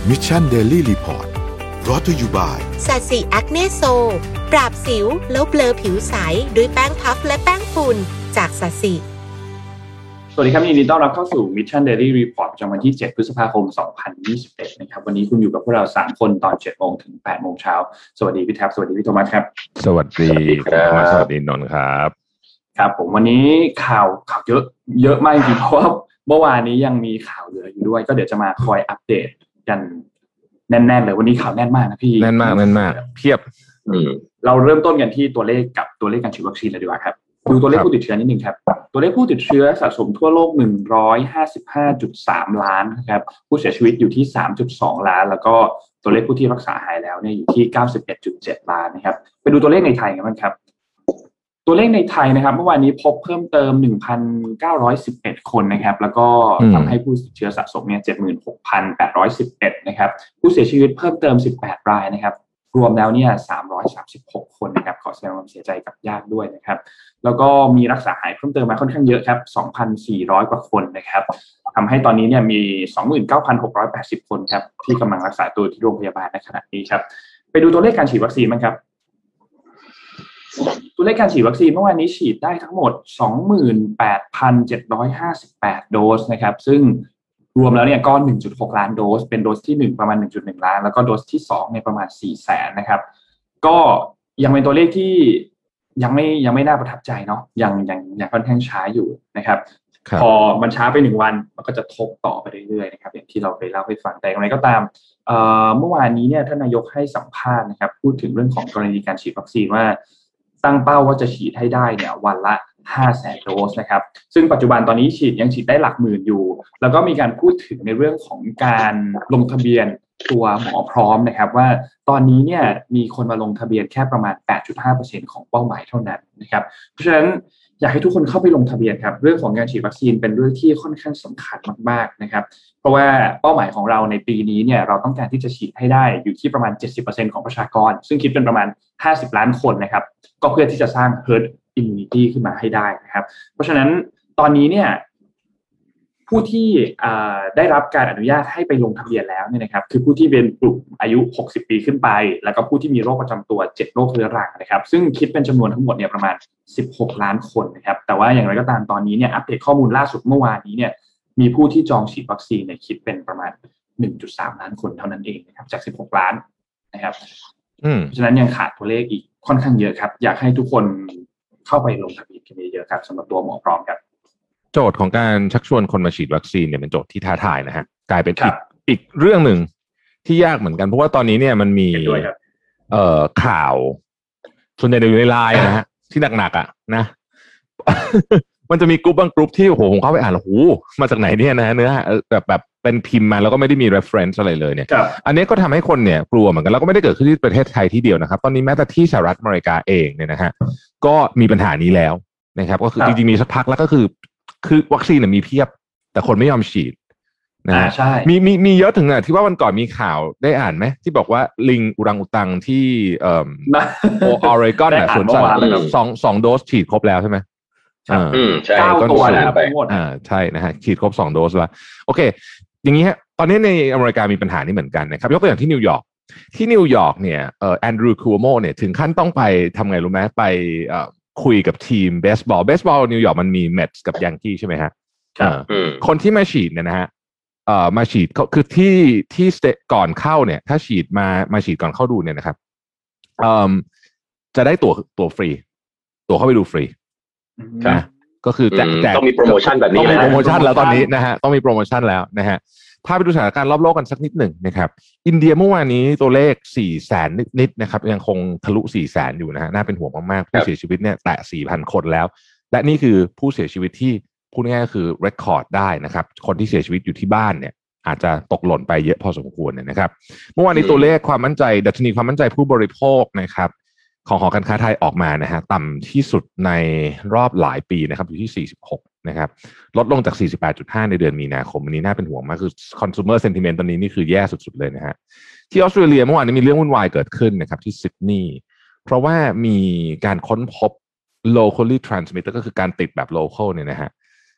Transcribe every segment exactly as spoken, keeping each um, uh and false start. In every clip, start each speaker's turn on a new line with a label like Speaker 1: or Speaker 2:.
Speaker 1: Mission Daily Report brought to you by
Speaker 2: สัตสีแอคเนโซปราบสิวแล้วเบลอผิวใสด้วยแป้งพัฟและแป้งฝุ่นจากสัตสี
Speaker 3: สวัสดีครับยินดีต้อนรับเข้าสู่ Mission Daily Report ประจำวันที่เจ็ดพฤษภาคมสองพันยี่สิบเอ็ดนะครับวันนี้คุณอยู่กับพวกเราสามคนตอน เจ็ดโมง ถึง แปดโมง เช้าสวัสดีพี่แท็บสวัสดีพี่โทมัสครับ
Speaker 4: สวัสดีครับสวัสดีนนท์ครับ
Speaker 3: ครับผมวันนี้ข่าวข่าวเยอะเยอะมากจริงเพราะว่าเมื่อวานนี้ยังมีข่าวเหลืออยู่ด้วยก็เดี๋ยวจะมาคอยอัปเดตกันแน่นๆเลยวันนี้ข่าวแน่นมากนะพี่
Speaker 4: แน่นมากแน่นมากเพียบ
Speaker 3: เราเริ่มต้นกันที่ตัวเลขกับตัวเลขการฉีดวัคซีนเลยดีกว่าครับดูตัวเลขผู้ติดเชื้อนิดนึงครับตัวเลขผู้ติดเชื้อสะสมทั่วโลก หนึ่งร้อยห้าสิบห้าจุดสาม ล้านครับผู้เสียชีวิตอยู่ที่ สามจุดสอง ล้านแล้วก็ตัวเลขผู้ที่รักษาหายแล้วเนี่ยอยู่ที่ เก้าสิบเอ็ดจุดเจ็ด ล้านนะครับไปดูตัวเลขในไทยกันบ้างครับตัวเลขในไทยนะครับเมื่อวานนี้พบเพิ่มเติม หนึ่งพันเก้าร้อยสิบเอ็ด คนนะครับแล้วก็ทำให้ผู้ติดเชื้อสะสมเนี่ย เจ็ดหมื่นหกพันแปดร้อยสิบเอ็ด นะครับผู้เสียชีวิตเพิ่มเติมสิบแปดรายนะครับรวมแล้วเนี่ยสามร้อยสามสิบหกคนนะครับขอแสดงความเสียใจกับญาติด้วยนะครับแล้วก็มีรักษาหายเพิ่มเติมมาค่อนข้างเยอะครับ สองพันสี่ร้อย กว่าคนนะครับทำให้ตอนนี้เนี่ยมี สองหมื่นเก้าพันหกร้อยแปดสิบ คนครับที่กำลังรักษาตัวที่โรงพยาบาลในขณะนี้ครับไปดูตัวเลขการฉีดวัคซีนมั้งครับตัวเลขการฉีดวัคซีนเมื่อวานนี้ฉีดได้ทั้งหมด สองหมื่นแปดพันเจ็ดร้อยห้าสิบแปด โดสนะครับซึ่งรวมแล้วเนี่ยก็ หนึ่งจุดหก ล้านโดสเป็นโดสที่หนึ่งประมาณ หนึ่งจุดหนึ่ง ล้านแล้วก็โดสที่สองเนี่ยประมาณ สี่แสน นะครับก็ยังเป็นตัวเลขที่ยังไม่ยังไม่น่าประทับใจเนาะยังยังยังค่อนข้างช้าอยู่นะครับพอมันช้าไปหนึ่งวันมันก็จะทบต่อไปเรื่อยๆนะครับอย่างที่เราไปเล่าให้ฟังแต่อย่างไรก็ตามเอ่อเมื่อวานนี้เนี่ยท่านนายกให้สัมภาษณ์นะครับพูดถึงเรื่องของกรณีการฉีดวัคซีนว่าตั้งเป้าว่าจะฉีดให้ได้เนี่ยวันละห้าแสนโดสนะครับซึ่งปัจจุบันตอนนี้ฉีดยังฉีดได้หลักหมื่นอยู่แล้วก็มีการพูดถึงในเรื่องของการลงทะเบียนตัวหมอพร้อมนะครับว่าตอนนี้เนี่ยมีคนมาลงทะเบียนแค่ประมาณ แปดจุดห้าเปอร์เซ็นต์ ของเป้าหมายเท่านั้นนะครับเพราะฉะนั้นอยากให้ทุกคนเข้าไปลงทะเบียนครับเรื่องของการฉีดวัคซีนเป็นเรื่องที่ค่อนข้างสำคัญมากๆนะครับเพราะว่าเป้าหมายของเราในปีนี้เนี่ยเราต้องการที่จะฉีดให้ได้อยู่ที่ประมาณ เจ็ดสิบเปอร์เซ็นต์ ของประชากรซึ่งคิดเป็นประมาณห้าสิบล้านคนนะครับก็เพื่อที่จะสร้าง herd immunity ขึ้นมาให้ได้นะครับเพราะฉะนั้นตอนนี้เนี่ยผู้ที่ได้รับการอนุญาตให้ไปลงทะเบียนแล้วเนี่ยนะครับคือผู้ที่เป็นกลุ่มอายุหกสิบปีขึ้นไปแล้วก็ผู้ที่มีโรคประจำตัวเจ็ดโรคเรื้อรังนะครับซึ่งคิดเป็นจำนวนทั้งหมดเนี่ยประมาณสิบหกล้านคนนะครับแต่ว่าอย่างไรก็ตามตอนนี้เนี่ยอัปเดตข้อมูลล่าสุดเมื่อวานนี้เนี่ยมีผู้ที่จองฉีดวัคซีนเนี่ยคิดเป็นประมาณ หนึ่งจุดสาม ล้านคนเท่านั้นเองนะครับจากสิบหกล้านนะครับเพราะฉะนั้นยังขาดตัวเลขอีกค่อนข้างเยอะครับอยากให้ทุกคนเข้าไปลงทะเบียนกันเยอะๆครับสำหรับตัวหมอพร้อมครับ
Speaker 4: โจทย์ของการชักชวนคนมาฉีดวัคซีนเนี่ยเป็นโจทย์ที่ท้าทายนะฮะกลายเป็นอีกอีกเรื่องหนึ่งที่ยากเหมือนกันเพราะว่าตอนนี้เนี่ยมันมีเอ่อข่าวส่วนใหญ่อยู่ในไลน์นะฮะที่หนักๆอ่ะนะ มันจะมีกลุ่มบางกลุ่มที่โอ้โหผมเข้าไปอ่านแล้วโอ้โหมาจากไหนเนี่ยนะเนื้อแบบแบบเป็นพิมพ์มาแล้วก็ไม่ได้มี reference อะไรเลยเนี่ยอันนี้ก็ทำให้คนเนี่ยกลัวเหมือนกันแล้วก็ไม่ได้เกิดขึ้นที่ประเทศไทยที่เดียวนะครับตอนนี้แม้แต่ที่สหรัฐอเมริกาเองเนี่ยนะฮะก็มีปัญหานี้แล้วนะครับก็คือจริงๆมีสักพักแล้วก็คือคือวัคซีนเนี่ยมีเพียบแต่คนไม่ยอมฉีดนะมีมีมีเยอะถึงอ่ะที่ว่าวันก่อนมีข่าวได้อ่านไหมที่บอกว่าลิงอุรังอุตังที่เอ่อออริกอนน่ะสวนสัตว์สองสองโดสฉีดครบแล้วใช่ไหม
Speaker 3: อ่าใช่ก็ตัวแล้วไป
Speaker 4: อ่าใช่นะฮะฉีดครบสองโดสแล้วโอเคอย่างนี้ฮะตอนนี้ในอเมริกามีปัญหานี้เหมือนกันนะครับยกตัวอย่างที่นิวยอร์กที่นิวยอร์กเนี่ยเอ่อแอนดรูว์คูโมเนี่ยถึงขั้นต้องไปทำไงรู้ไหมไปเอ่อคุยกับทีมเบสบอลเบสบอลนิวยอร์กมันมีเมทส์กับยังกี้ใช่ไหมฮะคนที่มาฉีดเนี่ยนะฮะเอ่อมาฉีดคือที่ที่ก่อนเข้าเนี่ยถ้าฉีดมามาฉีดก่อนเข้าดูเนี่ยนะครับเอ่อจะได้ตั๋วตั๋วฟรีตั๋วเข้าไปดูฟรีนะก็คือแจกแจก
Speaker 5: ต้องมีโปรโมชั่นแบบนี้
Speaker 4: ต้องมีโปรโมชั่นแล้วตอนนี้นะฮะต้องมีโปรโมชั่นแล้วนะฮะพาไปดูสถานการณ์รอบโลกกันสักนิดหนึ่งนะครับอินเดียเมื่อวานนี้ตัวเลขสี่แสนนิดๆนะครับยังคงทะลุสี่แสนอยู่นะฮะน่าเป็นห่วงมากๆผู้เสียชีวิตเนี่ยแตะ สี่พัน คนแล้วและนี่คือผู้เสียชีวิตที่พูดง่ายๆก็คือเรคคอร์ดได้นะครับคนที่เสียชีวิตอยู่ที่บ้านเนี่ยอาจจะตกหล่นไปเยอะพอสมควรนะครับเมื่อวานนี้ตัวเลขความมั่นใจดัชนีความมั่นใจผู้บริโภคนะครับของหอการค้าไทยออกมานะฮะต่ำที่สุดในรอบหลายปีนะครับอยู่ที่สี่สิบหกนะครับลดลงจาก สี่สิบแปดจุดห้า ในเดือนมีนาคมอันนี้น่าเป็นห่วงมากคือ consumer sentiment ตอนนี้นี่คือแย่สุดๆเลยนะฮะที่ออสเตรเลียเมื่อวานนี้มีเรื่องวุ่นวายเกิดขึ้นนะครับที่ซิดนีย์เพราะว่ามีการค้นพบ locally transmitted ก็คือการติดแบบ local เนี่ยนะฮะ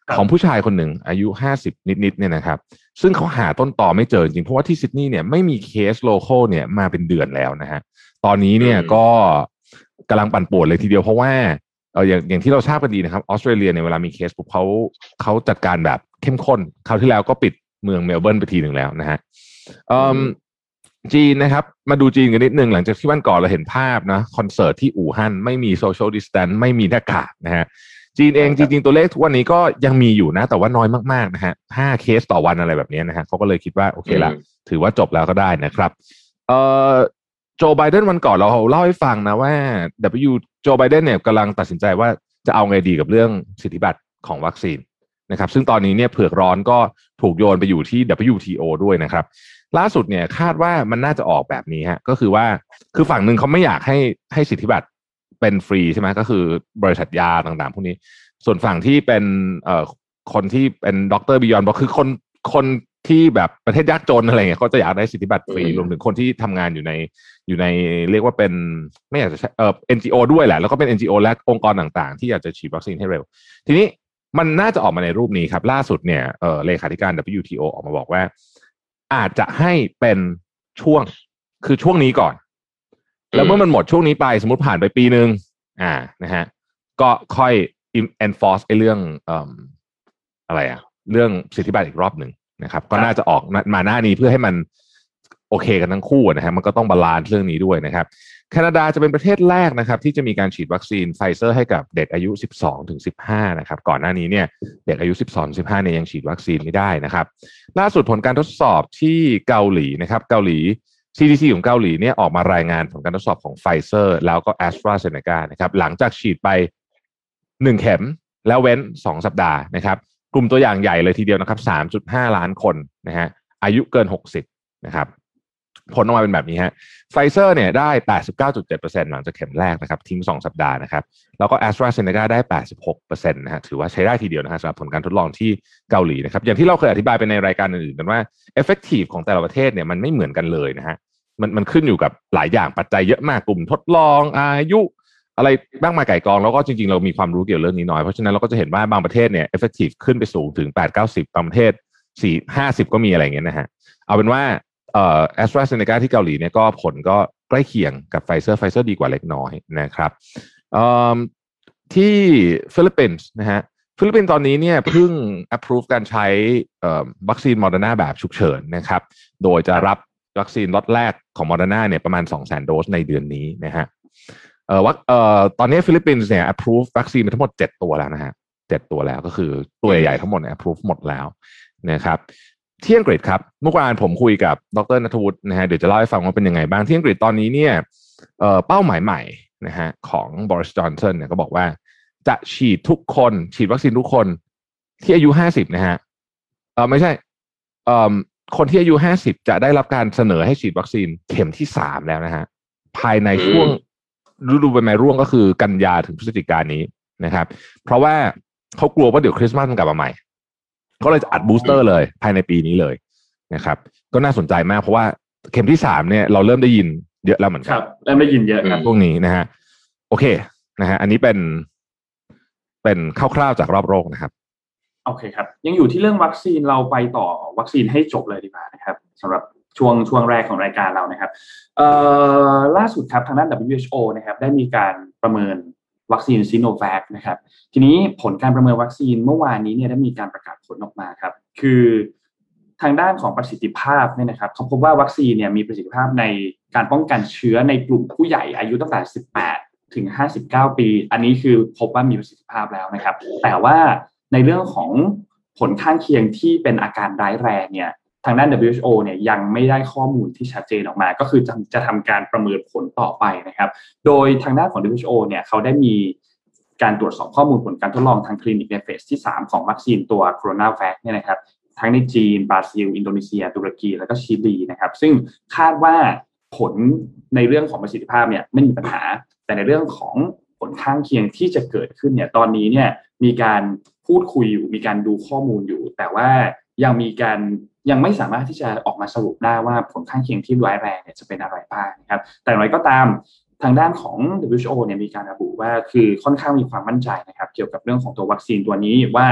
Speaker 4: ของผู้ชายคนหนึ่งอายุห้าสิบนิดๆเนี่ยนะครับซึ่งเขาหาต้นตอไม่เจอจริงเพราะว่าที่ซิดนีย์เนี่ยไม่มีเคสโลคอลเนี่ยมาเป็นเดือนแล้วนะฮะตอนนี้เนี่ยก็กำลังปั่นป่วนเลยทีเดียวเพราะว่าเอออย่างอย่างที่เราทราบกันดีนะครับออสเตรเลียเนี่ยเวลามีเคสปุ๊บเขาเขาจัดการแบบเข้มข้นคราวที่แล้วก็ปิดเมืองเมลเบิร์นไปทีหนึ่งแล้วนะฮะจีนนะครับมาดูจีนกันนิดนึงหลังจากที่วันก่อนเราเห็นภาพนะคอนเสิร์ตที่อู่ฮั่นไม่มีโซเชียลดิสแทนซ์ไม่มีหน้ากากนะฮะจีนเองจริงๆตัวเลขทุกวันนี้ก็ยังมีอยู่นะแต่ว่าน้อยมากๆนะฮะห้าเคสต่อวันอะไรแบบนี้นะฮะเขาก็เลยคิดว่าโอเคละถือว่าจบแล้วก็ได้นะครับเอ่อโจไบเดนวันก่อนเราเล่าให้ฟังนะว่า W โจไบเดนเนี่ยกำลังตัดสินใจว่าจะเอาไงดีกับเรื่องสิทธิบัตรของวัคซีนนะครับซึ่งตอนนี้เนี่ยเผือกร้อนก็ถูกโยนไปอยู่ที่ ดับเบิลยู ที โอ ด้วยนะครับล่าสุดเนี่ยคาดว่ามันน่าจะออกแบบนี้ฮะก็คือว่าคือฝั่งหนึ่งเขาไม่อยากให้ให้สิทธิบัตรเป็นฟรีใช่ไหมก็คือบริษัทยาต่างๆพวกนี้ส่วนฝั่งที่เป็นเอ่อคนที่เป็นด็อกเตอร์บิยอนบอกคือคนคนที่แบบประเทศยากจนอะไรเงี้ยเขาจะอยากได้สิทธิบัตรฟรีรวมถึงคนที่ทำงานอยู่ในอยู่ในเรียกว่าเป็นไม่อยากจะเอ่อ เอ็น จี โอ ด้วยแหละแล้วก็เป็น เอ็น จี โอ และองค์กรต่างๆที่อยากจะฉีดวัคซีนให้เร็วทีนี้มันน่าจะออกมาในรูปนี้ครับล่าสุดเนี่ยเอ่อเลขาธิการ ดับเบิลยู ที โอ ออกมาบอกว่าอาจจะให้เป็นช่วงคือช่วงนี้ก่อนแล้วเมื่อมันหมดช่วงนี้ไปสมมติผ่านไปปีนึงอ่านะฮะก็ค่อย enforce ไอ้เรื่องเอ่ออะไรอะเรื่องสิทธิบัตรอีกรอบหนึ่งนะครับก็น่าจะออกมาหน้านี้เพื่อให้มันโอเคกันทั้งคู่นะฮะมันก็ต้องบาลานซ์เรื่องนี้ด้วยนะครับแคนาดาจะเป็นประเทศแรกนะครับที่จะมีการฉีดวัคซีนไฟเซอร์ให้กับเด็กอายุ สิบสองถึงสิบห้า นะครับก่อนหน้านี้เนี่ยเด็กอายุ สิบสองถึงสิบห้า เนี่ยยังฉีดวัคซีนไม่ได้นะครับล่าสุดผลการทดสอบที่เกาหลีนะครับเกาหลี ซี ดี ซี ของเกาหลีเนี่ยออกมารายงานผลการทดสอบของไฟเซอร์แล้วก็ AstraZeneca นะครับหลังจากฉีดไปหนึ่งเข็มแล้วเว้นสองสัปดาห์นะครับกลุ่มตัวอย่างใหญ่เลยทีเดียวนะครับ สามจุดห้า ล้านคนนะฮะอายุเกินหกสิบนะครับผลออกมาเป็นแบบนี้ฮะไฟเซอร์เนี่ยได้ แปดสิบเก้าจุดเจ็ดเปอร์เซ็นต์ หลังจากเข็มแรกนะครับทิ้งสองสัปดาห์นะครับแล้วก็ AstraZeneca ได้ แปดสิบหกเปอร์เซ็นต์ นะฮะถือว่าใช้ได้ทีเดียวนะฮะสำหรับผลการทดลองที่เกาหลีนะครับอย่างที่เราเคยอธิบายไปในรายการอื่นๆกันว่า effective ของแต่ละประเทศเนี่ยมันไม่เหมือนกันเลยนะฮะมันมันขึ้นอยู่กับหลายอย่างปัจจัยเยอะมากกลุ่มทดลองอายุอะไรบ้างมาไก่กองแล้วก็จริงๆเรามีความรู้เกี่ยวกับเรื่องนี้น้อยเพราะฉะนั้นเราก็จะเห็นว่าบางประเทศเนี่ย effective ขึ้นไปสูงถึง แปดถึงเก้าสิบ บางประเทศ สี่ถึงห้าสิบ ก็มีอะไรอย่างเงี้ยนะฮะเอาเป็นว่าเอ่อ AstraZeneca ที่เกาหลีเนี่ยก็ผลก็ใกล้เคียงกับไฟเซอร์ไฟเซอร์ดีกว่าเล็กน้อยนะครับเอ่อที่ฟิลิปปินส์นะฮะฟิลิปปินส์ตอนนี้เนี่ยเพิ่ง approve การใช้เอ่อวัคซีน Moderna แบบฉุกเฉินนะครับโดยจะรับวัคซีนล็อตแรกของ Moderna เนี่ยประมาณ สองแสน โดสในเดือนนี้นะฮะเอ่อวัคเอ่อตอนนี้ฟิลิปปินส์เนี่ย approve วัคซีนไปทั้งหมดเจ็ดตัวแล้วนะฮะเจ็ดตัวแล้วก็คือตัวใหญ่ๆทั้งหมดเนี่ย approve หมดแล้วนะครับที่อังกฤษครับเมื่อวานผมคุยกับดร.ณัฐวุฒินะฮะเดี๋ยวจะเล่าให้ฟังว่าเป็นยังไงบ้างที่อังกฤษตอนนี้เนี่ยเอ่อเป้าหมายใหม่นะฮะของบริส จอนสันเนี่ยก็บอกว่าจะฉีดทุกคนฉีดวัคซีนทุกคนที่อายุห้าสิบนะฮะเออไม่ใช่เอ่อคนที่อายุห้าสิบจะได้รับการเสนอให้ฉีดวัคซีนเข็มที่สามแล้วนะฮะภายในช่วงฤดูใบไม้ร่วงก็คือกันยาถึงพฤศจิกายนนี้นะครับเพราะว่าเขากลัวว่าเดี๋ยวคริสต์มาสมันกลับมาใหม่เขาเลยจะอัดบูสเตอร์เลยภายในปีนี้เลยนะครับก็น่าสนใจมากเพราะว่าเข็มที่สามเนี่ยเราเริ่มได้ยินเยอะแล้วเหมือนกัน
Speaker 3: ครับเริ่มได้ยินเยอะครับ
Speaker 4: พวกนี้นะฮะโอเคนะฮะอันนี้เป็นเป็นคร่าวๆจากรอบโลกนะครับ
Speaker 3: โอเคครับยังอยู่ที่เรื่องวัคซีนเราไปต่อวัคซีนให้จบเลยดีกว่านะครับสำหรับช่วงช่วงแรกของรายการเรานะครับเอ่อล่าสุดครับทางด้าน ดับเบิลยู เอช โอ นะครับได้มีการประเมินวัคซีนซิโนแวคนะครับทีนี้ผลการประเมินวัคซีนเมื่อวานนี้เนี่ยได้มีการประกาศผลออกมาครับคือทางด้านของประสิทธิภาพเนี่ยนะครับเขาพบว่าวัคซีนเนี่ยมีประสิทธิภาพในการป้องกันเชื้อในกลุ่มผู้ใหญ่อายุตั้งแต่สิบแปดถึงห้าสิบเก้าปีอันนี้คือพบว่ามีประสิทธิภาพแล้วนะครับแต่ว่าในเรื่องของผลข้างเคียงที่เป็นอาการร้ายแรงเนี่ยทางด้าน ดับเบิลยู เอช โอ เนี่ยยังไม่ได้ข้อมูลที่ชัดเจนออกมาก็คือจะจะทำการประเมินผลต่อไปนะครับโดยทางด้านของ ดับเบิลยู เอช โอ เนี่ยเขาได้มีการตรวจสอบข้อมูลผลการทดลองทางคลินิกในเฟสที่สามของวัคซีนตัวโคโรนาแวคเนี่ยนะครับทั้งในจีนบราซิลอินโดนีเซียตุรกีแล้วก็ชิลีนะครับซึ่งคาดว่าผลในเรื่องของประสิทธิภาพเนี่ยไม่มีปัญหาแต่ในเรื่องของผลข้างเคียงที่จะเกิดขึ้นเนี่ยตอนนี้เนี่ยมีการพูดคุยอยู่มีการดูข้อมูลอยู่แต่ว่ายังมีการยังไม่สามารถที่จะออกมาสรุปได้ว่าผลข้างเคียงที่ร้ายแรงเนี่ยจะเป็นอะไรบ้างนะครับแต่อย่างไรก็ตามทางด้านของ ดับเบิลยู เอช โอ เนี่ยมีการระบุว่าคือค่อนข้างมีความมั่นใจนะครับเกี่ยวกับเรื่องของตัววัคซีนตัวนี้ว่า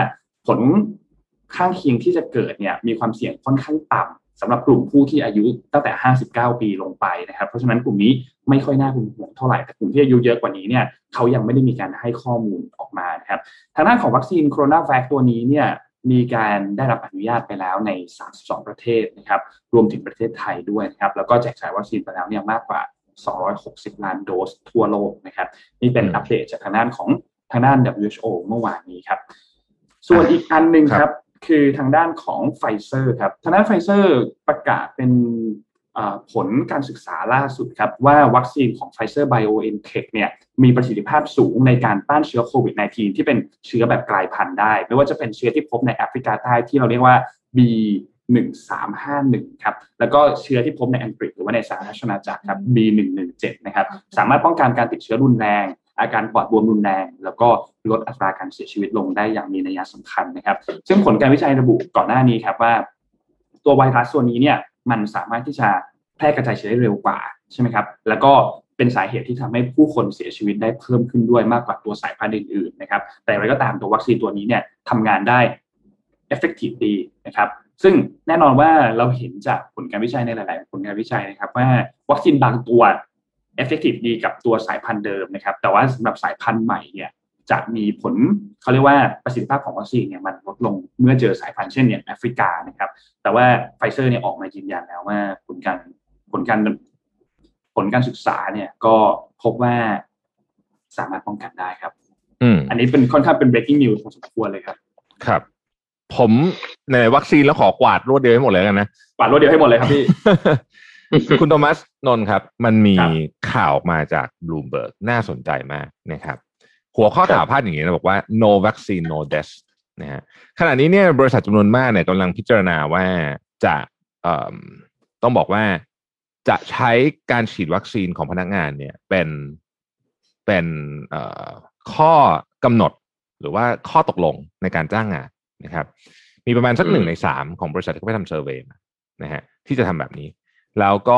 Speaker 3: ผลข้างเคียงที่จะเกิดเนี่ยมีความเสี่ยงค่อนข้างต่ำสำหรับกลุ่มผู้ที่อายุตั้งแต่ห้าสิบเก้าปีลงไปนะครับเพราะฉะนั้นกลุ่มนี้ไม่ค่อยน่าเป็นห่วงเท่าไหร่แต่กลุ่มที่อายุเยอะกว่านี้เนี่ยเขายังไม่ได้มีการให้ข้อมูลออกมานะครับทางด้านของวัคซีนโคโรนาแวคตัวนี้เนี่ยมีการได้รับอนุญาตไปแล้วในสามสิบสองประเทศนะครับรวมถึงประเทศไทยด้วยนะครับแล้วก็แจกจ่ายวัคซีนไปแล้วเนี่ยมากกว่าสองร้อยหกสิบล้านโดสทั่วโลกนะครับนี่เป็นอัปเดตจากทางด้านของทางด้าน ดับเบิลยู เอช โอ เมื่อวานนี้ครับส่วนอีกอันนึงครับคือทางด้านของไฟเซอร์ครับทางด้านไฟเซอร์ประกาศเป็นผลการศึกษาล่าสุดครับว่าวัคซีนของ Pfizer BioNTech เนี่ยมีประสิทธิภาพสูงในการต้านเชื้อโควิด สิบเก้า ที่เป็นเชื้อแบบกลายพันธุ์ได้ไม่ว่าจะเป็นเชื้อที่พบในแอฟริกาใต้ที่เราเรียกว่า บี หนึ่งสามห้าหนึ่ง ครับแล้วก็เชื้อที่พบในอังกฤษหรือว่าในสหราชอาณาจักรครับ บี หนึ่งหนึ่งเจ็ด นะครับสามารถป้องกันการติดเชื้อรุนแรงอาการปอดบวมรุนแรงแล้วก็ลดอัตราการเสียชีวิตลงได้อย่างมีนัยสำคัญนะครับซึ่งผลการวิจัยระบุก่อนหน้านี้ครับว่าตัวไวรัสตัวนี้เนี่ยมันสามารถที่จะแพร่กระจายเชื้อได้เร็วกว่าใช่ไหมครับแล้วก็เป็นสาเหตุที่ทำให้ผู้คนเสียชีวิตได้เพิ่มขึ้นด้วยมากกว่าตัวสายพันธุ์อื่นๆนะครับแต่อย่างไรก็ตามตัววัคซีนตัวนี้เนี่ยทำงานได้ effective ดีนะครับซึ่งแน่นอนว่าเราเห็นจากผลการวิจัยในหลายๆผลการวิจัยนะครับว่าวัคซีนบางตัวeffective ดีกับตัวสายพันธุ์เดิมนะครับแต่ว่าสำหรับสายพันธุ์ใหม่เนี่ยจะมีผลเขาเรียกว่าประสิทธิภาพของวัคซีนเนี่ยมันลดลงเมื่อเจอสายพันธุ์เช่นเนี่ยแอฟริกานะครับแต่ว่าไฟเซอร์เนี่ยออกมายืนยันแล้วว่าผลการผลการผลการศึกษาเนี่ยก็พบว่าสามารถป้องกันได้ครับอืมอันนี้เป็นค่อนข้างเป็น breaking news พอสมควรเลยครับ
Speaker 4: ครับผมในวัคซีนแล้วขอกวาดรวดเดียวให้หมดเลยกันนะ
Speaker 3: กวาดรวดเดียวให้หมดเลยครับพี่
Speaker 4: คุณโทมัสนนท์ครับมันมีข่าวมาจาก Bloomberg น่าสนใจมากนะครับหัวข้อข่าวพาดอย่างนี้นะบอกว่า no vaccine no death นะฮะขณะนี้เนี่ยบริษัทจำนวนมากเนี่ยกำลังพิจารณาว่าจะต้องบอกว่าจะใช้การฉีดวัคซีนของพนักงานเนี่ยเป็นเป็นข้อกำหนดหรือว่าข้อตกลงในการจ้างงานนะครับมีประมาณสักหนึ่งในสามของบริษัทที่เขาไปทำเซอร์เวย์นะฮะที่จะทำแบบนี้แล้วก็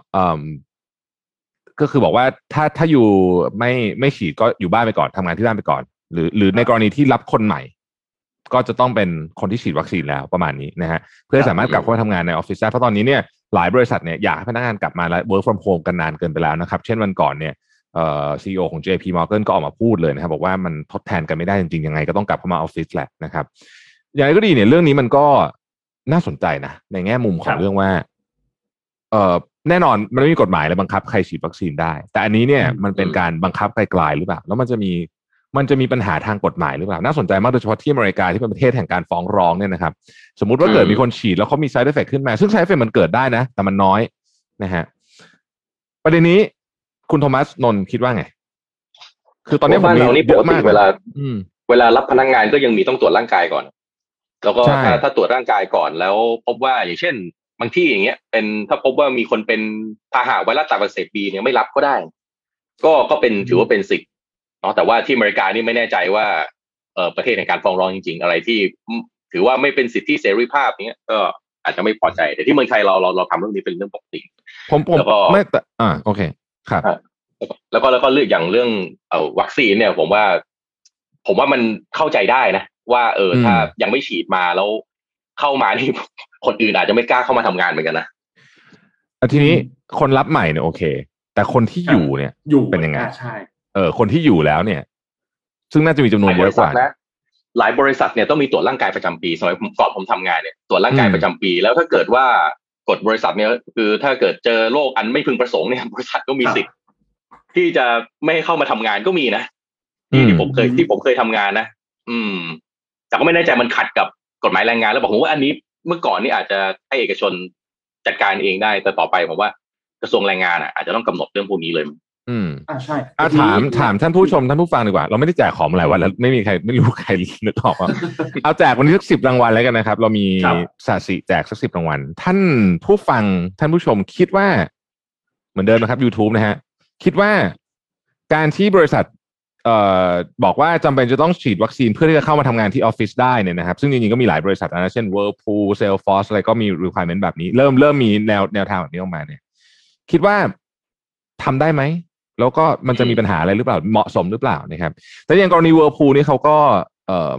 Speaker 4: ก็คือบอกว่าถ้าถ้าอยู่ไม่ไม่ฉีดก็อยู่บ้านไปก่อนทำงานที่บ้านไปก่อนหรือหรือในกรณีที่รับคนใหม่ก็จะต้องเป็นคนที่ฉีดวัคซีนแล้วประมาณนี้นะฮะเพื่อสามารถกลับเข้ามาทำงานในออฟฟิศได้เพราะตอนนี้เนี่ยหลายบริษัทเนี่ยอยากให้พนักงานกลับมาแล้ว work from home กันนานเกินไปแล้วนะครับเช่นวันก่อนเนี่ยเอ่อ ซี อี โอ ของ เจ พี Morgan ก็ออกมาพูดเลยนะครับบอกว่ามันทดแทนกันไม่ได้จริงๆยังไงก็ต้องกลับเข้ามาออฟฟิศแหละนะครับอย่างไรก็ดีเนี่ยเรื่องนี้มันก็น่าสนใจนะในแง่มุมของเรื่องว่าเอ่อแน่นอนมันไม่มีกฎหมายเลยบังคับใครฉีดวัคซีนได้แต่อันนี้เนี่ยมันเป็นการบังคับไกลๆหรือเปล่าแล้วมันจะมีมันจะมีปัญหาทางกฎหมายหรือเปล่าน่าสนใจมากโดยเฉพาะที่อเมริกาที่เป็นประเทศแห่งการฟ้องร้องเนี่ยนะครับสมมุติว่าเกิดมีคนฉีดแล้วเขามี side effect ขึ้นมาซึ่ง side effect มันเกิดได้นะแต่มันน้อยนะฮะประเด็นนี้คุณโทมัสนนท์คิดว่าไงคือตอนนี้ผม
Speaker 5: มีเยอะมากเวลาเวลารับพนักงานก็ยังมีต้องตรวจร่างกายก่อนแล้วก็ถ้าถ้าตรวจร่างกายก่อนแล้วพบว่าอย่างเช่นบางที่อย่างเงี้ยเป็นถ้าพบว่ามีคนเป็นพาหะไวรัสตับอักเสบบีเนี่ยไม่รับก็ได้ก็ก็เป็นถือว่าเป็นสิทธิ์เนาะแต่ว่าที่อเมริกานี่ไม่แน่ใจว่าเออประเทศในการฟ้องร้องจริงๆอะไรที่ถือว่าไม่เป็นสิทธิเสรีภาพเนี้ยก็อาจจะไม่พอใจแต่ที่เมืองไทยเราเราเราทำเรื่องนี้เป็นเรื่องปกติ
Speaker 4: ผมผมไม่แต่อ่าโอเคครับ
Speaker 5: แล้วก็แล้วก็เรื่องอย่างเรื่องเอ่อวัคซีนเนี่ยผมว่าผมว่ามันเข้าใจได้นะว่าเออถ้ายังไม่ฉีดมาแล้วเข้ามานี่คนอื่นอาจจะไม่กล้าเข้ามาทำงานเหมือนกันนะ
Speaker 4: ทีนี้คนรับใหม่เนี่ยโอเคแต่คนที่อยู่เนี่ยเป็นยังไง
Speaker 3: ใช่
Speaker 4: เออคนที่อยู่แล้วเนี่ยซึ่งน่าจะมีจำนวนเยอะกว่า
Speaker 5: นะหลายบริษัทเนี่ยต้องมีตรวจร่างกายประจำปีสมัยก่อนผมทำงานเนี่ยตรวจร่างกายประจำปีแล้วถ้าเกิดว่ากฎบริษัทเนี่ยคือถ้าเกิดเจอโรคอันไม่พึงประสงค์เนี่ยบริษัทก็มีสิทธิ์ที่จะไม่ให้เข้ามาทำงานก็มีนะที่ผมเคยที่ผมเคยทำงานนะอืมแต่ก็ไม่แน่ใจมันขัดกับกฎหมายแรงงานแล้วบอกผมว่าอันนี้เมื่อก่อนนี่อาจจะให้เอกชนจัดการเองได้แต่ต่อไปผมว่ากระทรวงแรงงานอ่ะอาจจะต้องกำหนดเรื่องพวกนี้เลย
Speaker 4: อืม
Speaker 3: อ่าใช่
Speaker 4: อ่าถามถามท่านผู้ชมท่านผู้ฟังดีกว่าเราไม่ได้แจกของหลายวันแล้วไม่มีใครไม่รู้ใครนึกออกว่าเอาแจกวันนี้สักสิบรางวัลแล้วกันนะครับเรามีสาสิแจกสักสิบรางวัลท่านผู้ฟังท่านผู้ชมคิดว่าเหมือนเดิมนะครับ YouTube นะฮะคิดว่าการที่บริษัทเอ่อบอกว่าจำเป็นจะต้องฉีดวัคซีนเพื่อที่จะเข้ามาทำงานที่ออฟฟิศได้เนี่ยนะครับซึ่งจริงๆก็มีหลายบริษัทนะเช่น Whirlpool Salesforce อะไรก็มี requirement แบบนี้เริ่มเริ่มมีแนวแนวทางแบบนี้ออกมาเนี่ยคิดว่าทำได้ไหมแล้วก็มันจะมีปัญหาอะไรหรือเปล่าเหมาะสมหรือเปล่านะครับแต่อย่างกรณี Whirlpool นี่เขาก็เอ่อ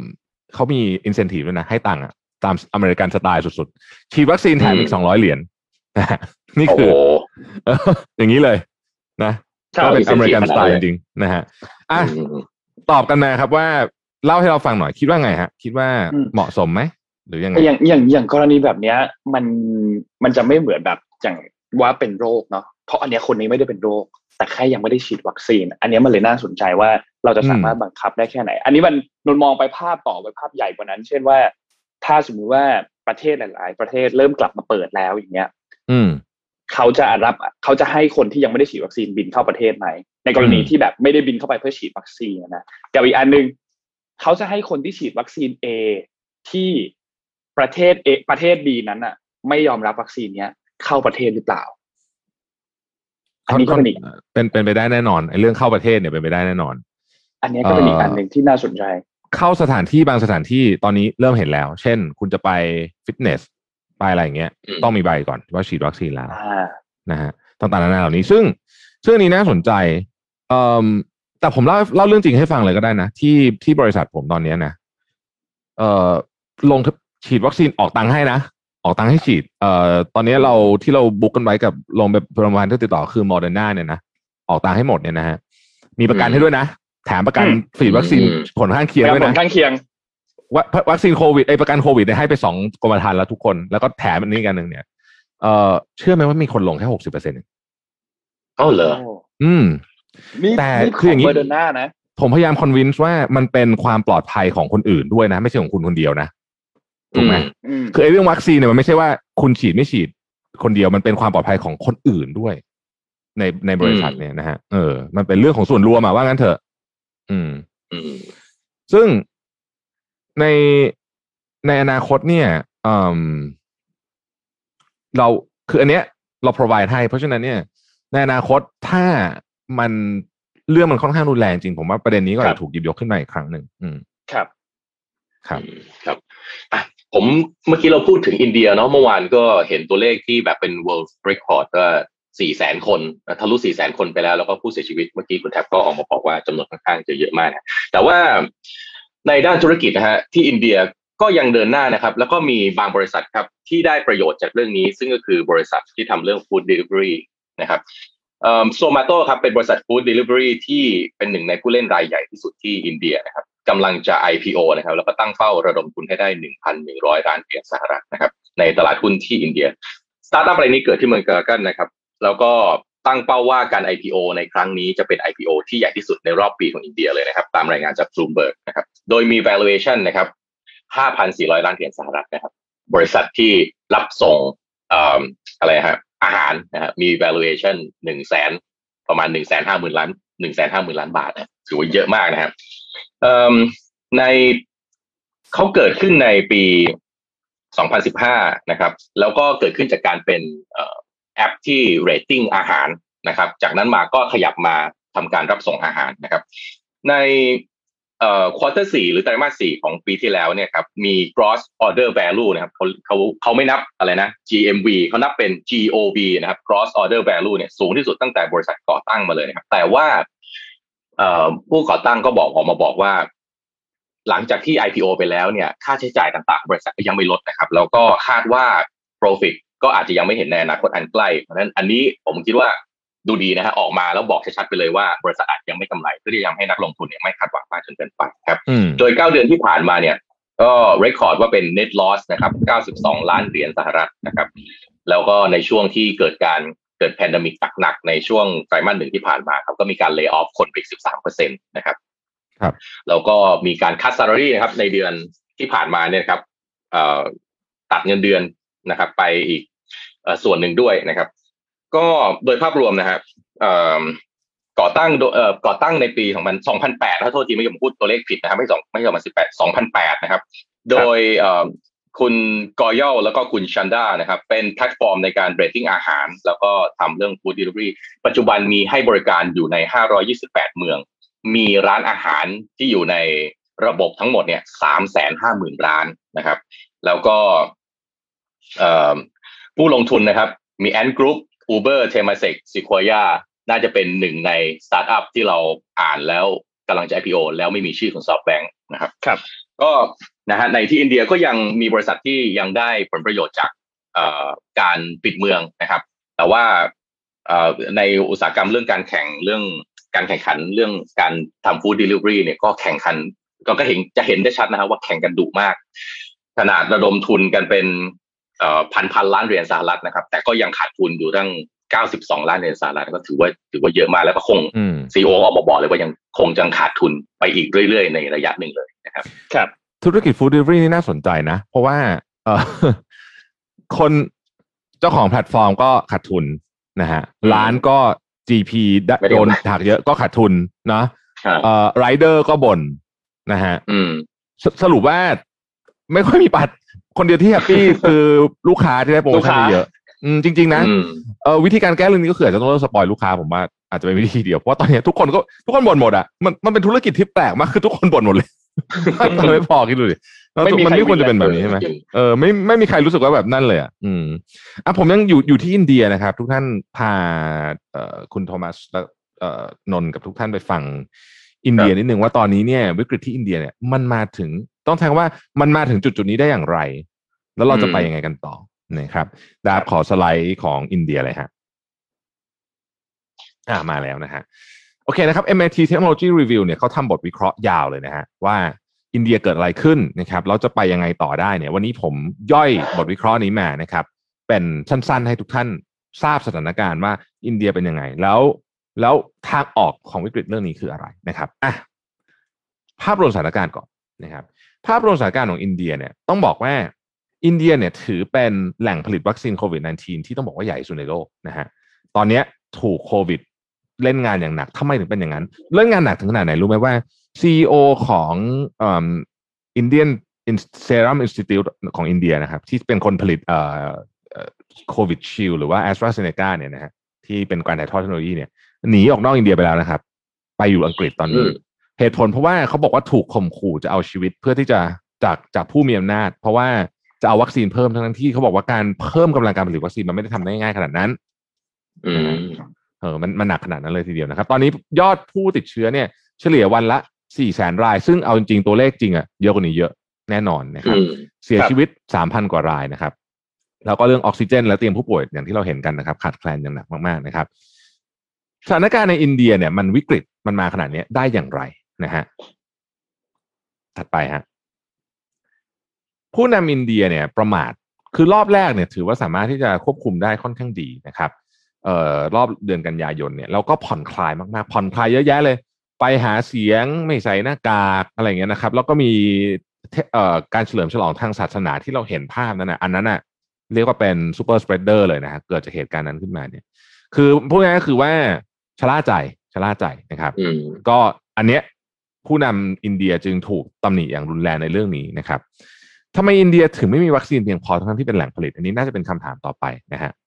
Speaker 4: เขามี incentive ด้วยนะให้ตังค์อ่ะตามอเมริกันสไตล์สุดๆฉีดวัคซีนแถมอีกสองร้อยเหรียญนะนี่คืออย่างนี้เลยนะก็เป็นอเมริกันสไตล์จริงๆนะฮะอ่ะตอบกันมาครับว่าเล่าให้เราฟังหน่อยคิดว่าไงฮะคิดว่าเหมาะสมไหมหรือยังไง
Speaker 6: อย่างอย่างอย่างกรณีแบบเนี้ยมันมันจะไม่เหมือนแบบอย่างว่าเป็นโรคเนาะเพราะอันเนี้ยคนนี้ไม่ได้เป็นโรคแต่แค่ยังไม่ได้ฉีดวัคซีนอันนี้มันเลยน่าสนใจว่าเราจะสามารถบังคับได้แค่ไหนอันนี้มันนนมองไปภาพต่อไปภาพใหญ่กว่านั้นเช่นว่าถ้าสมมุติว่าประเทศหลายๆประเทศเริ่มกลับมาเปิดแล้วอย่างเงี้ย
Speaker 4: อืม
Speaker 6: เขาจะรับเขาจะให้คนที่ยังไม่ได้ฉีดวัคซีนบินเข้าประเทศไหมในกรณีที่แบบไม่ได้บินเข้าไปเพื่อฉีดวัคซีนนะกับอีกอันนึงเขาจะให้คนที่ฉีดวัคซีน A ที่ประเทศ A ประเทศ B นั้นอ่ะไม่ยอมรับวัคซีนเนี้ยเข้าประเทศหรือเปล่า
Speaker 4: อันนี้ก็เป็นเป็นเป็นไปได้แน่นอนไอ้เรื่องเข้าประเทศเนี่ยเป็นไปได้แน่นอน
Speaker 6: อันนี้ก็เป็นอีกอันหนึ่งที่น่าสนใจ
Speaker 4: เข้าสถานที่บางสถานที่ตอนนี้เริ่มเห็นแล้วเช่นคุณจะไปฟิตเนสไปอะไรอย่างเงี้ยต้องมีใบก่อนว่าฉีดวัคซีนแล้วนะฮะต่างๆนานาเหล่านี้ซึ่งซึ่งนี้น่าสนใจเอ่อแต่ผมเล่าเล่าเรื่องจริงให้ฟังเลยก็ได้นะที่ที่บริษัทผมตอนนี้นะเอ่อลงฉีดวัคซีนออกตังค์ให้นะออกตังค์ให้ฉีดเอ่อตอนนี้เราที่เราบุ๊กกันไว้กับโรงพยาบาลที่ติดต่อคือ Moderna เนี่ยนะออกตังค์ให้หมดเนี่ยนะฮะมีประกันให้ด้วยนะแถมประกันฉีดวัคซีนผลข้างเคียงด้วยนะ
Speaker 6: ผลข้างเคียง
Speaker 4: วัคซีนโควิดไอ้ประกันโควิดเนี่ยให้ไปสองกรมธรรม์แล้วทุกคนแล้วก็แถมอันนี้กันหนึ่งเนี่ยเอ่อเชื่อไหมว่ามีคนลงแค่หกสิบเปอร์เซ็นต์
Speaker 5: อ๋อเหรอ
Speaker 4: อืมแต่คืออย่างนี้
Speaker 6: นะ
Speaker 4: ผมพยายามคอนวินส์ว่ามันเป็นความปลอดภัยของคนอื่นด้วยนะไม่ใช่ของคุณคนเดียวนะถูกไหมคือไอ้เรื่องวัคซีนเนี่ยมันไม่ใช่ว่าคุณฉีดไม่ฉีดคนเดียวมันเป็นความปลอดภัยของคนอื่นด้วยในในบริษัทเนี่ยนะฮะเออมันเป็นเรื่องของส่วนรวมอะว่างั้นเถอะอืมซึ่งในในอนาคตเนี่ยเออเราคืออันเนี้ยเรา provide ให้เพราะฉะนั้นเนี่ยในอนาคตถ้ามันเรื่องมันค่อนข้างรุนแรงจริงผมว่าประเด็นนี้ก็จะถูกหยิบยกขึ้นมาอีกครั้งหนึ่งอืม
Speaker 6: ครับ
Speaker 4: ครับ
Speaker 5: ครับอ่ะผมเมื่อกี้เราพูดถึงอินเดียเนาะเมื่อวานก็เห็นตัวเลขที่แบบเป็น world record ก็สี่แสนคนทะลุสี่แสนคนไปแล้วแล้วก็ผู้เสียชีวิตเมื่อกี้คุณแท็บก็ออกมาบอกว่าจำนวนค่อนข้างจะเยอะมากนะแต่ว่าในด้านธุรกิจนะฮะที่อินเดียก็ยังเดินหน้านะครับแล้วก็มีบางบริษัทครับที่ได้ประโยชน์จากเรื่องนี้ซึ่งก็คือบริษัทที่ทำเรื่อง food delivery นะครับเอ่อ Zomato ครับเป็นบริษัท food delivery ที่เป็นหนึ่งในผู้เล่นรายใหญ่ที่สุดที่อินเดียนะครับกำลังจะ ไอ พี โอ นะครับแล้วก็ตั้งเป้าระดมทุนให้ได้ หนึ่งพันหนึ่งร้อย ล้านเหรียญสหรัฐนะครับในตลาดหุ้นที่อินเดียสตาร์ทอัพรายนี้เกิดที่เมืองกากันนะครับแล้วก็ตั้งเป้าว่าการ ไอ พี โอ ในครั้งนี้จะเป็น ไอ พี โอ ที่ใหญ่ที่สุดในรอบปีของอินเดียเลยนะครับตามรายงานจาก Bloomberg นะครับโดยมี valuation นะครับ ห้าพันสี่ร้อย ล้านเหรียญสหรัฐนะครับบริษัทที่รับส่งเอ่ออะไรฮะอาหารนะฮะมี valuation หนึ่งแสนประมาณ หนึ่งแสนห้าหมื่น ล้าน หนึ่งแสนห้าหมื่น ล้านบาทนะถือว่าเยอะมากนะครับเอ่อในเขาเกิดขึ้นในปีสองพันสิบห้านะครับแล้วก็เกิดขึ้นจากการเป็นเอ่อแอปที่เรตติ้งอาหารนะครับจากนั้นมาก็ขยับมาทำการรับส่งอาหารนะครับในเอ่อ quarter สี่หรือไตรมาสสี่ของปีที่แล้วเนี่ยครับมี gross order value นะครับเขาเขาเขาไม่นับอะไรนะ จี เอ็ม วี เขานับเป็น จี โอ วี นะครับ gross order value เนี่ยสูงที่สุดตั้งแต่บริษัทก่อตั้งมาเลยนะครับแต่ว่าเอ่อผู้ก่อตั้งก็บอกออกมาบอกว่าหลังจากที่ ไอ พี โอ ไปแล้วเนี่ยค่าใช้จ่ายต่างๆบริษัทก็ยังไม่ลดนะครับแล้วก็คาดว่า profit ก็อาจจะยังไม่เห็นในอนาคตอันใกล้เพราะฉะนั้นอันนี้ผมคิดว่าดูดีนะฮะออกมาแล้วบอกชัดๆไปเลยว่าบริษัทอาจยังไม่กำไรเพื่อที่จะทำให้นักลงทุนเนี่ยไม่คาดหวังมากจนเกินไปครับโดยเก้าเดือนที่ผ่านมาเนี่ยก็เรคคอร์ดว่าเป็น net loss นะครับเก้าสิบสองล้านเหรียญสหรัฐนะครับแล้วก็ในช่วงที่เกิดการเกิดแพนเดมิกหนักๆในช่วงไตรมาสหนึ่งที่ผ่านมาครับก็มีการเลย์ออฟคนไปอีก สิบสามเปอร์เซ็นต์ นะครับ
Speaker 4: ครับ
Speaker 5: แล้วก็มีการคัท salary นะครับในเดือนที่ผ่านมาเนี่ยครับเอ่อตัดเงินเดือนนะครับไปอีกเอ่อส่วนหนึ่งด้วยนะครับก็โดยภาพรวมนะครับเอ่อก่อตั้งเอ่อก่อตั้งในปีของมันสองพันแปดถ้าโทษทีไม่ยอมพูดตัวเลขผิดนะครับไม่สองไม่ใช่สองพันสิบแปด สองพันแปดนะครับโดยเอ่อคุณกอยลแล้วก็คุณชันดานะครับเป็นแพลตฟอร์มในการเรตติ้งอาหารแล้วก็ทำเรื่อง food delivery ปัจจุบันมีให้บริการอยู่ในห้าร้อยยี่สิบแปดเมืองมีร้านอาหารที่อยู่ในระบบทั้งหมดเนี่ย สามแสนห้าหมื่น ร้านนะครับแล้วก็เอ่อผู้ลงทุนนะครับมี Ant Group Uber Temasek Sequoia น่าจะเป็นหนึ่งในสตาร์ทอัพที่เราอ่านแล้วกำลังจะ ไอ พี โอ แล้วไม่มีชื่อของ SoftBank นะครับ
Speaker 6: ครับ
Speaker 5: ก็นะฮะในที่อินเดียก็ยังมีบริษัทที่ยังได้ผลประโยชน์จากการปิดเมืองนะครับแต่ว่าในอุตสาหกรรมเรื่องการแข่งเรื่องการแข่งขันเรื่องการทำฟู้ดเดลิเวอรี่เนี่ยก็แข่งขันก็เห็นจะเห็นได้ชัดนะครับว่าแข่งกันดุมากขนาดระดมทุนกันเป็นพันพันล้านเหรียญสหรัฐนะครับแต่ก็ยังขาดทุนอยู่ตั้งเก้าสิบสองล้านเหรียญสหรัฐก็ถือว่าถือว่าเยอะมากแล้วก็คง ซี อี โอ ออกมาบอกเลยว่ายังคงจะขาดทุนไปอีกเรื่อยๆในระยะหนึ่งเลยนะครับ
Speaker 6: ครับ
Speaker 4: ธุรกิจฟู้ดเดลิเวอรี่นี่น่าสนใจนะเพราะว่าเออคนเจ้าของแพลตฟอร์มก็ขาดทุนนะฮะร้านก็ จี พี โดนหักเยอะก็ขาดทุนเนาะเอ่อไรเดอร์ก็บ่นนะฮะสรุปว่าไม่ค่อยมีปัดคนเดียวที่แฮปปี้คือลูกค้าที่ได้โปรโมชั่นเยอะจริงๆนะเออวิธีการแก้เรื่องนี้ก็คืออาจจะต้องเลิกสปอยลูกค้าผมว่าอาจจะเป็นวิธีเดียวเพราะว่าตอนนี้ทุกคนก็ทุกคนบ่นหมดอ่ะมันมันเป็นธุรกิจที่แปลกมากคือทุกคนบ่นหมดเลยมันไม่พอคิดดูดิมันไม่ควรจะเป็นแบบนี้ใช่ไหมเออไม่ไม่มีใครรู้สึกว่าแบบนั่นเลยอ่ะอืมอ่ะผมยังอยู่อยู่ที่อินเดียนะครับทุกท่านพาเอ่อคุณโทมัสและเอ่อนนท์กับทุกท่านไปฟังอินเดียนิดนึงว่าตอนนี้เนี่ยวิกฤตที่อินเดียเนี่ยมันมาถึงต้องแทงว่ามันมาถึงจุดจุดนี้ได้อย่างไรแล้วเราจะไปยังไงกันต่อนะครับดาบขอสไลด์ของอินเดียเลยฮะอ่ามาแล้วนะฮะโอเคนะครับ เอ็ม ไอ ที Technology Review เนี่ยเขาทำบทวิเคราะห์ยาวเลยนะฮะว่าอินเดียเกิดอะไรขึ้นนะครับเราจะไปยังไงต่อได้เนี่ยวันนี้ผมย่อยบทวิเคราะห์นี้มานะครับเป็นสั้นๆให้ทุกท่านทราบสถานการณ์ว่าอินเดียเป็นยังไงแล้วแล้วทางออกของวิกฤตเรื่องนี้คืออะไรนะครับอ่ะภาพรวมสถานการณ์ก่อนนะครับภาพรวมสถานการณ์ของอินเดียเนี่ยต้องบอกว่าอินเดียเนี่ยถือเป็นแหล่งผลิตวัคซีนโควิด สิบเก้า ที่ต้องบอกว่าใหญ่สุดในโลกนะฮะตอนนี้ถูกโควิดเล่นงานอย่างหนักทำไมถึงเป็นอย่างนั้นเล่นงานหนักถึงขนาดไหนรู้ไหมว่า ซี อี โอ ของเอ่อ Indian Serum Institute ของอินเดียนะครับที่เป็นคนผลิตเอ่อโควิดชิลหรือว่า AstraZeneca เนี่ยนะฮะที่เป็นการถ่ายทอดเทคโนโลยีเนี่ยหนีออกนอกอินเดียไปแล้วนะครับไปอยู่อังกฤษตอนนี้เหตุผลเพราะว่าเขาบอกว่าถูกข่มขู่จะเอาชีวิตเพื่อที่จะจากจากผู้มีอำนาจเพราะว่าจะเอาวัคซีนเพิ่มทั้งที่เขาบอกว่าการเพิ่มกำลังการผลิตวัคซีนมันไม่ได้ทำได้ง่ายขนาดนั้น
Speaker 5: อืม
Speaker 4: เออมันมันหนักขนาดนั้นเลยทีเดียวนะครับตอนนี้ยอดผู้ติดเชื้อเนี่ยเฉลี่ยวันละสี่แสนรายซึ่งเอาจริงๆตัวเลขจริงอ่ะเยอะกว่านี้เยอะแน่นอนนะครับเสียชีวิต สามพัน กว่ารายนะครับแล้วก็เรื่องออกซิเจนและเตียงผู้ป่วยอย่างที่เราเห็นกันนะครับขาดแคลนอย่างหนักมากๆนะครับสถานการณ์ในอินเดียเนี่ยมันวิกฤตมันมาขนาดนี้ได้อย่างไรนะฮะถัดไปฮะผู้นำอินเดียเนี่ยประมาทคือรอบแรกเนี่ยถือว่าสามารถที่จะควบคุมได้ค่อนข้างดีนะครับเอ่อรอบเดือนกันยายนเนี่ยเราก็ผ่อนคลายมากๆผ่อนคลายเยอะแยะเลยไปหาเสียงไม่ใส่หน้ากากอะไรอย่างเงี้ยนะครับแล้วก็มีเอ่อการเฉลิมฉลองทางศาสนาที่เราเห็นภาพนั้นนะอันนั้นน่ะเรียกว่าเป็นซูเปอร์สเปรดเดอร์เลยนะฮะเกิดจากเหตุการณ์นั้นขึ้นมาเนี่ยคือพูดง่ายๆก็คือว่าชะล่าใจชะล่าใจนะครับก็อันเนี้ยผู้นำอินเดียจึงถูกตำหนิอย่างรุนแรงในเรื่องนี้นะครับทำไมอินเดียถึงไม่มีวัคซีนเพียงพอทั้งที่เป็นแหล่งผลิตอันนี้น่าจะเป็นคำถามต่อไปนะฮะ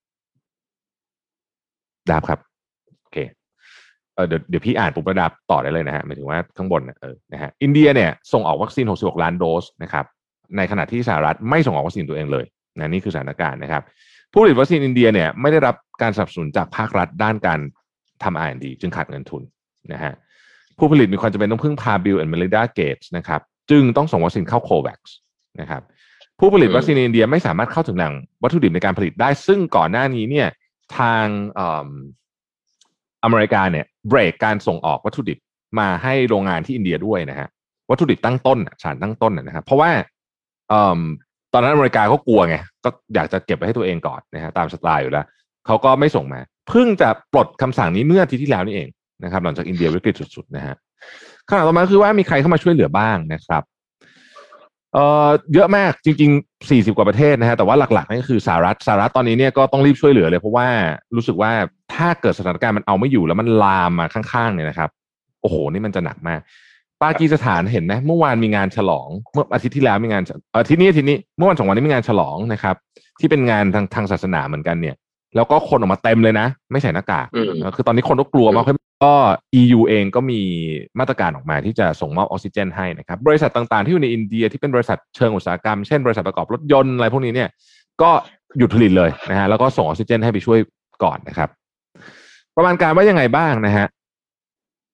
Speaker 4: ดาบครับโอเคเออเดี๋ยวเดี๋ยวพี่อ่านปุ๊บแล้วดาบต่อได้เลยนะฮะหมายถึงว่าข้างบนเออนะฮะอินเดียเนี่ยส่งออกวัคซีนหกสิบหกล้านโดสนะครับในขณะที่สหรัฐไม่ส่งออกวัคซีนตัวเองเลยนะนี่คือสถานการณ์นะครับผู้ผลิตวัคซีนอินเดียเนี่ยไม่ได้รับการสนับสนุนจากภาครัฐด้านการทำ อาร์ แอนด์ ดี จึงขาดเงินทุนนะฮะผู้ผลิตมีความจำเป็นต้องพึ่งพา Bill and Melinda Gates นะครับจึงต้องส่งวัคซีนเข้า โคแว็กซ์ นะครับผู้ผลิตวัคซีนในอินเดียไม่สามารถเข้าถึงแหล่งวัตถุดิบในการผลิตได้ซึ่งก่อนหน้านี้เนี่ยทางอเมริกาเนี่ยเบรกการส่งออกวัตถุดิบมาให้โรงงานที่อินเดียด้วยนะฮะวัตถุดิบตั้งต้นสารตั้งต้นนะครับเพราะว่าตอนนั้นอเมริกาก็กลัวไงก็อยากจะเก็บไว้ให้ตัวเองก่อนนะฮะตามสไตล์อยู่แล้วเขาก็ไม่ส่งมาเพิ่งจะปลดคำสั่งนี้เมื่ออาทิตย์ที่แล้วนี่เองนะครับหลังจากอินเดียวิกฤตสุดๆนะฮะขณะต่อมาคือว่ามีใครเข้ามาช่วยเหลือบ้างนะครับเอ่อเยอะมากจริงๆสี่สิบกว่าประเทศนะฮะแต่ว่าหลักๆนี่ก็คือสหรัฐสหรัฐตอนนี้เนี่ยก็ต้องรีบช่วยเหลือเลยเพราะว่ารู้สึกว่าถ้าเกิดสถานการณ์มันเอาไม่อยู่แล้วมันลามมาข้างๆเนี่ยนะครับโอ้โหนี่มันจะหนักมากปากีสถานเห็นไหมเมื่อวานมีงานฉลองเมื่ออาทิตย์ที่แล้วมีงานอาทิตย์นี้อาทิตย์นี้เมื่อวันสองวันนี้มีงานฉลองนะครับที่เป็นงานทางทางศาสนาเหมือนกันเนี่ยแล้วก็คนออกมาเต็มเลยนะไม่ใส่หน้ากากคือตอนนี้คนก็กลัวมากก็ อี ยู เองก็มีมาตรการออกมาที่จะส่งมอบออกซิเจนให้นะครับบริษัทต่างๆที่อยู่ในอินเดียที่เป็นบริษัทเชิงอุตสาหกรรมเช่นบริษัทประกอบรถยนต์อะไรพวกนี้เนี่ยก็หยุดผลิตเลยนะฮะแล้วก็ส่งออกซิเจนให้ไปช่วยก่อนนะครับประมาณการว่ายังไงบ้างนะฮะป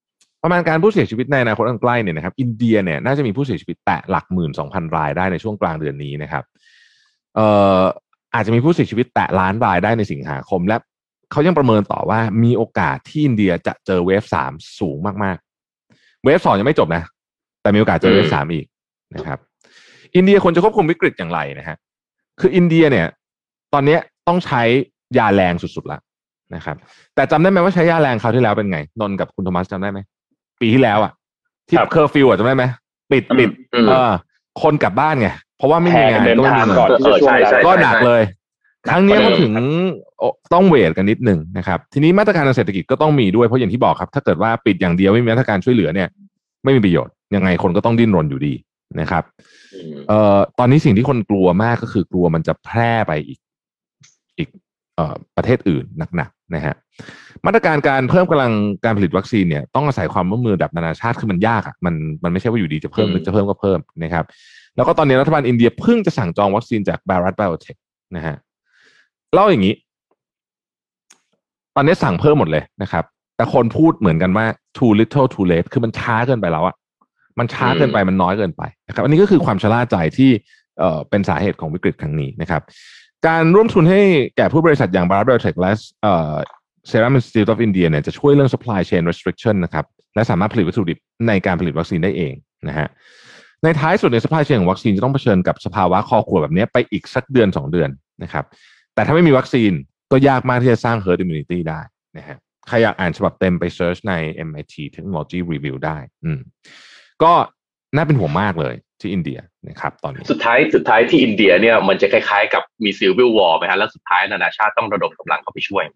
Speaker 4: ประมาณการผู้เสียชีวิตในอนาคตอันใกล้เนี่ยนะครับอินเดียเนี่ยน่าจะมีผู้เสียชีวิตแตะหลักหมื่นสองพันรายได้ในช่วงกลางเดือนนี้นะครับเอ่ออาจจะมีผู้เสียชีวิตแตะล้านรายได้ในสิงหาคมและเขายังประเมินต่อว่ามีโอกาสที่อินเดียจะเจอเวฟสามสูงมากๆเวฟสองยังไม่จบนะแต่มีโอกาสเจอเวฟสามอีกนะครับอินเดียควรจะควบคุมวิกฤตอย่างไรนะฮะคืออินเดียเนี่ยตอนนี้ต้องใช้ยาแรงสุดๆแล้วนะครับแต่จำได้ไหมว่าใช้ยาแรงคราวที่แล้วเป็นไงนนท์กับคุณโทมัสจำได้ไหมปีที่แล้วอ่ะที่เคอร์ฟิวอ่ะจำได้ไหมปิดปิดเออคนกลับบ้านไงเพราะว่าไม่มีงานก็ไม่มีเงินก็หนักเลยครั้งนี้ก็ถึงต้องเวทกันนิดหนึ่งนะครับทีนี้มาตรการทางเศรษฐกิจก็ต้องมีด้วยเพราะอย่างที่บอกครับถ้าเกิดว่าปิดอย่างเดียวไม่มีมาตรการช่วยเหลือเนี่ยไม่มีประโยชน์ยังไงคนก็ต้องดิ้นรนอยู่ดีนะครับเอ่อตอนนี้สิ่งที่คนกลัวมากก็คือกลัวมันจะแพร่ไปอีกอีกเอ่อประเทศอื่นหนักๆนะฮะมาตรการการเพิ่มกำลังการผลิตวัคซีนเนี่ยต้องอาศัยความร่วมมือแบบนานาชาติคือมันยากอ่ะมันมันไม่ใช่ว่าอยู่ดีจะเพิ่มนึกจะเพิ่มก็เพิ่มนะครับแล้วก็ตอนนี้รัฐบาลอินเดียเพิ่งจะสั่งจองวัคซีนจาก Bharat Biotech นะฮะเล่าอย่างนี้ตอนนี้สั่งเพิ่มหมดเลยนะครับแต่คนพูดเหมือนกันว่า too little too late คือมันช้าเกินไปแล้วอะมันช้าเกินไปมันน้อยเกินไปนะครับอันนี้ก็คือความชะล่าใจที่เอ่อเป็นสาเหตุของวิกฤตครั้งนี้นะครับการร่วมทุนให้แก่ผู้บริษัทอย่าง Bharat Biotech และเอ่อ Serum Institute of India เนี่ยจะช่วยเรื่อง supply chain restriction นะครับและสามารถผลิตวัตถุดิบในการผลิตวัคซีนได้เองนะฮะในท้ายสุดใน supply chain ของวัคซีนจะต้องเผชิญกับสภาวะคอขวดแบบนี้ไปอีกสักเดือนสองเดือนนะครับแต่ถ้าไม่มีวัคซีนก็ยากมากที่จะสร้าง herd immunity ได้นะฮะใครอยากอ่านฉบับเต็มไป search ใน เอ็ม ไอ ที Technology Review ได้อืมก็น่าเป็นห่วงมากเลยที่อินเดียนะครับตอนนี้
Speaker 5: สุดท้ายสุดท้ายที่อินเดียเนี่ยมันจะคล้ายๆกับมี Civil War ไหมฮะแล้วสุดท้ายนานาชาติต้องระดมกำลังเข้าไปช่วย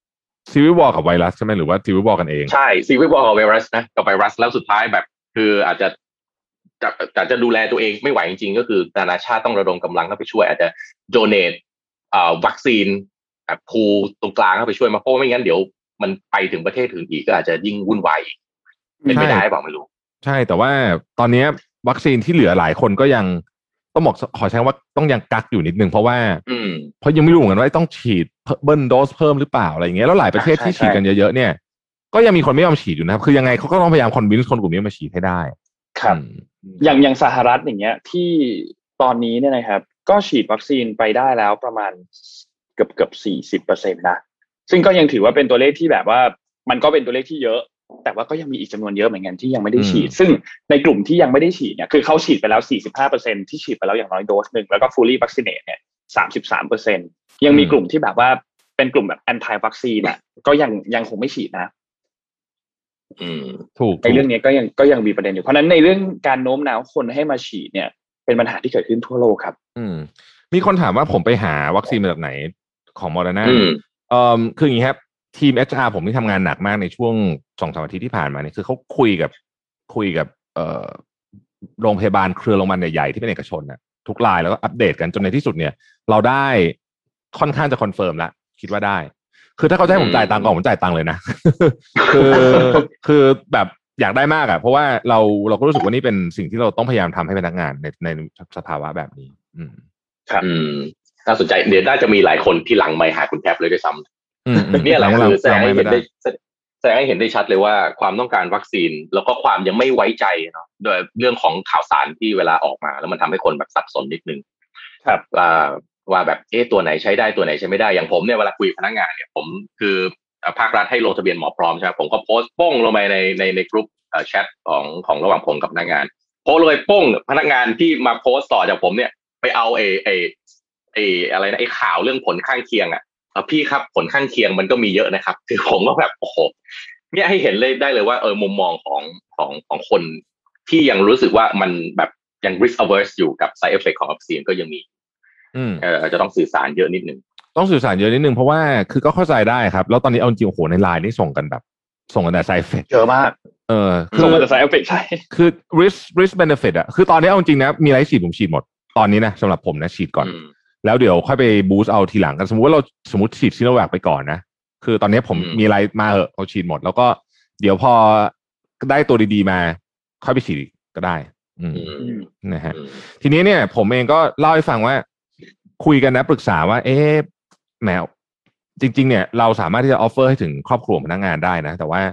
Speaker 4: Civil War กับไวรัสใช่ไหมหรือว่า Civil War กันเอง
Speaker 5: ใช่ Civil War กับไวรัสนะกับไวรัสแล้วสุดท้ายแบบคืออาจจะจะอาจจะดูแลตัวเองไม่ไหวจริงๆก็คือนานาชาติต้องระดมกำลังเข้าไปช่วยอาจจะ donate อ่าวัคซีนแบบพูลตรงกลางเข้าไปช่วยมาเพราะไม่งั้นเดี๋ยวมันไปถึงประเทศอื่นอีกก็อาจจะยิ่งวุ่นวายเป็นไม่ได้บอกไม่รู้
Speaker 4: ใช่แต่ว่าตอนนี้วัคซีนที่เหลือหลายคนก็ยังต้องบอกขอใช้ว่าต้องยังกักอยู่นิดนึงเพราะว่าเพราะยังไม่รู้เหมือนกันว่าต้องฉีดเบิ้ลโดสเพิ่มหรือเปล่าอะไรอย่างเงี้ยแล้วหลายประเทศที่ฉีดกันเยอะๆเนี่ยก็ยังมีคนไม่ยอมฉีดอยู่นะครับคือยังไงเขาก็ต้องพยายามคอนวินส์คนกลุ่มนี้มาฉีดให้ได้
Speaker 6: ครับอย่างอย่างสหรัฐอย่างเงี้ยที่ตอนนี้เนี่ยนะครับก็ฉีดวัคซีนไปได้แล้วประมาณเกือบเกือบสี่สิบเปอร์เซ็นต์นะซึ่งก็ยังถือว่าเป็นตัวเลขที่แบบว่ามันก็เป็นตัวเลขที่เยอะแต่ว่าก็ยังมีอีกจำนวนเยอะเหมือนกันที่ยังไม่ได้ฉีดซึ่งในกลุ่มที่ยังไม่ได้ฉีดเนี่ยคือเขาฉีดไปแล้ว สี่สิบห้าเปอร์เซ็นต์ ที่ฉีดไปแล้วอย่างน้อยโดสนึงแล้วก็ fully vaccinate เนี่ย สามสิบสามเปอร์เซ็นต์ ยังมีกลุ่มที่แบบว่าเป็นกลุ่มแบบ anti vaccine อ่ะก็ยังยังคงไม่ฉีดนะ
Speaker 5: อืม
Speaker 4: ถูก
Speaker 6: ในเรื่องนี้ก็ยังก็ยังมีประเด็นอยู่เพราะนั้นในเรื่องการโน้มน้าวคนให้มาฉีดเนี่ยเป็นปัญหาที่เกิดขึ้นทั่วโลกครับ
Speaker 4: อืมมีคนถามว่าผมไปหาวัคซีนมาจากไหนของ Moderna เอ่อคืออย่างนี้ครับทีม เอช อาร์ ผมที่ทำงานหนักมากในช่วง สองถึงสาม อาทิตย์ที่ผ่านมาเนี่ยคือเขาคุยกับคุยกับเอ่อโรงพยาบาลเครือโรงพยาบาลใหญ่ๆที่เป็นเอกชนน่ะทุกรายแล้วก็อัปเดตกันจนในที่สุดเนี่ยเราได้ค่อนข้างจะคอนเฟิร์มแล้วคิดว่าได้คือถ้าเขาจะให้ผมจ่ายตังค์ก็ผมจ่ายตังค์เลยนะคือคือแบบอยากได้มากอ่ะเพราะว่าเราเราก็รู้สึกว่านี่เป็นสิ่งที่เราต้องพยายามทำให้พนักงานในในสภาวะแบบนี้อืม
Speaker 5: ครับอืมน่าสนใจเดี๋ยวน่าจะมีหลายคนที่หลังไมค์หาคุณแท็บเลยด้วยซ้ำนี่แหละคือแสดงให้เห็นได้แสดงให้เห็นได้ชัดเลยว่าความต้องการวัคซีนแล้วก็ความยังไม่ไว้ใจเนาะโดยเรื่องของข่าวสารที่เวลาออกมาแล้วมันทำให้คนแบบสับสนนิดนึงครับว่าว่าแบบเอ๊ะตัวไหนใช้ได้ตัวไหนใช้ไม่ได้อย่างผมเนี่ยเวลาคุยกับพนักงานเนี่ยผมคือภาครัฐให้ลงทะเบียนหมอพร้อมใช่ไหมผมก็โพสต์ป้งลงไปในในในกลุ่มแชทของของระหว่างผมกับพนักงานโพสต์เลยป้งพนักงานที่มาโพสต์ต่อจากผมเนี่ยไปเอาไอ้ไอ้ไอ้อะไรนะไอ้ข่าวเรื่องผลข้างเคียงอ่ะพี่ครับผลข้างเคียงมันก็มีเยอะนะครับคือผมก็แบบโอ้โหเนี่ยให้เห็นเลยได้เลยว่าเออมุมมองของของของคนที่ยังรู้สึกว่ามันแบบยัง risk averse อยู่กับ side effect ของวัคซีนก็ยังมีเออจะต้องสื่อสารเยอะนิดนึง
Speaker 4: ต้องสื่อสารเยอะนิดนึงเพราะว่าคือก็เข้าใจได้ครับแล้วตอนนี้เอาจริงโอ้โหในไลน์นี่ส่งกันแบบส่งกันแต่ side effect
Speaker 6: เยอะมาก
Speaker 4: เออ
Speaker 6: ส่งกันแต่ side effect ใช่
Speaker 4: คือ risk risk benefit อะคือตอนนี้เอาจริงนะมีอะไรฉีดผมฉีดหมดตอนนี้นะสำหรับผมนะฉีดก่อนแล้วเดี๋ยวค่อยไปบูสต์เอาทีหลังกันสมมุติว่าเราสมมติฉีดซิโนแวคไปก่อนนะคือตอนนี้ผมมีอะไรมาเหอะเราฉีดหมดแล้วก็เดี๋ยวพอได้ตัวดีๆมาค่อยไปฉีดก็ได้อืมนะฮะทีนี้เนี่ยผมเองก็เล่าให้ฟังว่าคุยกันนะปรึกษาว่าเอ๊ะแมวจริงๆเนี่ยเราสามารถที่จะออฟเฟอร์ให้ถึงครอบครัวพนักงานได้นะแต่ว่า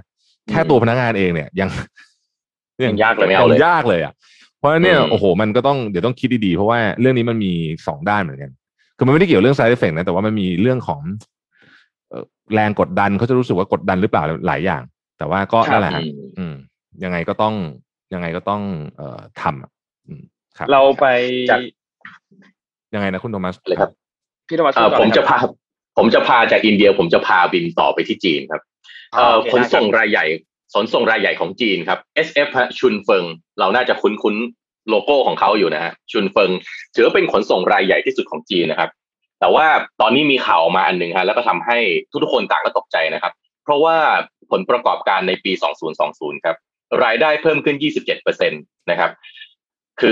Speaker 4: แค่ตัวพนักงานเองเนี่ยยัง
Speaker 6: ยังยากเลยไม่
Speaker 4: ยั
Speaker 6: เอาเลย
Speaker 4: งยากเลยอ่ะเพราะเนี่ยโอ้โหมันก็ต้องเดี๋ยวต้องคิดดีๆเพราะว่าเรื่องนี้มันมีสองด้านเหมือนกันคือมันไม่ได้เกี่ยวเรื่อง side effect นะแต่ว่ามันมีเรื่องของแรงกดดันเขาจะรู้สึกว่ากดดันหรือเปล่าหลายอย่างแต่ว่าก็นั่นแหละฮะอืมยังไงก็ต้องยังไงก็ต้องเอ่อทำครับ
Speaker 6: เราไป
Speaker 4: ยังไงนะคุณโทมัส
Speaker 5: เลยครับ
Speaker 6: พี่โทมัส
Speaker 5: ผมจะพาผมจะพาจากอินเดียผมจะพาบินต่อไปที่จีนครับเอ่อขนส่งรายใหญ่ขนส่งรายใหญ่ของจีนครับ เอส เอฟ ฮะชุนเฟิงเราน่าจะคุ้นๆโลโก้ของเขาอยู่นะฮะชุนเฟิงถือว่าเป็นขนส่งรายใหญ่ที่สุดของจีนนะครับแต่ว่าตอนนี้มีข่าวมาอันหนึ่งฮะแล้วก็ทำให้ทุกๆคนต่างก็ตกใจนะครับเพราะว่าผลประกอบการในปีสองพันยี่สิบครับรายได้เพิ่มขึ้น ยี่สิบเจ็ดเปอร์เซ็นต์ นะครับคือ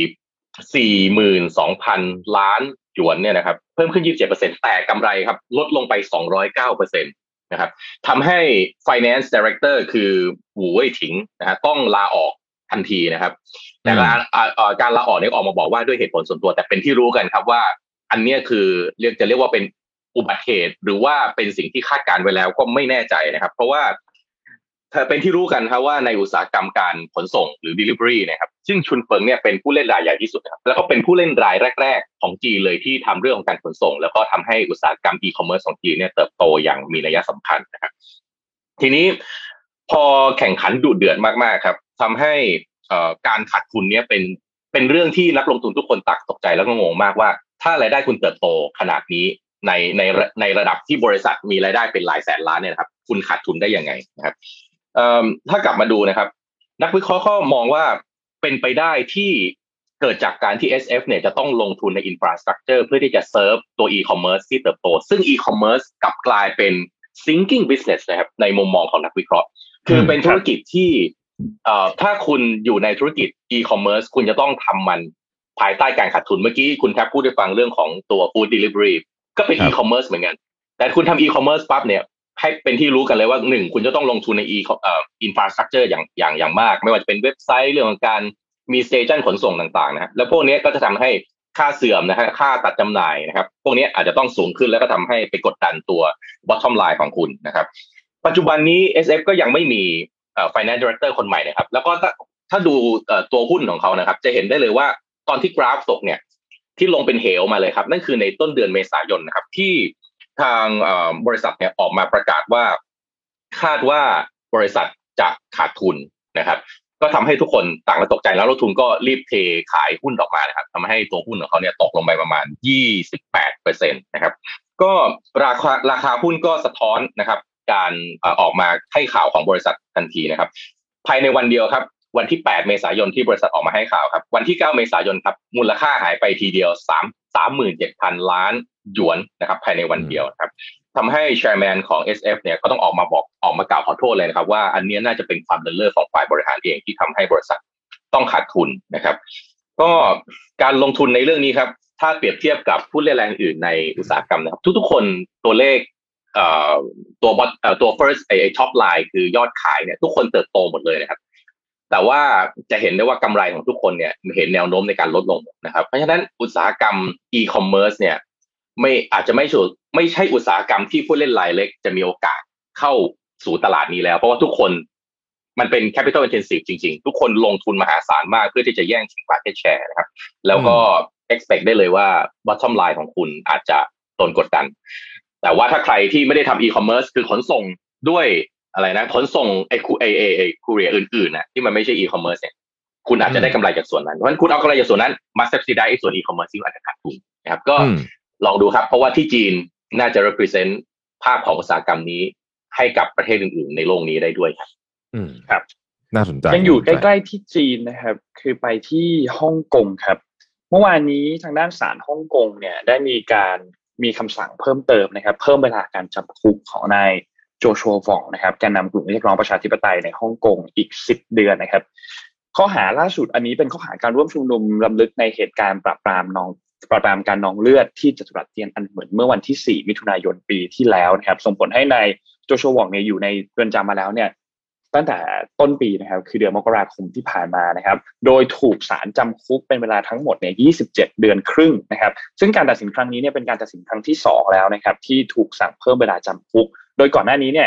Speaker 5: 4 สี่หมื่นสองพัน ล้านหยวนเนี่ยนะครับเพิ่มขึ้น ยี่สิบเจ็ดเปอร์เซ็นต์ แต่กำไรครับลดลงไป สองร้อยเก้าเปอร์เซ็นต์ นะครับทำให้ Finance Director คือหูเว่ยถิงนะฮะต้องลาออกทันทีนะครับแต่การการลาออกเนี่ยออกมาบอกว่าด้วยเหตุผลส่วนตัวแต่เป็นที่รู้กันครับว่าอันนี้คือเรียกจะเรียกว่าเป็นอุบัติเหตุหรือว่าเป็นสิ่งที่คาดการไว้แล้วก็ไม่แน่ใจนะครับเพราะว่าเป็นที่รู้กันครับว่าในอุตสาหกรรมการขนส่งหรือ delivery นะครับซึ่งชุนเฟิงเนี่ยเป็นผู้เล่นรายใหญ่ที่สุดครับแล้วก็เป็นผู้เล่นรายแรกๆของจีนเลยที่ทำเรื่องของการขนส่งแล้วก็ทำให้อุตสาหกรรม e-commerce ของจีนเนี่ยเติบโตอย่างมีนัยสำคัญนะครับทีนี้พอแข่งขันดุเดือดมากๆครับทำให้การขาดทุนเนี่ยเป็นเป็นเรื่องที่นักลงทุนทุกคนตักตกใจแล้วก็งงมากว่าถ้ารายได้คุณเติบโตขนาดนี้ในในในระดับที่บริษัทมีรายได้เป็นหลายแสนล้านเนี่ยนะครับคุณขาดทุนได้ยังไงนะครับถ้ากลับมาดูนะครับนักวิเคราะห์ก็มองว่าเป็นไปได้ที่เกิดจากการที่ เอส เอฟ เนี่ยจะต้องลงทุนใน infrastructure เพื่อที่จะเซิร์ฟตัว e-commerce ที่เติบโตซึ่ง e-commerce กลับกลายเป็น sinking business นะครับในมุมมองของนักวิเคราะห์คือเป็นธุรกิจที่ถ้าคุณอยู่ในธุรกิจ e-commerce คุณจะต้องทำมันภายใต้การขาดทุนเมื่อกี้คุณแทบพูดได้ฟังเรื่องของตัว food delivery ก็เป็น e-commerce เหมือนกันแต่คุณทำ e-commerce ปั๊บเนี่ยให้เป็นที่รู้กันเลยว่าหนึ่งคุณจะต้องลงทุนใน e เอ่อ infrastructure อย่างอย่างอย่างมากไม่ว่าจะเป็นเว็บไซต์เรื่องของการมีสเตชันขนส่งต่างๆนะฮะแล้วพวกนี้ก็จะทำให้ค่าเสื่อมนะฮะค่าตัดจำหน่ายนะครับพวกนี้อาจจะต้องสูงขึ้นแล้วก็ทำให้ไปกดดันตัว bottom line ของคุณนะครับปัจจุบันนี้ เอส เอฟ ก็ยังไม่มีเอ่อ finance director คนใหม่นะครับแล้วก็ถ้าถ้าดูเอ่อตัวหุ้นของเขานะครับจะเห็นได้เลยว่าตอนที่กราฟตกเนี่ยที่ลงเป็นเหวมาเลยครับนั่นคือในต้นเดือนเมษายนนะครับที่ทางบริษัทเนี่ยออกมาประกาศว่าคาดว่าบริษัทจะขาดทุนนะครับก็ทำให้ทุกคนต่างตกใจแล้วนักลงทุนก็รีบเทขายหุ้นออกมานะครับทำให้ตัวหุ้นของเขาเนี่ยตกลงไปประมาณ ยี่สิบแปดเปอร์เซ็นต์ นะครับก็ราคาราคาหุ้นก็สะท้อนนะครับการออกมาให้ข่าวของบริษัททันทีนะครับภายในวันเดียวครับวันที่แปดเมษายนที่บริษัทออกมาให้ข่าวครับวันที่เก้าเมษายนครับมูลค่าหายไปทีเดียวสามหมื่นเจ็ดพัน ล้านหยวนนะครับภายในวันเดียวครับทำให้ chairman ของ เอส เอฟ เนี่ยก็ต้องออกมาบอกออกมากล่าวขอโทษเลยนะครับว่าอันนี้น่าจะเป็นความเลินเล่อของฝ่ายบริหารเองที่ทำให้บริษัทต้องขาดทุนนะครับก็การลงทุนในเรื่องนี้ครับถ้าเปรียบเทียบกับผู้เล่นรายอื่นในอุตสาหกรรมนะครับทุกๆคนตัวเลขเอ่อตัวเอ่อตัว first ไอ้ top line คือยอดขายเนี่ยทุกคนเติบโตหมดเลยนะครับแต่ว่าจะเห็นได้ว่ากำไรของทุกคนเนี่ยเห็นแนวโน้มในการลดลงนะครับเพราะฉะนั้นอุตสาหกรรม e-commerce เนี่ยไม่อาจจะไม่ใช่ไม่ใช่อุตสาหกรรมที่ผู้เล่นรายเล็กจะมีโอกาสเข้าสู่ตลาดนี้แล้วเพราะว่าทุกคนมันเป็น capital intensive จริงๆทุกคนลงทุนมหาศาลมากเพื่อที่จะแย่งชิง market share นะครับแล้วก็ expect ได้เลยว่า bottom line ของคุณอาจจะโดนกดดันแต่ว่าถ้าใครที่ไม่ได้ทำ e-commerce คือขนส่งด้วยอะไรนะขนส่งไอ้คูไอ้ไอ้ไอ้คูเรียอื่นๆนะที่มันไม่ใช่ e-commerce เนี่ยคุณอาจจะได้กำไรจากส่วนนั้นเพราะฉะนั้นคุณเอากำไรจากส่วนนั้นมา subsidize ไอ้ส่วน e-commerce ที่อาจจะขาดทุนนะครับก็ลองดูครับเพราะว่าที่จีนน่าจะ represent ภาพของอุตสาหกรรมนี้ให้กับประเทศอื่นๆในโลกนี้ได้ด้วยครับ
Speaker 4: อืมครับน่าสนใจ
Speaker 6: ยังอยู่ใกล้ๆที่จีนนะครับคือไปที่ฮ่องกงครับเมื่อวานนี้ทางด้านศาลฮ่องกงเนี่ยได้มีการมีคำสั่งเพิ่มเติมนะครับเพิ่มเวลาการจำคุกของนายโจชัว วองนะครับแกนนำกลุ่มเรียกร้องประชาธิปไตยในฮ่องกงอีกสิบเดือนนะครับข้อหาล่าสุดอันนี้เป็นข้อหาการร่วมชุมนุมรำลึกในเหตุการณ์ปราบปรามนองปราบปรามการนองเลือดที่จัตุรัสเตียนอันเหมินเมื่อวันที่สี่มิถุนายนปีที่แล้วนะครับส่งผลให้นายโจชัว วองเนี่ยอยู่ในเรือนจำมาแล้วเนี่ยตั้งแต่ต้นปีนะครับคือเดือนมกราคมที่ผ่านมานะครับโดยถูกศาลจำคุกเป็นเวลาทั้งหมดเนี่ยยี่สิบเจ็ดเดือนครึ่งนะครับซึ่งการตัดสินครั้งนี้เนี่ยเป็นการตัดสินครั้งที่สองแล้วนะครับที่ถูกสั่งเพิ่มเวลาจำคุกโดยก่อนหน้านี้เนี่ย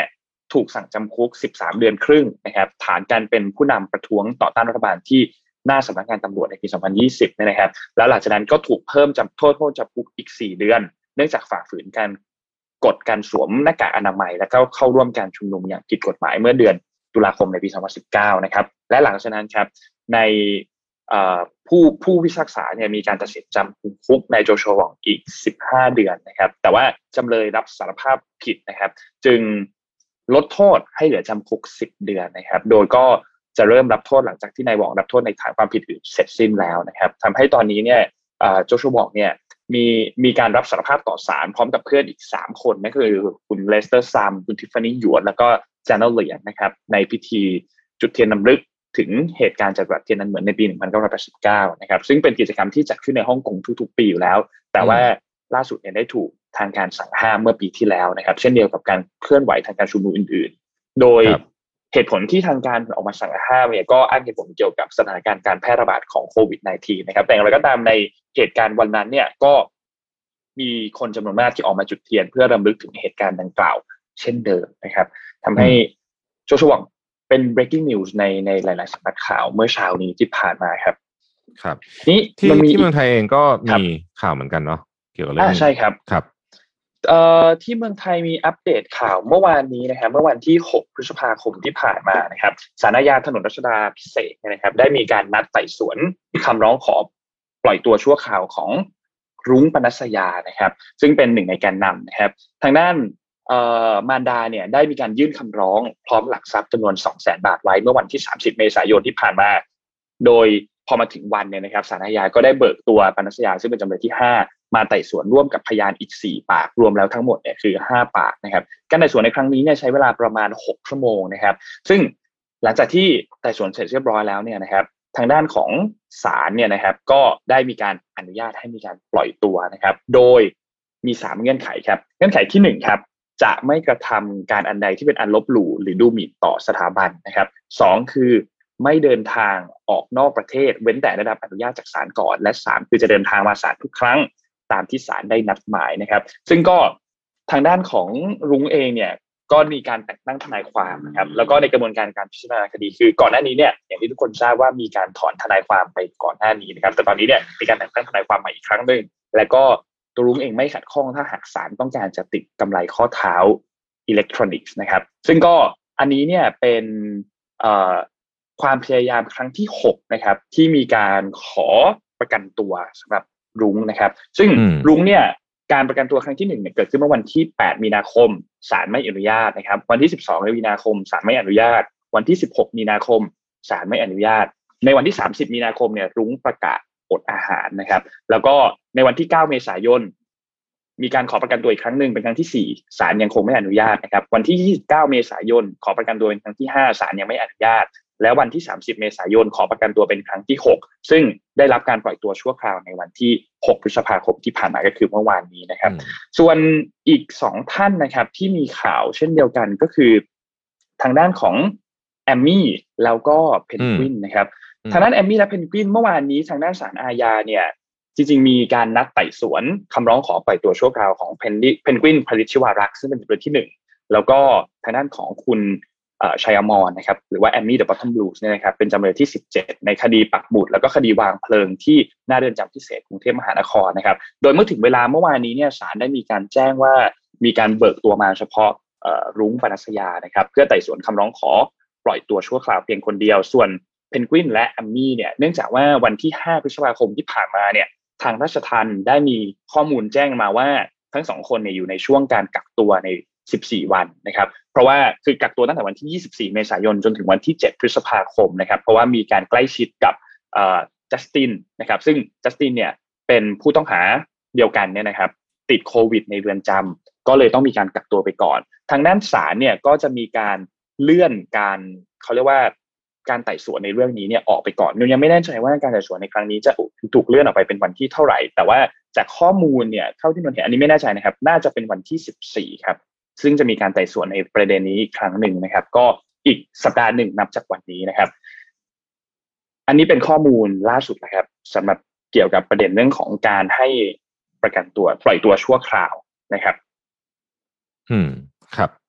Speaker 6: ถูกสั่งจำคุกสิบสามเดือนครึ่งนะครับฐานการเป็นผู้นำประท้วงต่อต้านรัฐบาลที่หน้าสำนักงานตำรวจในปีสองพันยี่สิบเนี่ยนะครับแล้วหลังจากนั้นก็ถูกเพิ่มจำโทษโทษจำคุกอีกสี่เดือนเนื่องจากฝ่าฝืนการกฎการสวมหน้ากากอนามัยและก็เข้าร่วมการชุมนุมอย่างผิดกฎหมายเมื่อเดือนตุลาคมในปีสองพันสิบเก้านะครับและหลังจากนั้นครับในผู้ผู้พิพากษาเนี่ยมีการตัดสินจำคุกนายโจชัวหว่องอีกสิบห้าเดือนนะครับแต่ว่าจำเลยรับสารภาพผิดนะครับจึงลดโทษให้เหลือจำคุกสิบเดือนนะครับโดยก็จะเริ่มรับโทษหลังจากที่นายหว่องรับโทษในฐานความผิดอื่นเสร็จสิ้นแล้วนะครับทำให้ตอนนี้เนี่ยโจชัวหว่องเนี่ยมีมีการรับสารภาพต่อศาลพร้อมกับเพื่อนอีกสามคนนั่นคือคุณเลสเตอร์ซัมคุณทิฟฟานี่หยวนแล้วก็จานเนลเหลียนนะครับในพิธีจุดเทียนรำลึกถึงเหตุการณ์จากรัฐเทียนนันเหมือนในปีหนึ่งพันเก้าร้อยแปดสิบเก้านะครับซึ่งเป็นกิจกรรมที่จัดขึ้นในฮ่องกงทุกๆปีอยู่แล้วแต่ว่าล่าสุดเนี่ยได้ถูกทางการสั่งห้ามเมื่อปีที่แล้วนะครับเช่นเดียวกับการเคลื่อนไหวทางการชุมนุมอื่นๆโดยเหตุผลที่ทางการออกมาสั่งห้ามเนี่ยก็อ้างเหตุผลเกี่ยวกับสถานการณ์การแพร่ระบาดของโควิด สิบเก้า นะครับแต่อย่างไรก็ตามในเหตุการณ์วันนั้นเนี่ยก็มีคนจำนวนมากที่ออกมาจุดเทียนเพื่อรำลึกถึงเหตุการณ์ดังกล่าวเช่นเดิมนะครับทำให้โจชัวหว่องเป็น breaking news ในในหลายๆสำนักข่าวเมื่อเช้านี้ที่ผ่านมาครับ
Speaker 4: ครับ
Speaker 6: นี่
Speaker 4: ที่ที่เมืองไทยเองก็มีข่าวเหมือนกันเนาะเกี่ยวกับเรื่อง
Speaker 6: อ่าใช่ครับ
Speaker 4: ครับ
Speaker 6: เอ่อที่เมืองไทยมีอัปเดตข่าวเมื่อวานนี้นะครับเมื่อวันที่หกพฤษภาคมที่ผ่านมานะครับศาลอาญาถนนรัชดาภิเษกนะครับได้มีการนัดไต่สวนคำร้องขอปล่อยตัวชั่วคราวของรุ้งปนัสยานะครับซึ่งเป็นหนึ่งในแกนนำนะครับทางด้านเอ่อมารดาเนี่ยได้มีการยื่นคำร้องพร้อมหลักทรัพย์จำนวน สองแสน บาทไว้เมื่อวันที่สามสิบเมษายนที่ผ่านมาโดยพอมาถึงวันเนี่ยนะครับศาลอาญาก็ได้เบิกตัวปนัสยาซึ่งเป็นจำเลยที่ห้ามาไต่สวนร่วมกับพยานอีกสี่ปากรวมแล้วทั้งหมดเนี่ยคือห้าปากนะครับการไต่สวนในครั้งนี้เนี่ยใช้เวลาประมาณหกชั่วโมงนะครับซึ่งหลังจากที่ไต่สวนเสร็จเรียบร้อยแล้วเนี่ยนะครับทางด้านของศาลเนี่ยนะครับก็ได้มีการอนุญาตให้มีการปล่อยตัวนะครับโดยมีสามเงื่อนไขครับเงื่อนไขที่หนึ่งครับจะไม่กระทำการอันใดที่เป็นอันลบหลู่หรือดูหมิ่นต่อสถาบันนะครับสองคือไม่เดินทางออกนอกประเทศเว้นแต่ได้รับอนุญาตจากศาลก่อนและสามคือจะเดินทางมาศาลทุกครั้งตามที่ศาลได้นัดหมายนะครับซึ่งก็ทางด้านของรุ้งเองเนี่ยก็มีการแต่งตั้งทนายความนะครับแล้วก็ในกระบวนการการพิจารณาคดีคือก่อนหน้านี้เนี่ยอย่างที่ทุกคนทราบว่ามีการถอนทนายความไปก่อนหน้านี้นะครับแต่ตอนนี้เนี่ยมีการแต่งตั้งทนายความใหม่อีกครั้งหนึ่งและก็ตัวรุ้งเองไม่ขัดข้องถ้าหากศาลต้องการจะติดกำไรข้อเท้าอิเล็กทรอนิกส์นะครับซึ่งก็อันนี้เนี่ยเป็นเอ่อความพยายามครั้งที่หกนะครับที่มีการขอประกันตัวสำหรับรุ้งนะครับซึ่งรุ้งเนี่ยการประกันตัวครั้งที่หนึ่งเนี่ยเกิดขึ้นเมื่อวันที่แปดมีนาคมศาลไม่อนุญาตนะครับวันที่สิบสองมีนาคมศาลไม่อนุญาตวันที่สิบหกมีนาคมศาลไม่อนุญาตในวันที่สามสิบมีนาคมเนี่ยรุ้งประกาศอดอาหารนะครับแล้วก็ในวันที่เก้าเมษายนมีการขอประกันตัวอีกครั้งหนึ่งเป็นครั้งที่สี่ศาลยังคงไม่อนุญาตนะครับวันที่ยี่สิบเก้าเมษายนขอประกันตัวเป็นครั้งที่ห้าศาลยังไม่อนุญาตแล้ววันที่สามสิบเมษายนขอประกันตัวเป็นครั้งที่หกซึ่งได้รับการปล่อยตัวชั่วคราวในวันที่หกพฤษภาคมที่ผ่านมาก็คือเมื่อวานนี้นะครับส่วนอีกสองท่านนะครับที่มีข่าวเช่นเดียวกันก็คือทางด้านของแอมมี่แล้วก็เพนกวินนะครับทางด้านแอมมี่และเพนกวินเมื่อวานนี้ทางด้านศาลอาญาเนี่ยจริงๆมีการนัดไต่สวนคำร้องขอปล่อยตัวชั่วคราวของเพนเพนกวินผลิตชิวารักษ์ซึ่งเป็นจำเลยที่หนึ่งแล้วก็ทางด้านของคุณชัยอมรนะครับหรือว่าแอมมี่เดอะบอททอมบลูส์เนี่ยนะครับเป็นจำเลยที่สิบเจ็ดในคดีปักหมุดแล้วก็คดีวางเพลิงที่หน้าเรือนจำพิเศษกรุงเทพมหานครนะครับโดยเมื่อถึงเวลาเมื่อวานนี้เนี่ยศาลได้มีการแจ้งว่ามีการเบิกตัวมาเฉพาะรุ้งปนัสยานะครับเพื่อไต่สวนคำร้องขอปล่อยตัวชั่วคราวเพียงคนเดียวส่วนเพนกวินและแอมมี่เนี่ยเนื่องจากว่าวันที่ห้าพฤษภาคมที่ผ่านมาเนี่ยทางราชทัณฑ์ได้มีข้อมูลแจ้งมาว่าทั้งสองคนเนี่ยอยู่ในช่วงการกักตัวในสิบสี่วันนะครับเพราะว่าคือกักตัวตั้งแต่วันที่ยี่สิบสี่เมษายนจนถึงวันที่เจ็ดพฤษภาคมนะครับเพราะว่ามีการใกล้ชิดกับเอ่อจัสตินนะครับซึ่งจัสตินเนี่ยเป็นผู้ต้องหาเดียวกันเนี่ยนะครับติดโควิดในเรือนจำก็เลยต้องมีการกักตัวไปก่อนทางด้านศาลเนี่ยก็จะมีการเลื่อนการเขาเรียกว่าการไต่สวนในเรื่องนี้เนี่ยออกไปก่อนยังไม่แน่ใจว่าการไต่สวนในครั้งนี้จะถูกเลื่อนออกไปเป็นวันที่เท่าไหร่แต่ว่าจากข้อมูลเนี่ยเท่าที่นนเห็นอันนี้ไม่แน่ใจนะครับน่าจะเป็นวันที่สิบสี่ครับซึ่งจะมีการไต่สวนในประเด็นนี้อีกครั้งหนึ่งนะครับก็อีกสัปดาห์หนึ่งนับจากวันนี้นะครับอันนี้เป็นข้อมูลล่าสุดนะครับสำหรับเกี่ยวกับประเด็นเรื่องของการให้ประกันตัวปล่อยตัวชั่วคราวนะครับ
Speaker 4: อืมครับ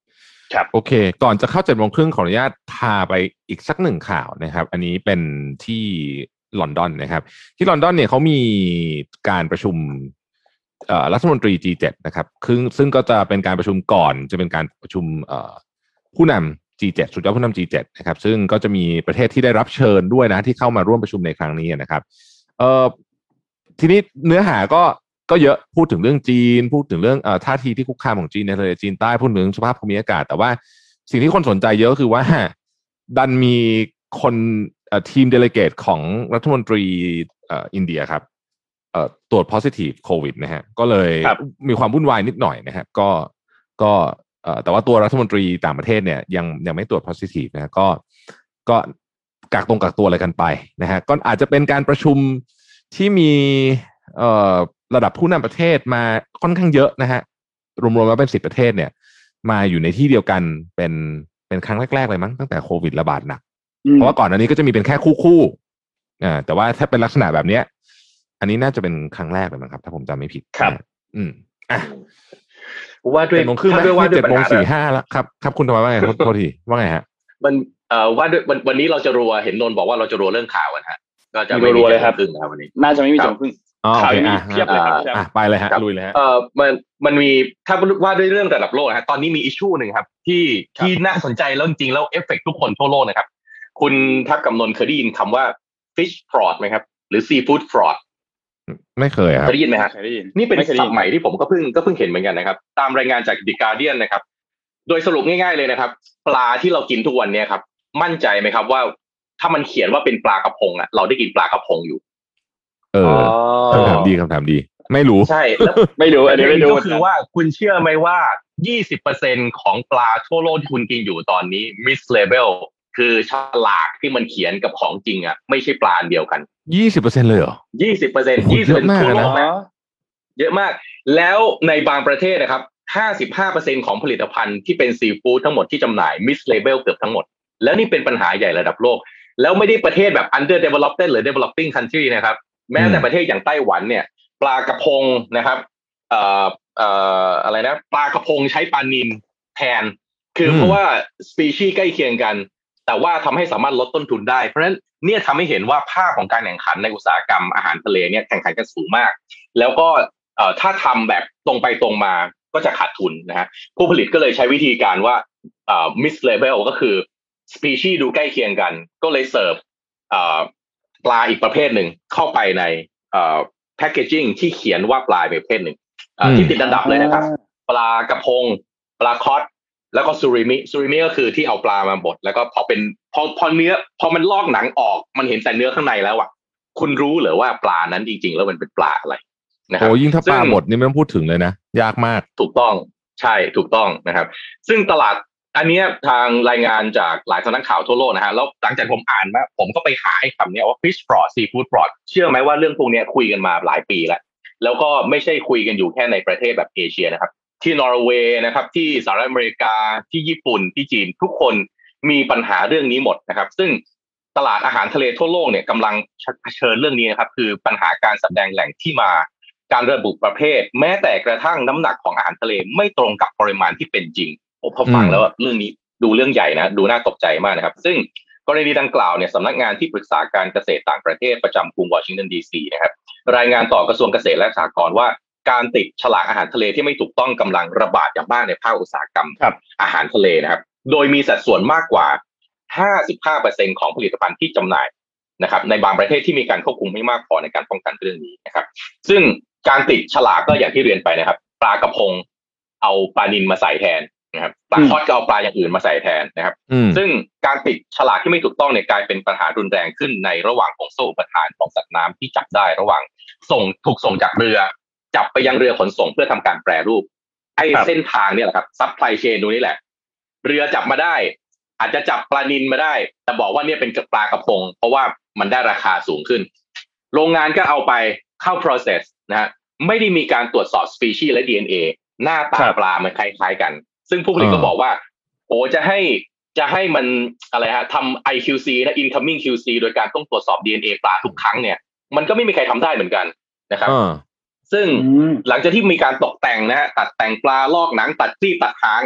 Speaker 6: ครับ
Speaker 4: โอเคก่อนจะเข้าเจ็ดโมงครึ่งขออนุญาตพาไปอีกสักหนึ่งข่าวนะครับอันนี้เป็นที่ลอนดอนนะครับที่ลอนดอนเนี่ยเขามีการประชุมรัฐมนตรี จี เจ็ด นะครับซึ่งซึ่งก็จะเป็นการประชุมก่อนจะเป็นการประชุมผู้นำ จี เจ็ด สุดยอดผู้นำ จี เจ็ด นะครับซึ่งก็จะมีประเทศที่ได้รับเชิญด้วยนะที่เข้ามาร่วมประชุมในครั้งนี้นะครับเอ่อทีนี้เนื้อหาก็ก็เยอะพูดถึงเรื่องจีนพูดถึงเรื่องเอ่อท่าทีที่คุกคามของจีนในทะเลจีนใต้พูดถึงสภาพภูมิอากาศแต่ว่าสิ่งที่คนสนใจเยอะคือว่าดันมีคนเอ่อทีมเดลิเกตของรัฐมนตรีเอ่ออินเดียครับเอ่อตรวจ positive โควิดนะฮะก็เลยมีความวุ่นวายนิดหน่อยนะฮะก็ก็เอ่อแต่ว่าตัวรัฐมนตรีต่างประเทศเนี่ยยังยังไม่ตรวจ positive นะฮะก็ก็กักตรงกักตัวอะไรกันไปนะฮะก็อาจจะเป็นการประชุมที่มีเอ่อระดับผู้นำประเทศมาค่อนข้างเยอะนะฮะรวมๆแล้วเป็นสิบประเทศเนี่ยมาอยู่ในที่เดียวกันเป็นเป็นครั้งแรกๆเลยมั้งตั้งแต่โควิดระบาดหนักเพราะว่าก่อนอันนี้ก็จะมีเป็นแค่คู่ๆอ่าแต่ว่าถ้าเป็นลักษณะแบบเนี้ยอันนี้น่าจะเป็นครั้งแรกเลยมั้งครับถ้าผมจำไม่ผิด
Speaker 6: ครับ
Speaker 4: อืมอ่ะ
Speaker 5: ว่าด้วย
Speaker 4: ถ้าด้วยว่าด้วยปัญหาเจ็ดโมงสี่ห้าแล้วครับครับคุณทำไมว่าไงโทษทีว่าไงฮะ
Speaker 5: มันเอ่อว่าด้วยวันวันนี้เราจะรัวเห็นนนท์บอกว่าเราจะรัวเรื่องข่าวกันฮะก็จะ
Speaker 6: ไม่รัวเลยครับ
Speaker 5: วันนี้
Speaker 6: น่าจะไม่มีจงพึ่ง
Speaker 4: ข่าว
Speaker 6: มีเพียบเลยครับ
Speaker 4: อ่ะไปเลยฮะลุยเลยฮะ
Speaker 5: เอ่อมันมันมีถ้าว่าด้วยเรื่องระดับโลกฮะตอนนี้มีอิชชูนึงครับที่ที่น่าสนใจแล้วจริงๆแล้วเอฟเฟกต์ทุกคนทั่วโลกนะครับคุณทัพกับนนท์เคยได้ยินคำว่า fish fraud ไหมครับหรือ seafood fraud
Speaker 4: ไม่เคยครับ
Speaker 5: เคยได้ยินไหมครับนี่เป็นศัพท์ใหม่ที่ผมก็เพิ่งก็เพิ่งเห็นเหมือนกันนะครับตามรายงานจาก The Guardian นะครับโดยสรุปง่ายๆเลยนะครับปลาที่เรากินทุกวันนี้ครับมั่นใจไหมครับว่าถ้ามันเขียนว่าเป็นปลากระพงอ่ะเราได้กินปลากระพงอยู่
Speaker 4: เออคำถามดีคำถามดีไม่รู้
Speaker 5: ใช่แล้ว
Speaker 6: ไม่รู้อันนี้ไม่รู้
Speaker 5: ก็คือว่าคุณเชื่อไหมว่า ยี่สิบเปอร์เซ็นต์ ของปลาทั่วโลกที่คุณกินอยู่ตอนนี้ mislabel คือฉลากที่มันเขียนกับของจริงอ่ะไม่ใช่ปลาเดียวกัน
Speaker 4: ยี่สิบเปอร์เซ็นต์ เลยเหรอ
Speaker 5: ยี่สิบเปอร์เซ็นต์ ยี่สิบเปอร์เซ็นต์ทั่วโลกนะเยอะมากแล้วในบางประเทศนะครับ ห้าสิบห้าเปอร์เซ็นต์ ของผลิตภัณฑ์ที่เป็นซีฟู้ดทั้งหมดที่จำหน่าย mislabel เกือบทั้งหมดแล้วนี่เป็นปัญหาใหญ่ระดับโลกแล้วไม่ได้ประเทศแบบ underdeveloped หรือ developing country นะครับแม้แต่ประเทศอย่างไต้หวันเนี่ยปลากระพงนะครับเอ่อเอ่ออะไรนะปลากระพงใช้ปลานิลแทนคือเพราะว่าสปีชีส์ใกล้เคียงกันแต่ว่าทำให้สามารถลดต้นทุนได้เพราะฉะนั้นเนี่ยทำให้เห็นว่าภาพของการแข่งขันในอุตสาหกรรมอาหารทะเลเนี่ยแข่งขันกันสูงมากแล้วก็เอ่อถ้าทำแบบตรงไปตรงมาก็จะขาดทุนนะฮะผู้ผลิตก็เลยใช้วิธีการว่าเอ่อ mislabel ก็คือสปีชีส์ดูใกล้เคียงกันก็เลยเสิร์ฟเอ่อปลาอีกประเภทหนึ่งเข้าไปในเอ่อแพคเกจิ้งที่เขียนว่าปลาประเภทหนึ่งที่ติดอันดับเลยนะครับปลากระพงปลาคอสแล้วก็ซูริมิซูริมิก็คือที่เอาปลามาบดแล้วก็พอเป็นพอพอเนื้อพอมันลอกหนังออกมันเห็นแต่เนื้อข้างในแล้วอ่ะคุณรู้เหรอว่าปลานั้นจริงๆแล้วมันเป็นปลาอะไรนะครับ
Speaker 4: โอ้ยิ่งถ้าปลาหมดนี่ไม่ต้องพูดถึงเลยนะยากมาก
Speaker 5: ถูกต้องใช่ถูกต้องนะครับซึ่งตลาดอันนี้ทางรายงานจากหลายสำนักข่าวทั่วโลกนะฮะแล้วหลังจากผมอ่านมาผมก็ไปหาไอ้คำนี้ว่า fish fraud seafood fraud เชื่อไหมว่าเรื่องพวกนี้คุยกันมาหลายปีแล้วแล้วก็ไม่ใช่คุยกันอยู่แค่ในประเทศแบบเอเชียนะครับที่นอร์เวย์นะครับที่สหรัฐอเมริกาที่ญี่ปุ่นที่จีนทุกคนมีปัญหาเรื่องนี้หมดนะครับซึ่งตลาดอาหารทะเลทั่วโลกเนี่ยกำลังเผชิญเรื่องนี้นะครับคือปัญหาการแสดงแหล่งที่มาการระบุประเภทแม้แต่กระทั่งน้ำหนักของอาหารทะเลไม่ตรงกับปริมาณที่เป็นจริงผมพอฟังแล้วเรื่องนี้ดูเรื่องใหญ่นะดูน่าตกใจมากนะครับซึ่งกรณีดังกล่าวเนี่ยสำนักงานที่ปรึกษาการเกษตรต่างประเทศประจำกรุงวอชิงตันดีซีนะครับรายงานต่อกระทรวงเกษตรและสหกรณ์ว่าการติดฉลากอาหารทะเลที่ไม่ถูกต้องกำลังระบาดอย่างมากในภาคอุตสาหกรรมอาหารทะเลนะครับโดยมีสัดส่วนมากกว่า ห้าสิบห้าเปอร์เซ็นต์ ของผลิตภัณฑ์ที่จำหน่ายนะครับในบางประเทศที่มีการควบคุมไม่มากพอในการป้องกันเรื่องนี้นะครับซึ่งการติดฉลากก็อย่างที่เรียนไปนะครับปลากระพงเอาปลานิลมาใส่แทนนะครับปลาคอสก็เอาปลาอย่างอื่นมาใส่แทนนะครับซึ่งการติดฉลากที่ไม่ถูกต้องเนี่ยกลายเป็นปัญหารุนแรงขึ้นในระหว่างของโซ่อุปทานของสัตว์น้ำที่จับได้ระหว่างส่งถูกส่งจากเรือจับไปยังเรือขนส่งเพื่อทำการแปรรูปไอ้เส้นทางเนี่ยแหละครับซัพพลายเชนตรงนี้แหละเรือจับมาได้อาจจะจับปลานิลมาได้แต่บอกว่าเนี่ยเป็นปลากระพงเพราะว่ามันได้ราคาสูงขึ้นโรงงานก็เอาไปเข้า process นะฮะไม่ได้มีการตรวจสอบ species และ ดี เอ็น เอ หน้าตาปลามันคล้ายๆกันซึ่งผู้ผลิตก็บอกว่าโอ้จะให้จะให้มันอะไรฮะทำ ไอ คิว ซี นะ incoming คิว ซี โดยการต้องตรวจสอบ ดี เอ็น เอ ปลาทุกครั้งเนี่ยมันก็ไม่มีใครทำได้เหมือนกันนะครับซึ่งหลังจากที่มีการตกแต่งนะฮะตัดแต่งปลาลอกหนังตัดครีบตัดหางนะฮะ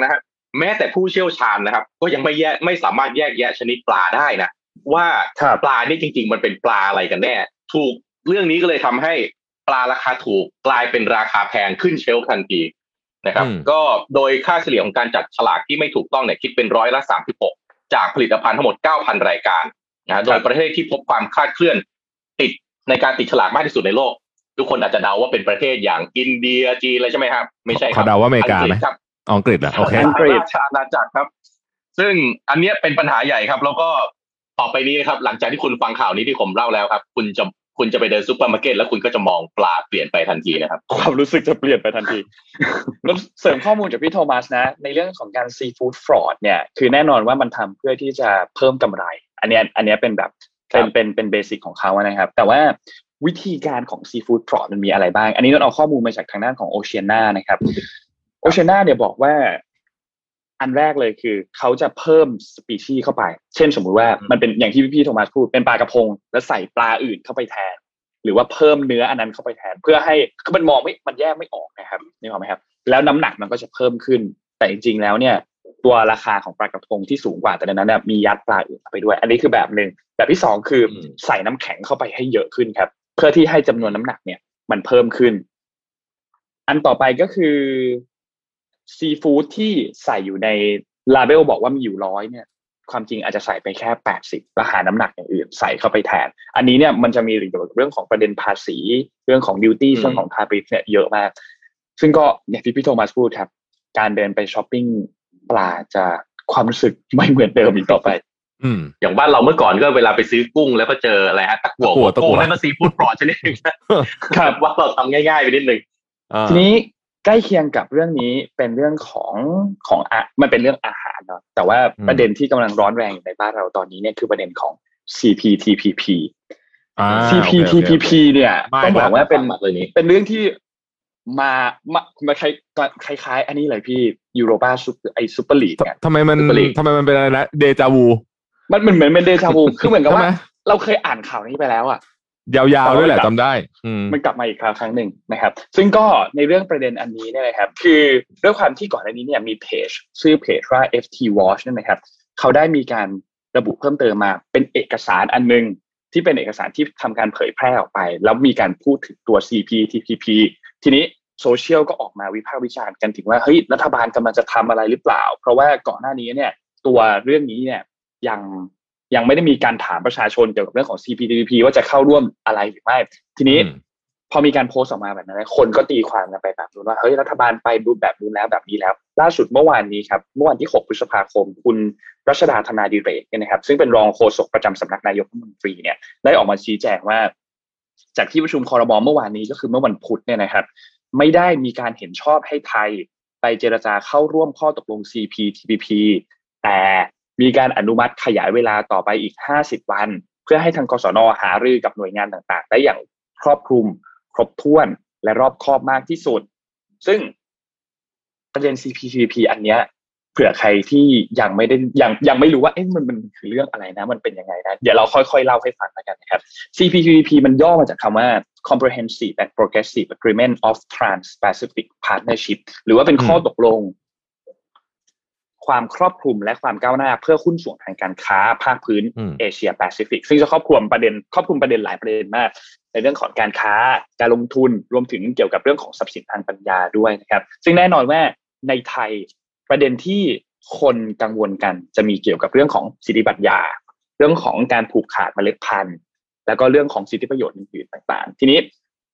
Speaker 5: แม้แต่ผู้เชี่ยวชาญนะครับก็ยังไม่แยกไม่สามารถแยกแยะชนิดปลาได้นะว่าปลานี่จริงๆมันเป็นปลาอะไรกันแน่ถูกเรื่องนี้ก็เลยทำให้ปลาราคาถูกกลายเป็นราคาแพงขึ้นเชลฟ์ทันทีนะครับก็โดยค่าเฉลี่ยของการจัดฉลากที่ไม่ถูกต้องเนี่ยคิดเป็นร้อยละสามสิบหกจากผลิตภัณฑ์ทั้งหมด เก้าพัน รายการนะโดยประเทศที่พบความคลาดเคลื่อนติดในการติดฉลากมากที่สุดในโลกทุกคนอาจจะเดาว่าเป็นประเทศอย่างอินเดียจีนอะไรใช่ไหมครับไม่ใช่ครับ
Speaker 4: เขาเดาว่าอเมริกาไหมอังกฤษอ่ะโอเค
Speaker 5: อังกฤษราชอาณาจักรครับซึ่งอันนี้เป็นปัญหาใหญ่ครับแล้วก็ต่อไปนี้นะครับหลังจากที่คุณฟังข่าวนี้ที่ผมเล่าแล้วครับคุณจะคุณจะไปเดินซุปเปอร์มาร์เก็ตแล้วคุณก็จะมองปลาเปลี่ยนไปทันทีนะครับ
Speaker 6: ความรู้สึกจะเปลี่ยนไปทันทีแล้วเสริมข้อมูลจากพี่โทมัสนะในเรื่องของการซีฟู้ดฟรอดเนี่ยคือแน่นอนว่ามันทำเพื่อที่จะเพิ่มกำไรอันนี้อันนี้เป็นแบบเป็นเป็นเป็นเบสิกของเขานะครับแต่ว่าวิธีการของซีฟู้ดฟรอดมันมีอะไรบ้างอันนี้เราเอาข้อมูลมาจากทางด้านของโอเชียนานะครับโอเชียนาเนี่ยบอกว่าอันแรกเลยคือเขาจะเพิ่มสปีชีส์เข้าไปเช่นสมมุติว่ามันเป็นอย่างที่พี่โทมัสพูดเป็นปลากระพงแล้วใส่ปลาอื่นเข้าไปแทนหรือว่าเพิ่มเนื้ออันนั้นเข้าไปแทนเพื่อให้มันมองไม่มันแยกไม่ออกนะครับนี่เข้าไหมครับแล้วน้ำหนักมันก็จะเพิ่มขึ้นแต่จริงๆแล้วเนี่ยตัวราคาของปลากระพงที่สูงกว่าแต่ในนั้นเนี่ยมียัดปลาอื่นเข้าไปด้วยอันนี้คือแบบนึงแบบที่สองคือใส่น้ำแข็งเข้าไปให้เยอะขึ้นครับเพื่อที่ให้จำนวนน้ำหนักเนี่ยมันเพิ่มขึ้นอันต่อไปก็คือซีฟู้ดที่ใส่อยู่ในลาเบลบอกว่ามีอยู่ร้อยเนี่ยความจริงอาจจะใส่ไปแค่แปดสิบแล้วหาน้ำหนักอย่างอื่นใส่เข้าไปแทนอันนี้เนี่ยมันจะมีเรื่องของประเด็นภาษีเรื่องของดิวตี้เรื่องของทาริฟเนี่ยเยอะมากซึ่งก็อย่างที่พี่โทมัสพูดครับการเดินไปช้อปปิ้งปลาจะความรู้สึกไม่เหมือนเดิมอีกต่อไป
Speaker 5: อย่างบ้านเราเมื่อก่อนก็เวลาไปซื้อกุ้งแล้วก็เจออะไรฮะตะกั่วตะกั่วนั่นก็ซีฟู้ดฟรอดชนิดนึงครับว่าเราทำง่ายๆไปนิดนึง
Speaker 6: ทีนี้ใกล้เคียงกับเรื่องนี้เป็นเรื่องของของอ่ะมันเป็นเรื่องอาหารเนาะแต่ว่าประเด็นที่กำลังร้อนแรงในบ้านเราตอนนี้เนี่ยคือประเด็นของ ซี พี ที พี พี ซี พี ที พี พี เนี่ยต้องบอกว่าเป็นเป็นเรื่องที่มามาคล้ายคล้ายๆอันนี้เลยพี่ยูโรปาซุปไอซุปเปอร์ลีกเนี่ย
Speaker 4: ทำไมมันทำไมมันเป็นอะไรนะเดจาวู
Speaker 6: มันเหมือนเป็นเดจาวูคือเหมือนกับว่าเราเคยอ่านข่าวนี้ไปแล้วอ่ะ
Speaker 4: ยาวๆด้วยแหละจำได้
Speaker 6: มันกลับมาอีกครั้งหนึ่งนะครับซึ่งก็ในเรื่องประเด็นอันนี้เนี่ยนะครับคือด้วยความที่ก่อนหน้านี้เนี่ยมีเพจชื่อเพจว่า เอฟ ที Watch นั่นนะครับเขาได้มีการระบุเพิ่มเติมมาเป็นเอกสารอันนึงที่เป็นเอกสารที่ทำการเผยแพร่ออกไปแล้วมีการพูดถึงตัว ซี พี ที พี พี ทีนี้โซเชียลก็ออกมาวิพากษ์วิจารณ์กันถึงว่าเฮ้ยรัฐบาลกำลังจะทำอะไรหรือเปล่าเพราะว่าก่อนหน้านี้เนี่ยตัวเรื่องนี้เนี่ยยังยังไม่ได้มีการถามประชาชนเกี่ยวกับเรื่องของ ซี พี ที พี พี ว่าจะเข้าร่วมอะไรหรือไม่ทีนี้พอมีการโพสต์ออกมาแบบนั้นคนก็ตีความกันไปแบบนู้นว่าเฮ้ยรัฐบาลไปดูแบบนู้นแล้วแบบนี้แล้วล่าสุดเมื่อวานนี้ครับเมื่อวันที่หกพฤษภาคมคุณรัชดาธนาดิเรกเนี่ยนะครับซึ่งเป็นรองโฆษกประจำสำนักนายกรัฐมนตรีเนี่ยได้ออกมาชี้แจงว่าจากที่ประชุมครม.เมื่อวานนี้ก็คือเมื่อวันพุธเนี่ยนะครับไม่ได้มีการเห็นชอบให้ไทยไปเจรจาเข้าร่วมข้อตกลง ซี พี ที พี พี แต่มีการอนุมัติขยายเวลาต่อไปอีกห้าสิบวันเพื่อให้ทางกสน.หารือกับหน่วยงานต่างๆได้อย่างครอบคลุมครบถ้วนและรอบคอบมากที่สุดซึ่งประเด็น ซี พี ที พี พี อันเนี้ยเผื่อใครที่ยังไม่ได้ยังยังไม่รู้ว่าเอ๊ะมันมันคือเรื่องอะไรนะมันเป็นยังไงนะเดี๋ยวเราค่อยๆเล่าให้ฟังแล้วกันนะครับ ซี พี ที พี พี มันย่อมาจากคำว่า Comprehensive and Progressive Agreement of Trans-Pacific Partnership หรือว่าเป็นข้อตกลงความครอบคลุมและความก้าวหน้าเพื่อหุ้นส่วนทางการค้าภาคพื้นเอเชียแปซิฟิกซึ่งจะครอบคลุมประเด็นครอบคลุมประเด็นหลายประเด็นมากในเรื่องของการค้าการลงทุนรวมถึงเกี่ยวกับเรื่องของทรัพย์สินทางปัญญาด้วยนะครับซึ่งแน่นอนว่าในไทยประเด็นที่คนกังวลกันจะมีเกี่ยวกับเรื่องของสิทธิบัตรยาเรื่องของการผูกขาดเมล็ดพันธุ์แล้วก็เรื่องของสิทธิประโยชน์อื่นๆต่างๆทีนี้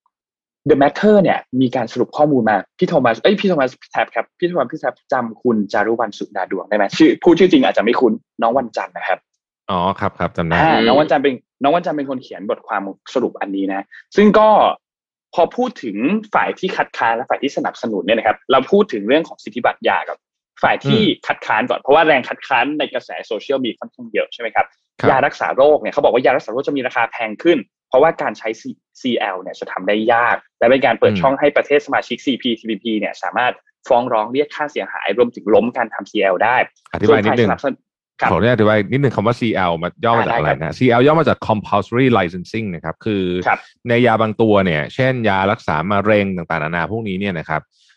Speaker 6: The Matter เนี่ยมีการสรุปข้อมูลมาพี่โทมัสเอ้ยพี่โทมัสพี่แท็บครับพี่โทมัสพี่แท็บจำคุณจารุวรรณสุดาดวงได้ไหมชื่อพูดชื่อจริงอาจจะไม่คุ้นน้องวันจันทร์นะครับ
Speaker 4: อ๋อครับครับจำได้
Speaker 6: น้องวันจันทร์เป็นน้องวันจันทร์เป็นคนเขียนบทความสรุปอันนี้นะซึ่งก็พอพูดถึงฝ่ายที่คัดค้านและฝ่ายที่สนับสนุนเนี่ยนะครับเราพูดถึงเรื่องของสิทธิบัตรยากับฝ่ายที่คัดค้านก่อนเพราะว่าแรงคัดค้านในกระแสโซเชียลมีค่อนข้างเยอะใช่ไหมครับยารักษาโรคเนี่ยเขาบอกว่ายารักษาโรคจะมีราคาแพงขึ้นเพราะว่าการใช้ ซี แอล เนี่ยจะทำได้ยากและเป็นการเปิดช่องให้ประเทศสมาชิก ซี พี ที พี พี เนี่ยสามารถฟ้องร้องเรียกค่าเสียหายรวมถึงล้มการทำ ซี แอล ได้
Speaker 4: อธิบายนิดนึงขออนุญาตอธิบายนิดนึงคำว่า ซี แอล มันย่อมาจากอะไรนะ ซี แอล ย่อมาจาก compulsory licensing นะครับคือในยาบางตัวเนี่ยเช่นยารักษามะเร็งต่างๆนานาพวกนี้เนี่ยนะครับ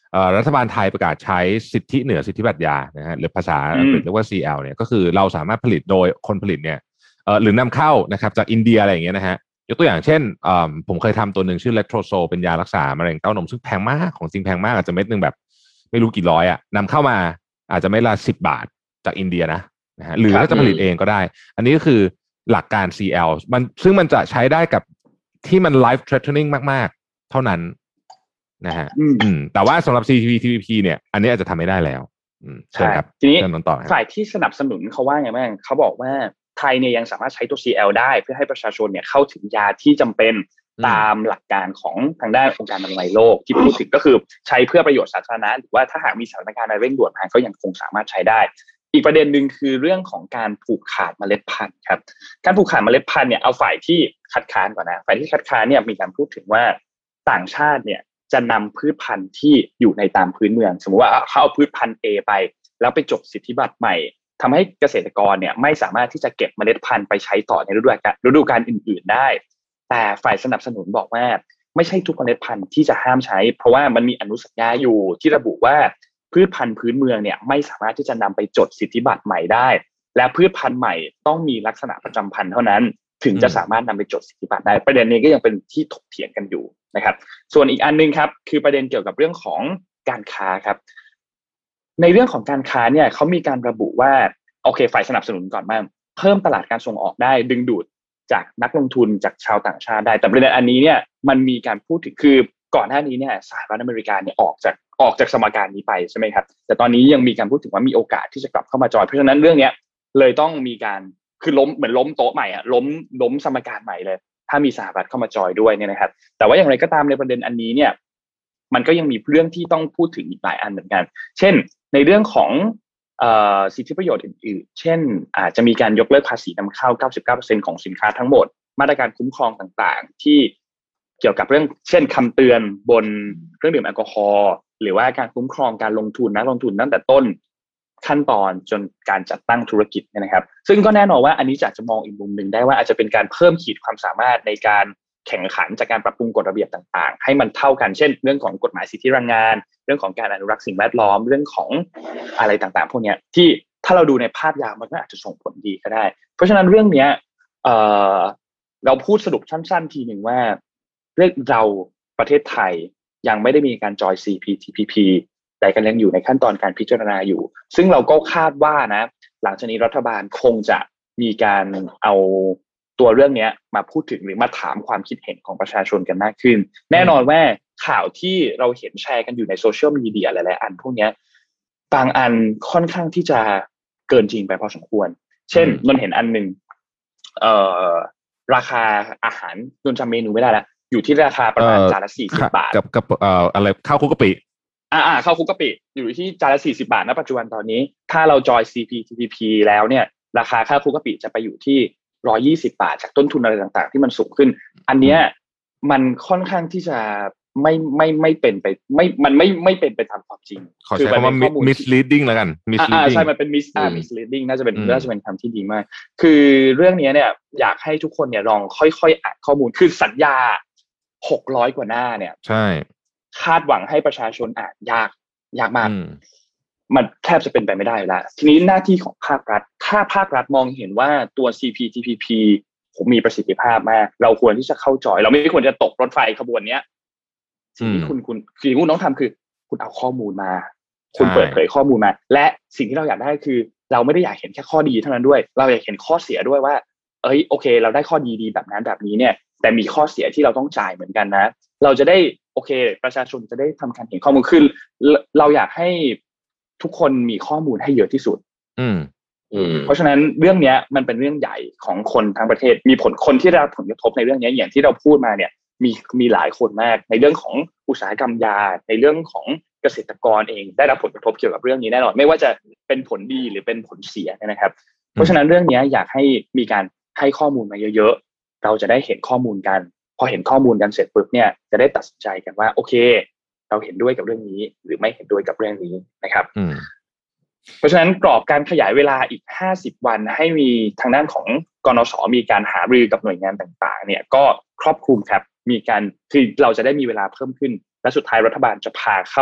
Speaker 4: รัฐบาลไทยประกาศใช้สิทธิเหนือสิทธิบัตรยานะฮะหรือภาษาอังกฤษเรียกว่า ซี แอล เนี่ยก็คือเราสามารถผลิตโดยคนผลิตเนี่ยหรือนำเข้านะครับจากอินเดียอะไรอย่างเงี้ยนะฮะยกตัวอย่างเช่นผมเคยทำตัวหนึ่งชื่อเลโทรโซเป็นยารักษามะเร็งเต้านมซึ่งแพงมากของจริงแพงมากอาจจะเม็ดนึงแบบไม่รู้กี่ร้อยอ่ะนำเข้ามาอาจจะไม่ละสิบบาทจากอินเดียนะนะฮะหรือถ้าจะผลิตเองก็ได้อันนี้ก็คือหลักการ ซี แอล มันซึ่งมันจะใช้ได้กับที่มัน life threatening มากๆเท่านั้นนะฮะอืมแต่ว่าสำหรับ ซี พี ที พี พี เนี่ยอันนี้อาจจะทำไม่ได้แล้วอืมใช่ครับ
Speaker 6: ทีนี้
Speaker 4: ต่อ
Speaker 6: ฝ่ายที่สนับสนุนเขาว่าไงบ้างเขาบอกว่าไทยเนี่ยยังสามารถใช้ตัว ซี แอล ได้เพื่อให้ประชาชนเนี่ยเข้าถึงยาที่จำเป็นตามหลักการของทางด้านองค์การอนามัยโลกที่พูดถึงก็คือใช้เพื่อประโยชน์สาธารณะหรือว่าถ้าหากมีสถานการณ์อะไรเร่งด่วนมาก็ยังคงสามารถใช้ได้อีกประเด็นหนึ่งคือเรื่องของการผูกขาดเมล็ดพันธุ์ครับการผูกขาดเมล็ดพันธุ์เนี่ยเอาฝ่ายที่คัดค้านก่อนนะฝ่ายที่คัดค้านเนี่ยมีการพูดถึงว่าต่างชาติเนี่ยจะนำพืชพันธุ์ที่อยู่ในตามพื้นเมืองสมมติว่าเขาเอาพืชพันธุ์ A ไปแล้วไปจดสิทธิบัตรใหม่ทำให้เกษตรกรเนี่ยไม่สามารถที่จะเก็บเมล็ดพันธุ์ไปใช้ต่อในฤดูกาลฤดูกาลอื่นๆได้แต่ฝ่ายสนับสนุนบอกว่าไม่ใช่ทุกเมล็ดพันธุ์ที่จะห้ามใช้เพราะว่ามันมีอนุสัญญาอยู่ที่ระบุว่าพืชพันธุ์พื้นเมืองเนี่ยไม่สามารถที่จะนำไปจดสิทธิบัตรใหม่ได้และพืชพันธุ์ใหม่ต้องมีลักษณะประจำพันธุ์เท่านั้นถึงจะสามารถนำไปจดสิทธิบัตรได้ประเด็นนี้ก็ยังเป็นที่ถกเถียงกันอยู่นะครับส่วนอีกอันนึงครับคือประเด็นเกี่ยวกับเรื่องของการค้าครับในเรื่องของการค้าเนี่ยเขามีการระบุว่าโอเคฝ่ายสนับสนุนก่อนบ้างเพิ่มตลาดการส่งออกได้ดึงดูดจากนักลงทุนจากชาวต่างชาติได้แต่ประเด็นอันนี้เนี่ยมันมีการพูดถึงคือก่อนหน้านี้เนี่ยสหรัฐอเมริกาเนี่ยออกจากออกจากสมการนี้ไปใช่ไหมครับแต่ตอนนี้ยังมีการพูดถึงว่ามีโอกาสที่จะกลับเข้ามาจอยเพราะฉะนั้นเรื่องนี้เลยต้องมีการคือล้มเหมือนล้มโต๊ะใหม่อะล้มล้มสมการใหม่เลยถ้ามีสหรัฐเข้ามาจอยด้วยเนี่ยนะครับแต่ว่าอย่างไรก็ตามในประเด็นอันนี้เนี่ยมันก็ยังมีเรื่องที่ต้องพูดถึงอีกหลายอันเหมือนกันเช่นในเรื่องของสิทธิประโยชน์อื่นๆเช่นอาจจะมีการยกเลิกภาษีนำเข้า เก้าสิบเก้าเปอร์เซ็นต์ ของสินค้าทั้งหมดมาตรการคุ้มครองต่างๆที่เกี่ยวกับเรื่องเช่นคำเตือนบนเครื่องดื่มแอลกอฮอล์หรือว่าการคุ้มครองการลงทุนนักลงทุนตั้งแต่ต้นขั้นตอนจนการจัดตั้งธุรกิจนะครับซึ่งก็แน่นอนว่าอันนี้จะจะมองอีกมุมหนึ่งได้ว่าอาจจะเป็นการเพิ่มขีดความสามารถในการแข่งขันจากการปรับปรุงกฎระเบียบต่างๆให้มันเท่ากันเช่นเรื่องของกฎหมายสิทธิแรงงานเรื่องของการอนุรักษ์สิ่งแวดล้อมเรื่องของอะไรต่างๆพวกนี้ที่ถ้าเราดูในภาพยาวมันก็อาจจะส่งผลดีก็ได้เพราะฉะนั้นเรื่องนี้เอ่อเราพูดสรุปสั้นๆทีหนึ่งว่าเรื่องเราประเทศไทยยังไม่ได้มีการจอย ซี พี ที พี พี แต่กันยังอยู่ในขั้นตอนการพิจารณาอยู่ซึ่งเราก็คาดว่านะหลังจากนี้รัฐบาลคงจะมีการเอาตัวเรื่องนี้มาพูดถึงหรือมาถามความคิดเห็นของประชาชนกันมากขึ้นแน่นอนว่าข่าวที่เราเห็นแชร์กันอยู่ในโซเชียลมีเดียหลายๆอันพวกนี้บางอันค่อนข้างที่จะเกินจริงไปพอสมควรเช่นนนเห็นอันหนึ่งเอ่อราคาอาหารนนจำเมนูไม่ได้แล้วอยู่ที่ราคาประมาณจานละสี่สิบบาท
Speaker 4: กับกับเอ่ออะไรข้าวคลุกกะปิ
Speaker 6: อ่าๆข้าวคลุกกะปิอยู่ที่จานละสี่สิบบาทณปัจจุบันตอนนี้ถ้าเราจอย ซี พี ที พี พี แล้วเนี่ยราคาข้าวคลุกกะปิจะไปอยู่ที่หนึ่งร้อยยี่สิบบาทจากต้นทุนอะไรต่างๆที่มันสูงขึ้นอันเนี้ยมันค่อนข้างที่จะไม่ไม่ไม่เป็นไปไม่มันไม่ไม่เป็นไปตามความจริง
Speaker 4: ขอใช้คำว่า misleading แล้วกัน
Speaker 6: misleading ใช่มันเป็น mis ah misleading น่าจะเป็นน่าจะเป็นคำที่ดีมากคือเรื่องนี้เนี่ยอยากให้ทุกคนเนี่ยลองค่อยๆอ่านข้อมูลคือสัญญาหกร้อยกว่าหน้าเนี่ย
Speaker 4: ใช่
Speaker 6: คาดหวังให้ประชาชนอ่านยากยากมากมันแทบจะเป็นไปไม่ได้แล้วทีนี้หน้าที่ของภาครัฐถ้าภาครัฐมองเห็นว่าตัว ซี พี ที พี พี ผมมีประสิทธิภาพมากเราควรที่จะเข้าจอยเราไม่ควรจะตกรถไฟขบวนเนี้ยสิ่งที่คุณคุณสิ่งที่คุณต้องทำคือคุณเอาข้อมูลมาคุณเปิดเผยข้อมูลมาและสิ่งที่เราอยากได้คือเราไม่ได้อยากเห็นแค่ข้อดีเท่านั้นด้วยเราอยากเห็นข้อเสียด้วยว่าเอ้ยโอเคเราได้ข้อดีดีแบบนั้นแบบนี้เนี่ยแต่มีข้อเสียที่เราต้องจ่ายเหมือนกันนะเราจะได้โอเคประชาชนจะได้ทำการเห็นข้อมูลขึ้นเราอยากให้ทุกคนมีข้อมูลให้เยอะที่สุด
Speaker 4: อืมอืม
Speaker 6: เพราะฉะนั้นเรื่องนี้มันเป็นเรื่องใหญ่ของคนทั้งประเทศมีผลคนที่ได้รับผลกระทบในเรื่องนี้อย่างที่เราพูดมาเนี่ยมีมีหลายคนมากในเรื่องของอุตสาหกรรมยาในเรื่องของเกษตรกรเองได้รับผลกระทบเกี่ยวกับเรื่องนี้แน่นอนไม่ว่าจะเป็นผลดีหรือเป็นผลเสียนะครับเพราะฉะนั้นเรื่องนี้อยากให้มีการให้ข้อมูลมาเยอะๆเราจะได้เห็นข้อมูลกันพอเห็นข้อมูลกันเสร็จปุ๊บเนี่ยจะได้ตัดสินใจกันว่าโอเคเราเห็นด้วยกับเรื่องนี้หรือไม่เห็นด้วยกับเรื่องนี้นะครับเพราะฉะนั้นกรอบการขยายเวลาอีกห้าสิบวันให้มีทางด้านของกนส.มีการหารือกับหน่วยงานต่างๆเนี่ยก็ครอบคลุมครับมีการคือเราจะได้มีเวลาเพิ่มขึ้นและสุดท้ายรัฐบาลจะพาเข้า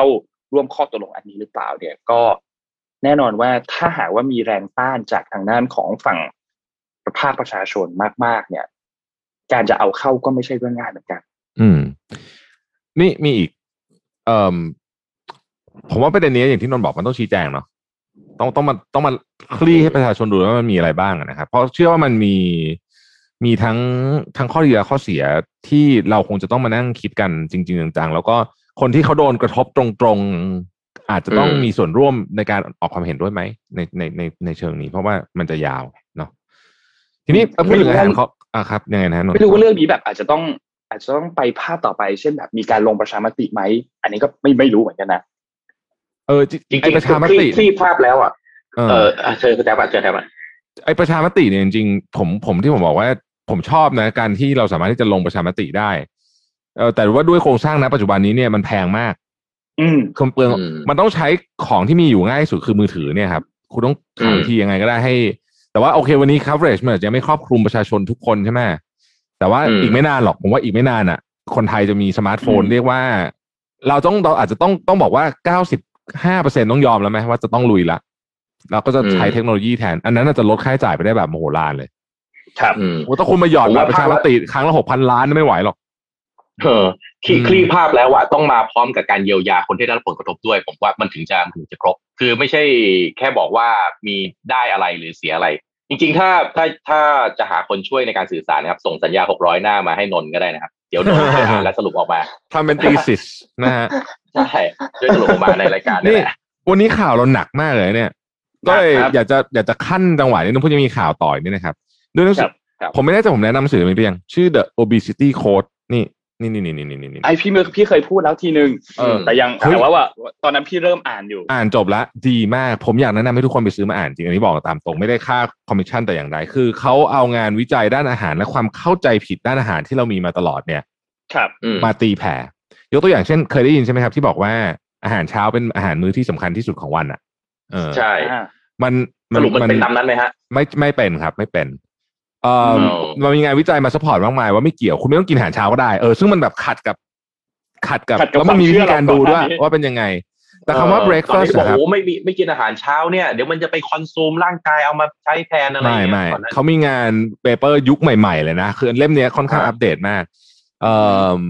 Speaker 6: ร่วมข้อตกลงอันนี้หรือเปล่าเนี่ยก็แน่นอนว่าถ้าหากว่ามีแรงต้านจากทางด้านของฝั่งภาคประชาชนมากๆเนี่ยการจะเอาเข้าก็ไม่ใช่เรื่องง่ายเหมือนกัน
Speaker 4: อืมนี่มีอีกเอ่อผมว่าประเด็นนี้อย่างที่นนท์บอกมันต้องชี้แจงเนาะต้องต้องมาต้องมาคลี่ให้ประชาชนดูว่ามันมีอะไรบ้างนะครับเพราะเชื่อว่ามันมีมีทั้งทั้งข้อดีและข้อเสียที่เราคงจะต้องมานั่งคิดกันจริงๆจังๆแล้วก็คนที่เขาโดนกระทบตรงๆอาจจะต้องมีส่วนร่วมในการออกความเห็นด้วยไหมในในในในเชิงนี้เพราะว่ามันจะยาวเนาะทีนี้พูดถึงอาหารเขาอ่ะครับยังไงนะนนท์
Speaker 6: ไม่รู้ว่าเรื่องนี้แบบอาจจะต้องอาจจะต้องไปภาพต่อไปเช่นแบบมีการลงประชามติไหมอันนี้ก็ไม่ไม่รู้เหมือนกันนะ
Speaker 4: เออจริงๆประชามติ
Speaker 5: ที่ภาพแล้วอ่ะเออเชิญคุณแจ๊บเชิญแจ๊บ
Speaker 4: ไอประชามติเนี่ยจริงๆผมผมที่ผมบอกว่าผมชอบนะการที่เราสามารถที่จะลงประชามติได้เออแต่ว่าด้วยโครงสร้างนะปัจจุบันนี้เนี่ยมันแพงมาก
Speaker 6: อืม
Speaker 4: คอมเปลืองมันต้องใช้ของที่มีอยู่ง่ายสุดคือมือถือเนี่ยครับคุณต้องหาวิธียังไงก็ได้ให้แต่ว่าโอเควันนี้ coverage มันอาจจะไม่ครอบคลุมประชาชนทุกคนใช่ไหมแต่ว่าอีกไม่นานหรอกผมว่าอีกไม่นานอ่ะคนไทยจะมีสมาร์ทโฟนเรียกว่าเราต้องเราอาจจะต้องต้องบอกว่า เก้าสิบห้าเปอร์เซ็นต์ ต้องยอมแล้วไหมว่าจะต้องลุยละเราก็จะใช้เทคโนโลยีแทนอันนั้นจะลดค่าใช้จ่ายไปได้แบบมโหฬารเลย
Speaker 6: ครับ
Speaker 4: โอ้ถ้าคุณมาหยอดประชามติครั้งละ หกพัน ล้านไม่ไหวหรอก
Speaker 5: เออคลี่ภาพแล้วอ่ะต้องมาพร้อมกับการเยียวยาคนที่ได้รับผลกระทบด้วยผมว่ามันถึงจะถึงจะครบคือไม่ใช่แค่บอกว่ามีได้อะไรหรือเสียอะไรจริงๆถ้าถ้าถ้าจะหาคนช่วยในการสื่อสารนะครับส่งสัญญาหกร้อยหน้ามาให้นนท์ก็ได้นะครับเดี๋ยวนนท์จะอ่านและสรุปออกมา
Speaker 4: ทำเป็น thesis นะฮะ
Speaker 5: ใช่ช่วยสรุปออกมาในรายการนี่
Speaker 4: วันนี้ข่าวเราหนักมากเลยเนี่ยก็เลยอยากจะอยากจะขั้นจังหวะนี้นึกว่าจะมีข่าวต่อนี่นะครับด้วยหนังสือผมไม่แน่ใจผมแนะนำหนังสือมันหรือยังชื่อ The Obesity Code นี่นี่นี่นี่นี่นี่
Speaker 6: ไอพี่พี่เคยพูดแล้วทีนึงแต่ยังแต่ว่าว่าตอนนั้นพี่เริ่มอ่านอยู่
Speaker 4: อ่านจบแล้วดีมากผมอยากแนะนำให้ทุกคนไปซื้อมาอ่านจริงอันนี้บอกตามตรงไม่ได้ค่าคอมมิชชั่นแต่อย่างใดคือเขาเอางานวิจัยด้านอาหารและความเข้าใจผิดด้านอาหารที่เรามีมาตลอดเนี่ย
Speaker 6: ครับ
Speaker 4: มาตีแผ่ยกตัวอย่างเช่นเคยได้ยินใช่ไหมครับที่บอกว่าอาหารเช้าเป็นอาหารมื้อที่สำคัญที่สุดของวันอ่ะ
Speaker 5: เออใช่
Speaker 4: มัน
Speaker 5: สรุปมันเป็นตามนั้นไหมฮะ
Speaker 4: ไม่ไม่เป็นครับไม่เป็นเอ่อมันมีงานวิจัยมาซัพพอร์ตมากมายว่าไม่เกี่ยวคุณไม่ต้องกินอาหารเช้าก็ได้เออซึ่งมันแบบขัดกับขัดกับแล้วมันมีวิธีการดูด้วยว่าเป็นยังไงแต่คำว่า breakfast
Speaker 5: ครับโอ้ไม่มีไม่กินอาหารเช้าเนี่ยเดี๋ยวมันจะไปคอนซูมร่างกายเอามาใช้แทนอะไร
Speaker 4: ไม่ไม่เขามีงานเปเปอร์ยุคใหม่ๆเลยนะคือเล่มนี้ค่อนข้างอัปเดตมากเอ่อ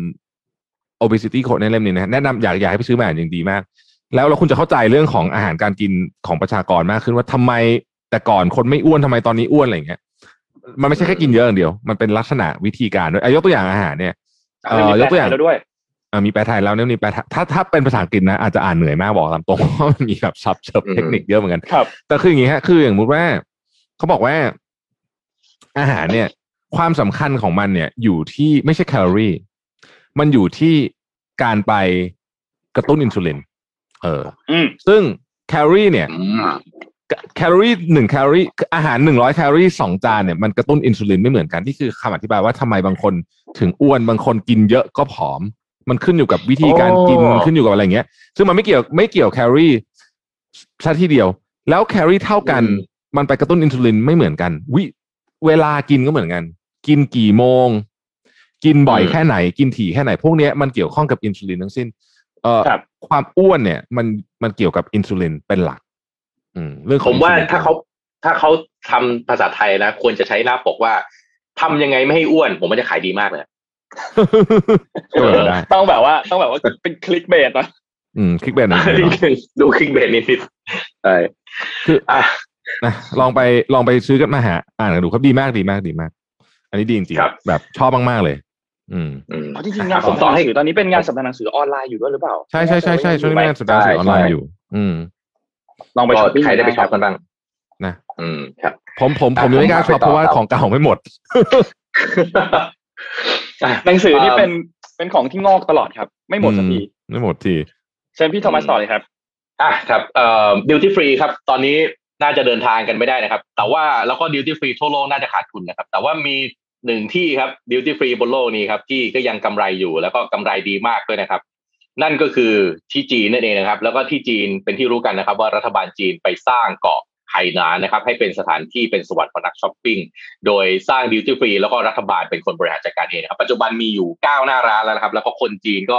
Speaker 4: obesity code ในเล่มนี้นะแนะนำอยากอยากให้ไปซื้อมาอ่านอย่างดีมากแล้วเราคุณจะเข้าใจเรื่องของอาหารการกินของประชากรมากขึ้นว่าทำไมแต่ก่อนคนไม่อ้วนทำไมตอนนี้อ้วนอะไรอย่างเงี้ยมันไม่ใช่แค่กินเยอะอย่างเดียวมันเป็นลักษณะวิธีการด้วยยกตัวอย่างอาหารเนี่ยเอ่อยกตัวอย่าง
Speaker 6: แล้วด้วย
Speaker 4: อ่ามีแปลไทยแล้วเนี่ยมีแปลถ้าถ้าเป็นภาษาอังกฤษนะอาจจะอ่านเหนื่อยมากบอกตามตรงเพราะมันมีแบบซับเชิร์ฟเทคนิคเยอะเหมือนกันแต่คืออย่างงี้ฮะคืออย่างสมมติว่าเขาบอกว่าอาหารเนี่ยความสำคัญของมันเนี่ยอยู่ที่ไม่ใช่แคลอรี่มันอยู่ที่การไปกระตุ้นอินซูลินเออซึ่งแคลอรี่เนี่ยแคลอรี่หนึ่งแคลอรี่อาหารหนึ่งร้อยแคลอรี่สองจานเนี่ยมันกระตุ้นอินซูลินไม่เหมือนกันที่คือคำอธิบายว่าทำไมบางคนถึงอ้วนบางคนกินเยอะก็ผอมมันขึ้นอยู่กับวิธีการกินขึ้นอยู่กับอะไรเงี้ยซึ่งมันไม่เกี่ยวไม่เกี่ยวแคลอรี่ซะทีเดียวแล้วแคลอรี่เท่ากันมันไปกระตุ้นอินซูลินไม่เหมือนกันวิเวลากินก็เหมือนกันกินกี่โมงกินบ่อยแค่ไหนกินถี่แค่ไหนพวกนี้มันเกี่ยวข้องกับอินซูลินทั้งสิ้นเอ่อความอ้วนเนี่ยมันมันเกี่ยวกับอินซูลินเป็นหลักอืมเรื่อง
Speaker 5: ผมว่าถ้าเขาถ้าเขาทำภาษาไทยนะควรจะใช้หน้าปกว่าทำยังไงไม่ให้อ้วนผมมันจะขายดีมากเลย
Speaker 6: ต้องแบบว่าต้องแบบว่าเป็นคลิกเบสนะ
Speaker 4: อืมคลิกเบสนะ
Speaker 5: ดูคลิกเบสนิดๆใช่
Speaker 4: คืออ่ะนะลองไปลองไปซื้อกันมาหาอ่านกันดูครับดีมากดีมากดีมากอันนี้ดีจริงๆแบบชอบมากๆเลยอืม
Speaker 6: อ๋อจริงๆงานสัปดาห์หนังสือตอนนี้เป็นงานสัปดาห์หนังสือออนไลน์อยู่ด้วยหรือเปล่า
Speaker 4: ใช่ใช่ใช่ใช่ช่วงนี้งานสัปดาห์หนังสือออนไลน์อยู่อืม
Speaker 6: ลองไปช็อปปิ้ง
Speaker 5: ใครได้ไปช็อปกันบ้าง
Speaker 4: นะ
Speaker 5: อืมครับ
Speaker 4: ผมผมผมยังไม่กล้าช็อปเพราะว่าของเก่าไม่หมด
Speaker 6: หนังสือนี่เป็นเป็นของที่งอกตลอดครับไม่หมดสักที
Speaker 4: ไม่หมดที
Speaker 6: เชิญพี่โทมัสต่อเลยครับ
Speaker 5: อ่ะครับเอ่อดิวตี้ฟรีครับตอนนี้น่าจะเดินทางกันไม่ได้นะครับแต่ว่าแล้วก็ดิวตี้ฟรีทั่วโลกน่าจะขาดทุนนะครับแต่ว่ามีหนึ่งที่ครับดิวตี้ฟรีบนโลกนี้ครับที่ก็ยังกำไรอยู่แล้วก็กำไรดีมากด้วยนะครับนั่นก็คือที่จีนนั่นเองนะครับแล้วก็ที่จีนเป็นที่รู้กันนะครับว่ารัฐบาลจีนไปสร้างเกาะไหหนานนะครับให้เป็นสถานที่เป็นสวรรค์ของนักช้อปปิ้งโดยสร้างดิวตี้ฟรีแล้วก็รัฐบาลเป็นคนบริหารจัดการเองนะครับปัจจุบันมีอยู่เก้าหน้าร้านแล้วนะครับแล้วก็คนจีนก็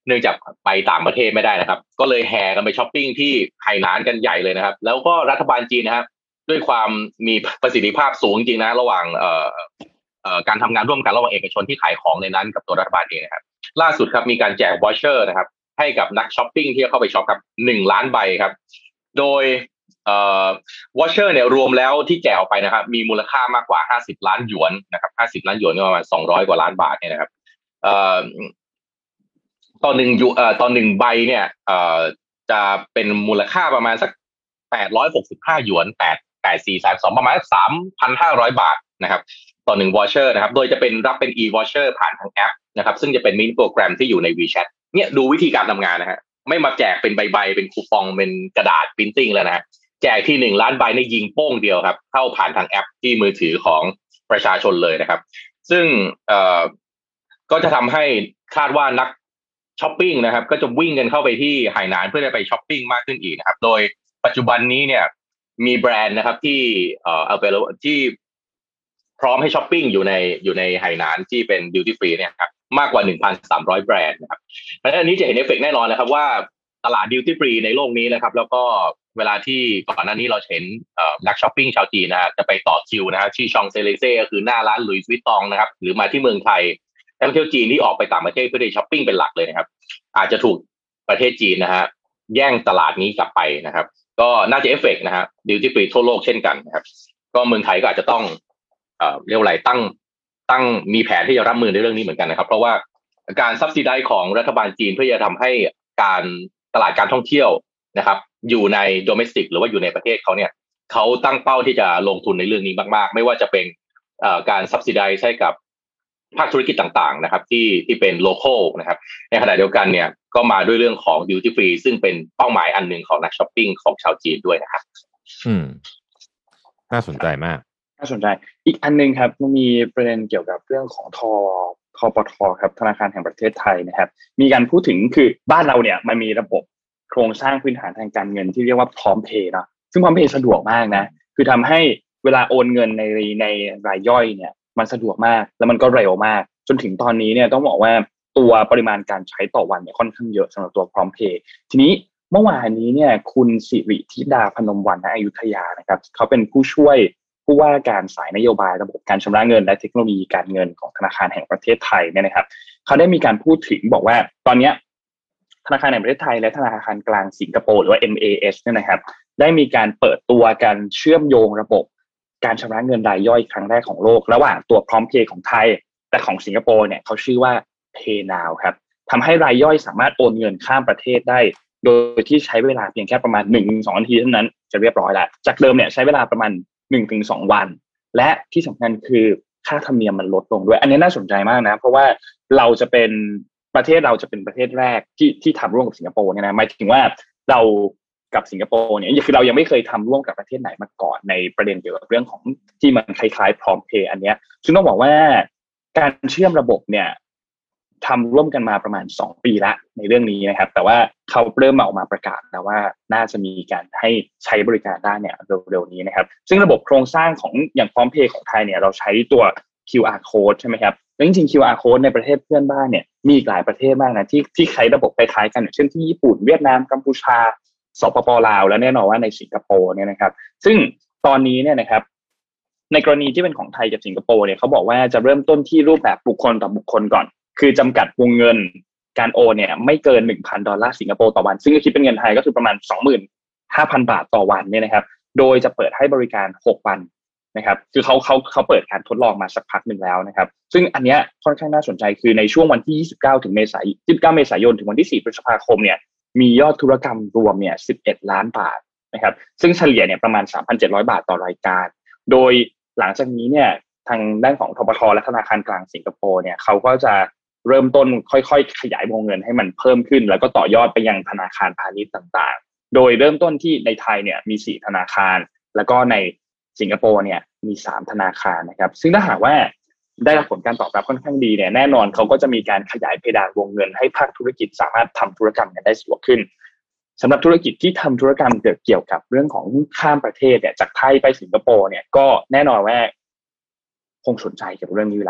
Speaker 5: เนื่องจากไปต่างประเทศไม่ได้นะครับก็เลยแห่กันไปช้อปปิ้งที่ไหหนานกันใหญ่เลยนะครับแล้วก็รัฐบาลจีนนะครับด้วยความมีประสิทธิภาพสูงจริงนะระหว่างเอ่อเอ่อการทำงานร่วมกันระหว่างเอกชนที่ขายของในนั้นกับตัวรัฐบาลเองนะครับล่าสุดครับมีการแจกวอเชอร์นะครับให้กับนักช้อปปิ้งที่เข้าไปช็อปครับหนึ่งล้านใบครับโดยเอ่อวอเชอร์เนี่ยรวมแล้วที่แจกออกไปนะครับมีมูลค่ามากกว่าห้าสิบล้านหยวนนะครับห้าสิบล้านหยวนก็ประมาณสองร้อยกว่าล้านบาทเนี่ยนะครับเอ่อตอนหนึ่งอยู่เอ่อตอนหนึ่งใบเนี่ยเอ่อจะเป็นมูลค่าประมาณสักแปดร้อยหกสิบห้าหยวนแปด แปด สี่ สาม สองประมาณ สามพันห้าร้อย บาทนะครับต่อหนึ่งวอเชอร์นะครับโดยจะเป็นรับเป็น e-voucher ผ่านทางแอปนะครับซึ่งจะเป็นมินิโปรแกรมที่อยู่ใน WeChat เนี่ยดูวิธีการทำงานนะฮะไม่มาแจกเป็นใบๆเป็นคูปองเป็นกระดาษ printing แล้วนะฮะแจกที่หนึ่งล้านใบในยิงโป้งเดียวครับเข้าผ่านทางแอปที่มือถือของประชาชนเลยนะครับซึ่งเอ่อก็จะทำให้คาดว่านักช้อปปิ้งนะครับก็จะวิ่งกันเข้าไปที่ไหหนานเพื่อจะไปช้อปปิ้งมากขึ้นอีกนะครับโดยปัจจุบันนี้เนี่ยมีแบรนด์นะครับที่เอ่อเอาไปแล้วที่พร้อมให้ช้อปปิ้งอยู่ในอยู่ในไหหนานที่เป็นดิวตี้ฟรีเนี่ยครับมากกว่า หนึ่งพันสามร้อย แบรนด์นะครับเพราะฉะนั้นอันนี้จะเห็นเอฟเฟกต์แน่นอนนะครับว่าตลาดดิวตี้ฟรีในโลกนี้นะครับแล้วก็เวลาที่ก่อนหน้านี้เราเห็นนักช้อปปิ้งชาวจีนนะฮะจะไปต่อคิวนะฮะที่ชองเซเลเซ่ก็คือหน้าร้านหลุยส์วิตตองนะครับหรือมาที่เมืองไทยนักท่องเที่ยวจีนที่ออกไปต่างประเทศเพื่อได้ช้อปปิ้งเป็นหลักเลยนะครับอาจจะถูกประเทศจีนนะฮะแย่งตลาดนี้กลับไปนะครับก็น่าจะเอฟเฟกต์นะฮะดิวตี้ฟรีทั่วโลกเช่นกันนะครับก็เมืองไทยก็อาจจะต้องเอ่อเรียกว่าอะไรตั้งตั้งมีแผนที่จะรับมือในเรื่องนี้เหมือนกันนะครับเพราะว่าการซับซิไดซ์ของรัฐบาลจีนเพื่อจะทำให้การตลาดการท่องเที่ยวนะครับอยู่ในโดเมสติกหรือว่าอยู่ในประเทศเขาเนี่ยเขาตั้งเป้าที่จะลงทุนในเรื่องนี้มากๆไม่ว่าจะเป็นเอ่อการซับซิไดซ์ให้กับภาคธุรกิจต่างๆนะครับที่ที่เป็นโลคอลนะครับในขณะเดียวกันเนี่ยก็มาด้วยเรื่องของดิวตี้ฟรีซึ่งเป็นเป้าหมายอันหนึ่งของนักช้อปปิ้งของชาวจีนด้วยนะครับ
Speaker 4: อืมน่าสนใจมาก
Speaker 6: น่าสนใจอีกอันนึงครับมันมีประเด็นเกี่ยวกับเรื่องของททปทครับธนาคารแห่งประเทศไทยนะครับมีการพูดถึงคือบ้านเราเนี่ยมันมีระบบโครงสร้างพื้นฐานทางการเงินที่เรียกว่าพร้อมเพย์เนาะซึ่งพร้อมเพย์สะดวกมากนะคือทำให้เวลาโอนเงินในในรายย่อยเนี่ยมันสะดวกมากแล้วมันก็เร็วมากจนถึงตอนนี้เนี่ยต้องบอกว่าตัวปริมาณการใช้ต่อวันเนี่ยค่อนข้างเยอะสำหรับตัวพร้อมเพย์ทีนี้เมื่อวานนี้เนี่ยคุณสิริธิดาพนมวรรณณอยุธยานะครับเขาเป็นผู้ช่วยผู้ว่าการสายนโยบายระบบการชำระเงินและเทคโนโลยีการเงินของธนาคารแห่งประเทศไทยเนี่ยนะครับเขาได้มีการพูดถึงบอกว่าตอนนี้ธนาคารแห่งประเทศไทยและธนาคารกลางสิงคโปร์หรือว่า เอ็ม เอ เอส เนี่ยนะครับได้มีการเปิดตัวการเชื่อมโยงระบบการชำระเงินรายย่อยครั้งแรกของโลกระหว่างตัวพร้อมเพย์ของไทยแต่ของสิงคโปร์เนี่ยเขาชื่อว่า PayNow ครับทำให้รายย่อยสามารถโอนเงินข้ามประเทศได้โดยที่ใช้เวลาเพียงแค่ประมาณ หนึ่งถึงสอง นาทีเท่านั้นจะเรียบร้อยแล้วจากเดิมเนี่ยใช้เวลาประมาณ หนึ่งถึงสอง วันและที่สำคัญคือค่าธรรมเนียมมันลดลงด้วยอันนี้น่าสนใจมากนะเพราะว่าเราจะเป็นประเทศเราจะเป็นประเทศแรกที่ที่ทำร่วมกับสิงคโปร์เนี่ยนะหมายถึงว่าเรากับสิงคโปร์เนี่ยคือเรายังไม่เคยทำร่วมกับประเทศไหนมาก่อนในประเด็นเกี่ยวกับเรื่องของที่มันคล้ายๆพร้อมเพย์อันเนี้ยซึ่งต้องบอกว่าการเชื่อมระบบเนี่ยทำร่วมกันมาประมาณสองปีละในเรื่องนี้นะครับแต่ว่าเขาเริ่มออกมาประกาศแล้วว่าน่าจะมีการให้ใช้บริการได้เนี่ยเร็วๆนี้นะครับซึ่งระบบโครงสร้างของอย่างพร้อมเพย์ของไทยเนี่ยเราใช้ตัว คิว อาร์ code ใช่ไหมครับแล้วจริงๆ คิว อาร์ code ในประเทศเพื่อนบ้านเนี่ยมีอีกหลายประเทศมากนะที่ที่ใช้ระบบคล้ายๆกันอย่างเช่นที่ญี่ปุ่นเวียดนามกัมพูชาสปป.ลาวและแน่นอนว่าในสิงคโปร์เนี่ยนะครับซึ่งตอนนี้เนี่ยนะครับในกรณีที่เป็นของไทยกับสิงคโปร์เนี่ยเขาบอกว่าจะเริ่มต้นที่รูปแบบบุคคลต่อบุคคลก่อนคือจำกัดวงเงินการโอนเนี่ยไม่เกิน หนึ่งพัน ดอลลาร์สิงคโปร์ต่อวันซึ่งคิดเป็นเงินไทยก็คือประมาณ สองหมื่นห้าพัน บาทต่อวันเนี่ยนะครับโดยจะเปิดให้บริการหกวันนะครับคือเขาเขาเขาเปิดการทดลองมาสักพักหนึ่งแล้วนะครับซึ่งอันเนี้ยค่อนข้างน่าสนใจคือในช่วงวันที่ยี่สิบเก้าถึงเมษายนยี่สิบเก้าเมษายนถึงวันที่สี่พฤษภาคมเนี่ยมียอดธุรกรรมรวมเนี่ยสิบเอ็ดล้านบาทนะครับซึ่งเฉลี่ยเนี่ยประมาณ สามพันเจ็ดร้อย บาทต่อรายการโดยหลังจากนี้เนี่ยทางด้านของธปท.และธนาคารกลางสิงคโปร์เนี่ยเขาก็จะเริ่มต้นค่อยๆขยายวงเงินให้มันเพิ่มขึ้นแล้วก็ต่อยอดไปยังธนาคารพาณิชย์ต่างๆโดยเริ่มต้นที่ในไทยเนี่ยมีสี่ธนาคารแล้วก็ในสิงคโปร์เนี่ยมีสามธนาคารนะครับซึ่งถ้าหากว่าได้รับผลการตอบรับค่อนข้างดีเนี่ยแน่นอนเขาก็จะมีการขยายเพดานวงเงินให้ภาคธุรกิจสามารถทำธุรกรรมกันได้สะดวกขึ้นสำหรับธุรกิจที่ทำธุรกรรมเกี่ยวกับเรื่องของข้ามประเทศเนี่ยจากไทยไปสิงคโปร์เนี่ยก็แน่นอนว่าคงสนใจเกี่ยวกับเรื่องนี้อยู่แล้ว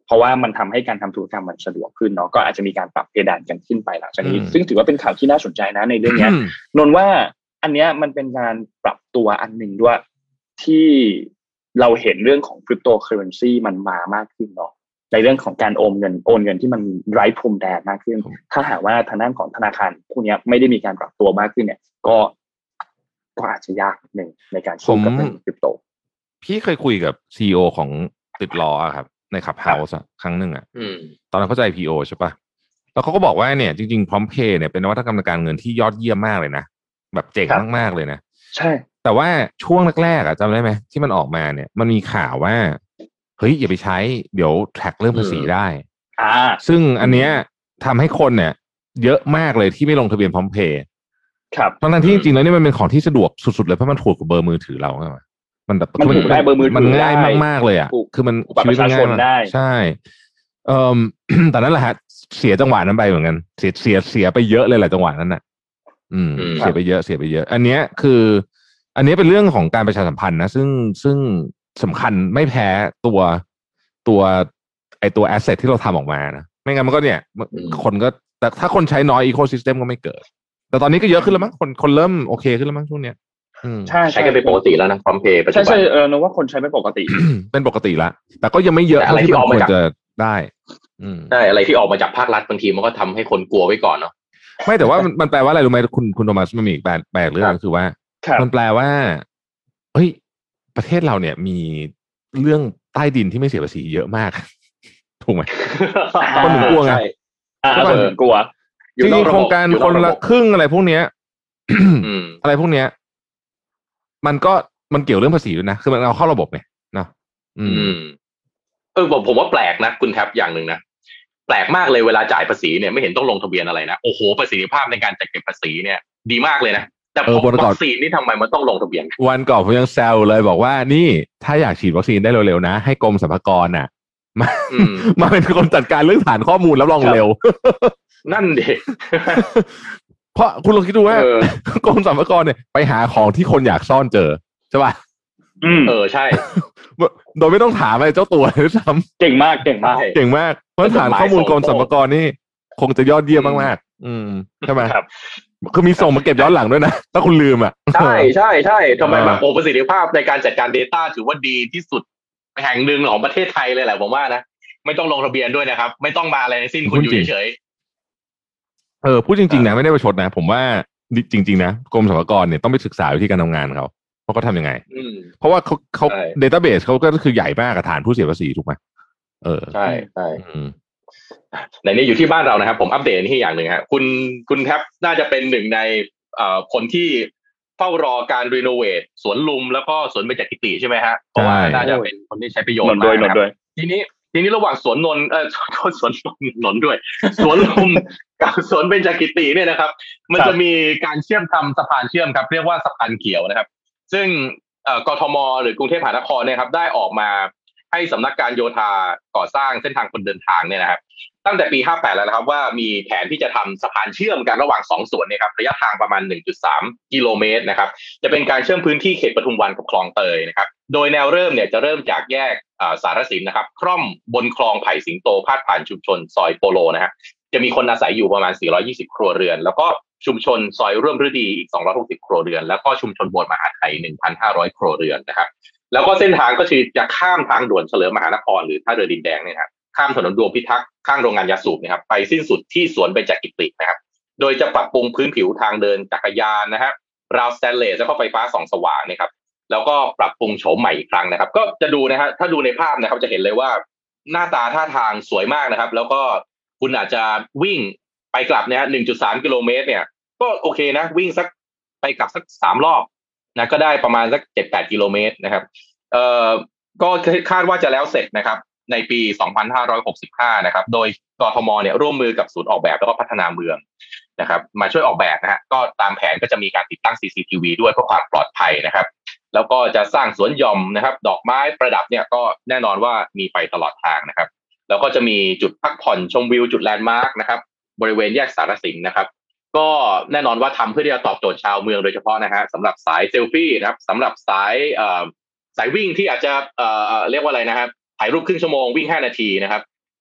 Speaker 6: เพราะว่ามันทำให้การทำธุรกรรมมันสะดวกขึ้นเนาะก็อาจจะมีการปรับเพดานกันขึ้นไปหลังจากนี้ซึ่งถือว่าเป็นข่าวที่น่าสนใจนะในเรื่องนี้นนว่าอันเนี้ยมันเป็นการปรับตัวอันหนึ่งด้วยที่เราเห็นเรื่องของคริปโตเคอเรนซีมันมามากขึ้นเนาะในเรื่องของการโอนเงินโอนเงินที่มันไร้พรมแดนมากขึ้นถ้าหากว่าทางด้านของธนาคารพวกนี้ไม่ได้มีการปรับตัวมากขึ้นเนี่ยก็ก็อาจจะยากนิดนึงในการสู้กับเรื่องคริปโต
Speaker 4: พี่เคยคุยกับ ซี อี โอ ของติดล้อครับในขับเฮาส์ครั้งหนึ่งอ่ะตอนนั้นเขาจะ ไอ พี โอ ใช่ปะแล้วเขาก็บอกว่าเนี่ยจริงๆพร้อมเพย์เนี่ยเป็นนวัตกรรมการเงินที่ยอดเยี่ยมมากเลยนะแบบเจ๋งมากๆเลยนะ
Speaker 6: ใช่
Speaker 4: แต่ว่าช่วงแรกๆอ่ะจำได้ไหมที่มันออกมาเนี่ยมันมีข่าวว่าเฮ้ยอย่าไปใช้เดี๋ยวแท็กเรื่องภาษีได้
Speaker 6: อ่า
Speaker 4: ซึ่งอันเนี้ยทำให้คนเนี่ยเยอะมากเลยที่ไม่ลงทะเบียนพร้อมเพย์
Speaker 6: ครับ
Speaker 4: ทั้งที่จริงๆแล้วนี่มันเป็นของที่สะดวกสุดๆเลยเพราะมันถูกกับเบอร์มือถือเราใช่ไหมมันแบบ
Speaker 6: มันถูกได้เบอร์มือถือ
Speaker 4: มันง่ายมากๆเลยอ่ะคือมัน
Speaker 6: ชีวิตมันง่ายมาก
Speaker 4: ใช่เอ่อ แต่นั่นแหละฮะเสียจังหวะนั้นไปเหมือนกันเสียเสียเสียไปเยอะเลยแหละจังหวะนั้นน่ะอืมเสียไปเยอะเสียไปเยอะอันเนี้ยคืออันนี้เป็นเรื่องของการประชาสัมพันธ์นะซึ่งซึ่งสำคัญไม่แพ้ตัวตัวไอตัวแอสเซทที่เราทำออกมานะไม่งั้นมันก็เนี่ยคนก็แต่ถ้าคนใช้น้อยอีโคซิสเต็มก็ไม่เกิดแต่ตอนนี้ก็เยอะขึ้นแล้วมั้งคนคนเริ่มโอเคขึ้นแล้วมั้งช่วงเนี้ย
Speaker 6: ใช่
Speaker 5: ใช้กันเป็นปกติแล้วนะพร้อมเพย์ปัจจุบัน
Speaker 6: ใช่ใช่เออนึกว่าคนใช้เป็นปกติ
Speaker 4: เป็นปกติละแต่ก็ยังไม่เยอะ
Speaker 5: อะไรที่ออกมาจาก
Speaker 4: จะได้
Speaker 5: ใช่อะไรที่ออกมาจากภาครัฐบางทีมันก็ทำให้คนกลัวไว้ก่อนเนาะ
Speaker 4: ไม่แต่ว่ามันแปลว่าอะไรรู้ไหมคุณคุณโทมัสมันมีอีกแปลแปลเรื่องก็คือว่ามันแปลว่าเฮ้ยประเทศเราเนี่ยมีเรื่องใต้ดินที่ไม่เสียภาษีเยอะมากถูกไหมคนถึงกลัวไง
Speaker 6: คนถึงกลัว
Speaker 4: จริงๆโครงการคนละครึ่งอะไรพวกเนี้ยอะไรพวกเนี้ยมันก็มันเกี่ยวเรื่องภาษีด้วยนะคือมันเอาเข้าระบบไงเนาะอืม
Speaker 5: เออผมผมว่าแปลกนะคุณแท็บอย่างหนึ่งนะแปลกมากเลยเวลาจ่ายภาษีเนี่ยไม่เห็นต้องลงทะเบียนอะไรนะโอ้โหประสิทธิภาพในการจัดเก็บภาษีเนี่ยดีมากเลยนะแต่พอวัคซีนนี่ทำไมมันต้องลงทะเบียน
Speaker 4: วันก่อนผมยังแซวเลยบอกว่านี่ถ้าอยากฉีดวัคซีนได้เร็วๆนะให้กรมสรรพากรน่ะมามาเป็นคนจัดการเรื่องฐานข้อมูลรับรองเร็ว
Speaker 5: นั่นดิ
Speaker 4: เพราะคุณลองคิดดูว่ากรมสรรพากรเนี่ยไปหาของที่คนอยากซ่อนเจอใช่ป่ะ
Speaker 5: เออใช่
Speaker 4: โดยไม่ต้องถามอะไรเจ้าตัวเลยซ้
Speaker 6: ำเก่งมากเก่งมาก
Speaker 4: เก่งมากเพราะฐานข้อมูลกรมสรรพากรนี่คงจะยอดเยี่ยมมากๆอืมใช่ไหม
Speaker 6: ครับ
Speaker 4: คือมีส่งมาเก็บย้อนหลังด้วยนะถ้าคุณลืมอ่ะ
Speaker 5: ใช่ใช่ใช่ทำไมแบบโอ้ประสิทธิภาพในการจัดการ Data ถือว่าดีที่สุดแห่งหนึ่งของประเทศไทยเลยแหละผมว่านะไม่ต้องลงทะเบียนด้วยนะครับไม่ต้องมาอะไรทั้งสิ้นคุณอยู่เฉย
Speaker 4: ๆเออพูดจริงๆนะไม่ได้ประชดนะผมว่าจริงๆนะกรมสรรพากรเนี่ยต้องไปศึกษาวิธีการทำงานเขาเพราะเขาทำยังไงเพราะว่าเขาเขา database เขาก็คือใหญ่มากกับฐานผู้เสียภาษีถูกไหมเออ
Speaker 5: ใช่ใช่ในนี้อยู่ที่บ้านเรานะครับผมอัปเดตนี่อย่างหนึ่งครับคุณคุณแท็บน่าจะเป็นหนึ่งในคนที่เฝ้ารอการรีโนเวทสวนลุมแล้วก็สวนเบญจกิติใช่ไหมฮะเพราะว่าน่าจะเป็นคนที่ใช้ประโยชน์มากนะครับทีนี้ทีนี้ระหว่างสวนนนเออสวนนนด้วยสวนลุมกับสวนเบญจกิติเนี่ยนะครับมันจะมีการเชื่อมทำสะพานเชื่อมครับเรียกว่าสะพานเขียวนะครับซึ่งกทมหรือกรุงเทพมหานครเนี่ยครับได้ออกมาให้สำนักการโยธาก่อสร้างเส้นทางคนเดินทางเนี่ยนะครับตั้งแต่ปีห้าแปดแล้วนะครับว่ามีแผนที่จะทำสะพานเชื่อมกันระหว่างสองส่วนเนี่ยครับระยะทางประมาณ หนึ่งจุดสาม กิโลเมตรนะครับจะเป็นการเชื่อมพื้นที่เขตปทุมวันกับคลองเตยนะครับโดยแนวเริ่มเนี่ยจะเริ่มจากแยกสารสินนะครับคร่อมบนคลองไผ่สิงโตพาดผ่านชุมชนซอยโปโลนะฮะจะมีคนอาศัยอยู่ประมาณสี่ร้อยยี่สิบครัวเรือนแล้วก็ชุมชนซอยร่วมฤดีอีกสองร้อยหกสิบครัวเรือนแล้วก็ชุมชนโบสถ์มหาไทย หนึ่งพันห้าร้อย ครัวเรือนนะครับแล้วก็เส้นทางก็คือจะข้ามทางด่วนเฉลิมมหานครหรือท่าเรือดินแดงเนี่ยครับข้ามถนนดวงพิทักษ์ข้างโรงงานยาสูบนะครับไปสิ้นสุดที่สวนเบญจกิตินะครับโดยจะปรับปรุงพื้นผิวทางเดินจักรยานนะฮะราวสแตนเลสแล้วก็ไฟฟ้าส่องสว่างนะครับแล้วก็ปรับปรุงโฉมใหม่อีกครั้งนะครับก็จะดูนะฮะถ้าดูในภาพนะครับจะเห็นเลยว่าหน้าตาท่าทางสวยมากนะครับแล้วก็คุณอาจจะวิ่งไปกลับเนี่ย หนึ่งจุดสาม กิโลเมตรเนี่ยก็โอเคนะวิ่งสักไปกลับสักสามรอบนะก็ได้ประมาณสัก เจ็ดถึงแปด กิโลเมตรนะครับเอ่อก็คาดว่าจะแล้วเสร็จนะครับในปีสองพันห้าร้อยหกสิบห้านะครับโดยกทมเนี่ยร่วมมือกับศูนย์ออกแบบแล้วก็พัฒนาเมืองนะครับมาช่วยออกแบบนะฮะก็ตามแผนก็จะมีการติดตั้ง ซี ซี ที วี ด้วยเพื่อความปลอดภัยนะครับแล้วก็จะสร้างสวนหย่อมนะครับดอกไม้ประดับเนี่ยก็แน่นอนว่ามีไฟตลอดทางนะครับแล้วก็จะมีจุดพักผ่อนชมวิวจุดแลนด์มาร์คนะครับบริเวณแยกสารสินนะครับก็แน่นอนว่าทำเพื่อที่จะตอบโจทย์ชาวเมืองโดยเฉพาะนะฮะสำหรับสายเซลฟี่นะครับสำหรับสายเอ่อสายวิ่งที่อาจจะเอ่อเรียกว่าอะไรนะครับถ่ายรูปครึ่งชั่วโมงวิ่งห้านาทีนะครับ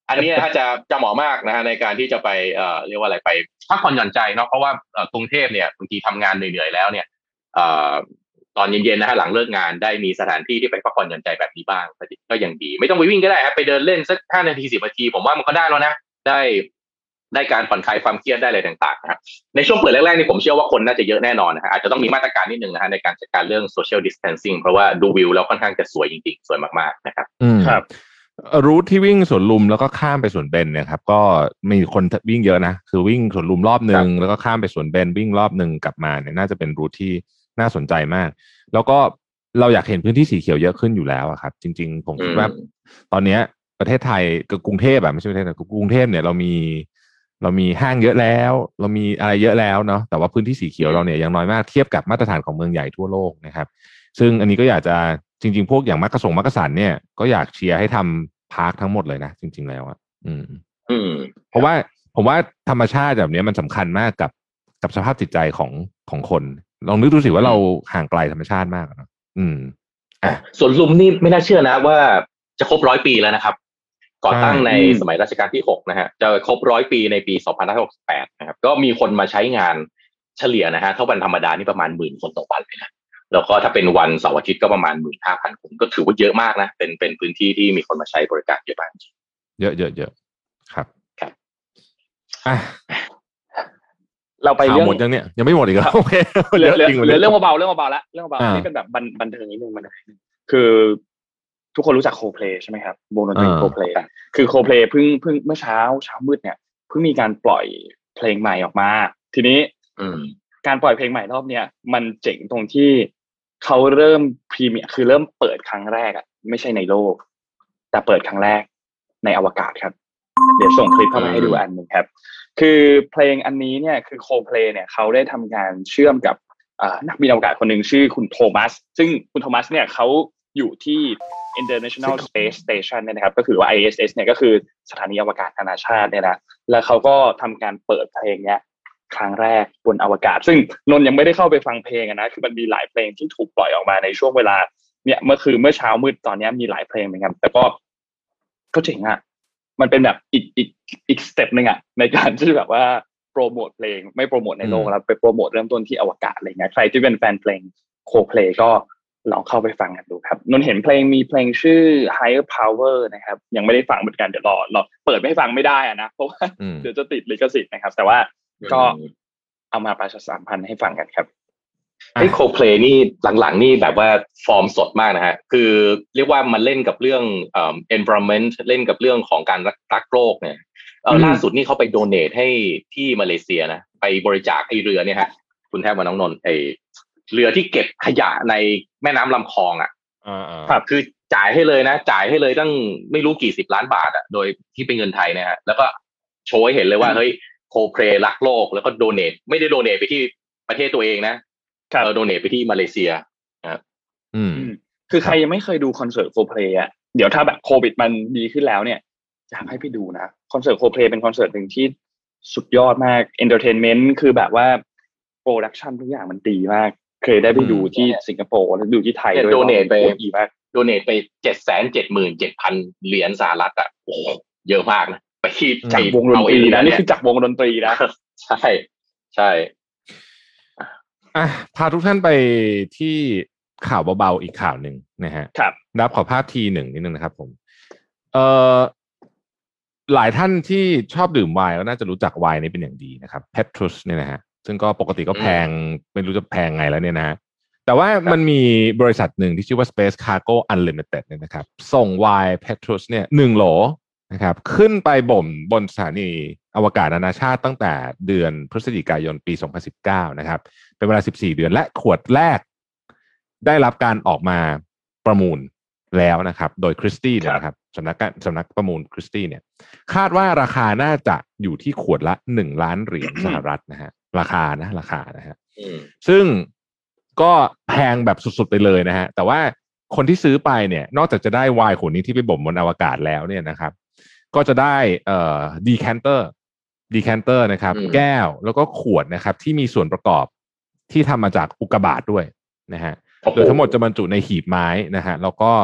Speaker 5: อันนี้นะฮะจะจะเหมาะมากนะฮะในการที่จะไปเอ่อเรียกว่าอะไรไปพักผ่อนหย่อนใจเนาะเพราะว่ากรุงเทพเนี่ยบางทีทำงานเหนื่อยๆแล้วเนี่ยเอ่อตอนเย็นๆนะฮะหลังเลิกงานได้มีสถานที่ที่ไปพักผ่อนหย่อนใจแบบนี้บ้างก็ยังดีไม่ต้องไปวิ่งก็ได้ครับไปเดินเล่นสักห้านาทีสิบนาทีผมว่ามันก็ได้แล้วนะได้ได้การผ่อนคลายความเครียดได้อะไรต่างๆนะครับในช่วงเปิดแรกๆนี่ผมเชื่อว่าคนน่าจะเยอะแน่นอนนะฮะอาจจะต้องมีมาตรการนิดนึงนะฮะในการจัดการเรื่อง social distancing เพราะว่าดูวิวแล้วค่อนข้างจะสวยจริงๆสวยมากๆนะครับ
Speaker 4: ครับรูทที่วิ่งสวนลุมแล้วก็ข้ามไปสวนเบญเนี่ยครับก็มีคนวิ่งเยอะนะคือวิ่งสวนลุมรอบนึงแล้วก็ข้ามไปสวนเบญวิ่งรอบนึงกลับมาเนี่ยน่าจะเป็นรูทที่น่าสนใจมากแล้วก็เราอยากเห็นพื้นที่สีเขียวเยอะขึ้นอยู่แล้วครับจริงๆผมคิดว่าตอนนี้ประเทศไทยกับกรุงเทพแบบไม่ใช่ประเทศไทยกรุงเทพเนี่ยเรามีเรามีห้างเยอะแล้วเรามีอะไรเยอะแล้วเนาะแต่ว่าพื้นที่สีเขียวเราเนี่ยยังน้อยมากเทียบกับมาตรฐานของเมืองใหญ่ทั่วโลกนะครับซึ่งอันนี้ก็อยากจะจริงๆพวกอย่างมักกะสงมักกะสันเนี่ยก็อยากเชียร์ให้ทำพาร์คทั้งหมดเลยนะจริงๆแล้วอ่ะอืม
Speaker 5: อืม
Speaker 4: เพราะว่าผมว่าธรรมชาติแบบนี้มันสำคัญมากกับกับสภาพจิตใจของของคนลองนึกดูสิว่าเราห่างไกลธรรมชาติมากนะอืม
Speaker 5: อ่ะส่วนลุมนี่ไม่น่าเชื่อนะว่าจะครบร้อยปีแล้วนะครับก่อตั้งในสมัยรัชกาลที่หกนะฮะจะครบร้อยปีในปีสองพันห้าร้อยหกสิบแปดนะครับก็มีคนมาใช้งานเฉลี่ยนะฮะถ้าวันธรรมดานี่ประมาณหมื่นคนต่อวันเลยนะแล้วก็ถ้าเป็นวันเสาร์อาทิตย์ก็ประมาณหมื่นห้าพันคนก็ถือว่าเยอะมากนะเป็นเป็นพื้นที่ที่มีคนมาใช้บริการเยอะมาก
Speaker 4: เยอะเยอะเยอะครับ
Speaker 5: ครับ
Speaker 4: อ่ะ
Speaker 6: เราไปเรื่อง
Speaker 4: หมดยังเนี่ยยังไม่หมดอีกเหรอโอเค
Speaker 6: เหลือเหลือเรื่องเบาๆเรื่องเบาๆละเรื่องเบาๆนี่เป็นแบบบันเทิงนิดนึงมันคือทุกคนรู้จักโคเพลย์ใช่ไหมครับวงดนตรีโคเพลย์คือโคเพลย์เพิ่งเพิ่งเมื่อเช้าเช้ามืดเนี่ยเพิ่งมีการปล่อยเพลงใหม่ออกมาทีนี้การปล่อยเพลงใหม่รอบเนี้ยมันเจ๋งตรงที่เขาเริ่มพรีเมียร์คือเริ่มเปิดครั้งแรกอ่ะไม่ใช่ในโลกแต่เปิดครั้งแรกในอวกาศครับเดี๋ยวส่งคลิปเข้ามาให้ดูอันนึงครับคือเพลงอันนี้เนี่ยคือโคเพลย์เนี่ยเขาได้ทำการเชื่อมกับนักบินอวกาศคนหนึ่งชื่อคุณโทมัสซึ่งคุณโทมัสเนี่ยเขาอยู่ที่ International Space Station เนี่ยนะครับก็คือว่า ไอ เอส เอส เนี่ยก็คือสถานีอวกาศนานาชาติเนี่ยนะแล้วเขาก็ทำการเปิดเพลงเนี้ยครั้งแรกบนอวกาศซึ่งนนยังไม่ได้เข้าไปฟังเพลงนะคือมันมีหลายเพลงที่ถูกปล่อยออกมาในช่วงเวลาเนี่ยเมื่อคืนเมื่อเช้ามืดตอนนี้มีหลายเพลงเหมือนกันแต่ก็ก็เจ๋งอ่ะมันเป็นแบบอีกอีกอีกสเต็ปนึงอ่ะในการที่แบบว่าโปรโมทเพลงไม่โปรโมทในโลกแล้วไปโปรโมทเริ่มต้นที่อวกาศอะไรเงี้ยใครที่เป็นแฟนเพลงโคเพลย์ก็ลองเข้าไปฟังกันดูครับนนเห็นเพลงมีเพลงชื่อ Higher Power นะครับยังไม่ได้ฟังเหมือนกันเดี๋ยวรอรอเปิดไม่ให้ฟังไม่ได้อะนะเพราะว่าเดี๋ยวจะติดลิขสิทธิ์นะครับแต่ว่าก็เอามาประชาสัมพันธ์ให้ฟังกันครับ
Speaker 5: ไอ้โคเพลย์นี่หลังๆนี่แบบว่าฟอร์มสดมากนะฮะคือเรียกว่ามันเล่นกับเรื่องเอ่อ environment เล่นกับเรื่องของการรักโลกเนี่ยเออล่าสุดนี่เขาไปโดเนทให้ที่มาเลเซียนะไปบริจาคไอ้เรือเนี่ยฮะคุณแทบมาน้องนนท์ไอ้เรือที่เก็บขยะในแม่น้ำลำคลองอ่ะครับคือจ่ายให้เลยนะจ่ายให้เลยตั้งไม่รู้กี่สิบล้านบาทอ่ะโดยที่เป็นเงินไทยนะฮะแล้วก็โชว์ให้เห็นเลยว่าเฮ้ยโคเพลย์รักโลกแล้วก็โดเนทไม่ได้โดเนทไปที่ประเทศตัวเองนะเราโดเนทไปที่มาเลเซียนะครับ
Speaker 4: อืม
Speaker 6: คือใครยังไม่เคยดูคอนเสิร์ตโคเพลย์อ่ะเดี๋ยวถ้าแบบโควิดมันดีขึ้นแล้วเนี่ยอยากให้ไปดูนะคอนเสิร์ตโคเพลย์เป็นคอนเสิร์ตหนึ่งที่สุดยอดมากเอนเตอร์เทนเมนต์คือแบบว่าโปรดักชันทุกอย่างมันดีมากเคยได้ไปดูที่สิงคโปร์แล้วดูที่ไทยด้วย
Speaker 5: โดเนทไปดีมากโดเนทไปเจ็ดแสนเจ็ดหมื่นเจ็ดพันเหรียญสหรัฐอ่ะโอ้เยอะมากนะไปที่
Speaker 6: จากวงดนตรีนะนี่คือจากวงดนตรีนะ
Speaker 5: ใช่ใช่
Speaker 4: อ่ะพาทุกท่านไปที่ข่าวเบาๆอีกข่าวหนึ่งนะฮะ
Speaker 6: ครับ
Speaker 4: นับขอภาพทีหนึ่งนิดนึงนะครับผมเอ่อหลายท่านที่ชอบดื่มไวน์ก็น่าจะรู้จักไวน์นี้เป็นอย่างดีนะครับเพทรุสเนี่ยนะฮะซึ่งก็ปกติก็แพงไม่รู้จะแพงไงแล้วเนี่ยนะแต่ว่ามันมีบริษัทหนึ่งที่ชื่อว่า Space Cargo Unlimited เนี่ยนะครับส่งไวน์เพทรุสเนี่ยหนึ่งโหลนะครับขึ้นไปบ่มบนสถานีอวกาศนานาชาติตั้งแต่เดือนพฤศจิกายนปีสองพันสิบเก้านะครับเป็นเวลาสิบสี่เดือนและขวดแรกได้รับการออกมาประมูลแล้วนะครับโดยคริสตี้เนี่ยนะครับสำนักสำนักประมูลคริสตี้เนี่ยคาดว่าราคาน่าจะอยู่ที่ขวดละหนึ่งล้านเหรียญสหรัฐนะฮะราคานะราคานะฮะซึ่งก็แพงแบบสุดๆไปเลยนะฮะแต่ว่าคนที่ซื้อไปเนี่ยนอกจากจะได้ไวน์ขวดนี้ที่ไปบ่มบนอวกาศแล้วเนี่ยนะครับก็จะได้เอ่อดีแคนเตอร์ดีแคนเตอร์นะครับแก้วแล้วก็ขวดนะครับที่มีส่วนประกอบที่ทำมาจากอุกกาบาตด้วยนะฮะโดยทั้งหมดจะบรรจุในหีบไม้นะฮะแล้วก็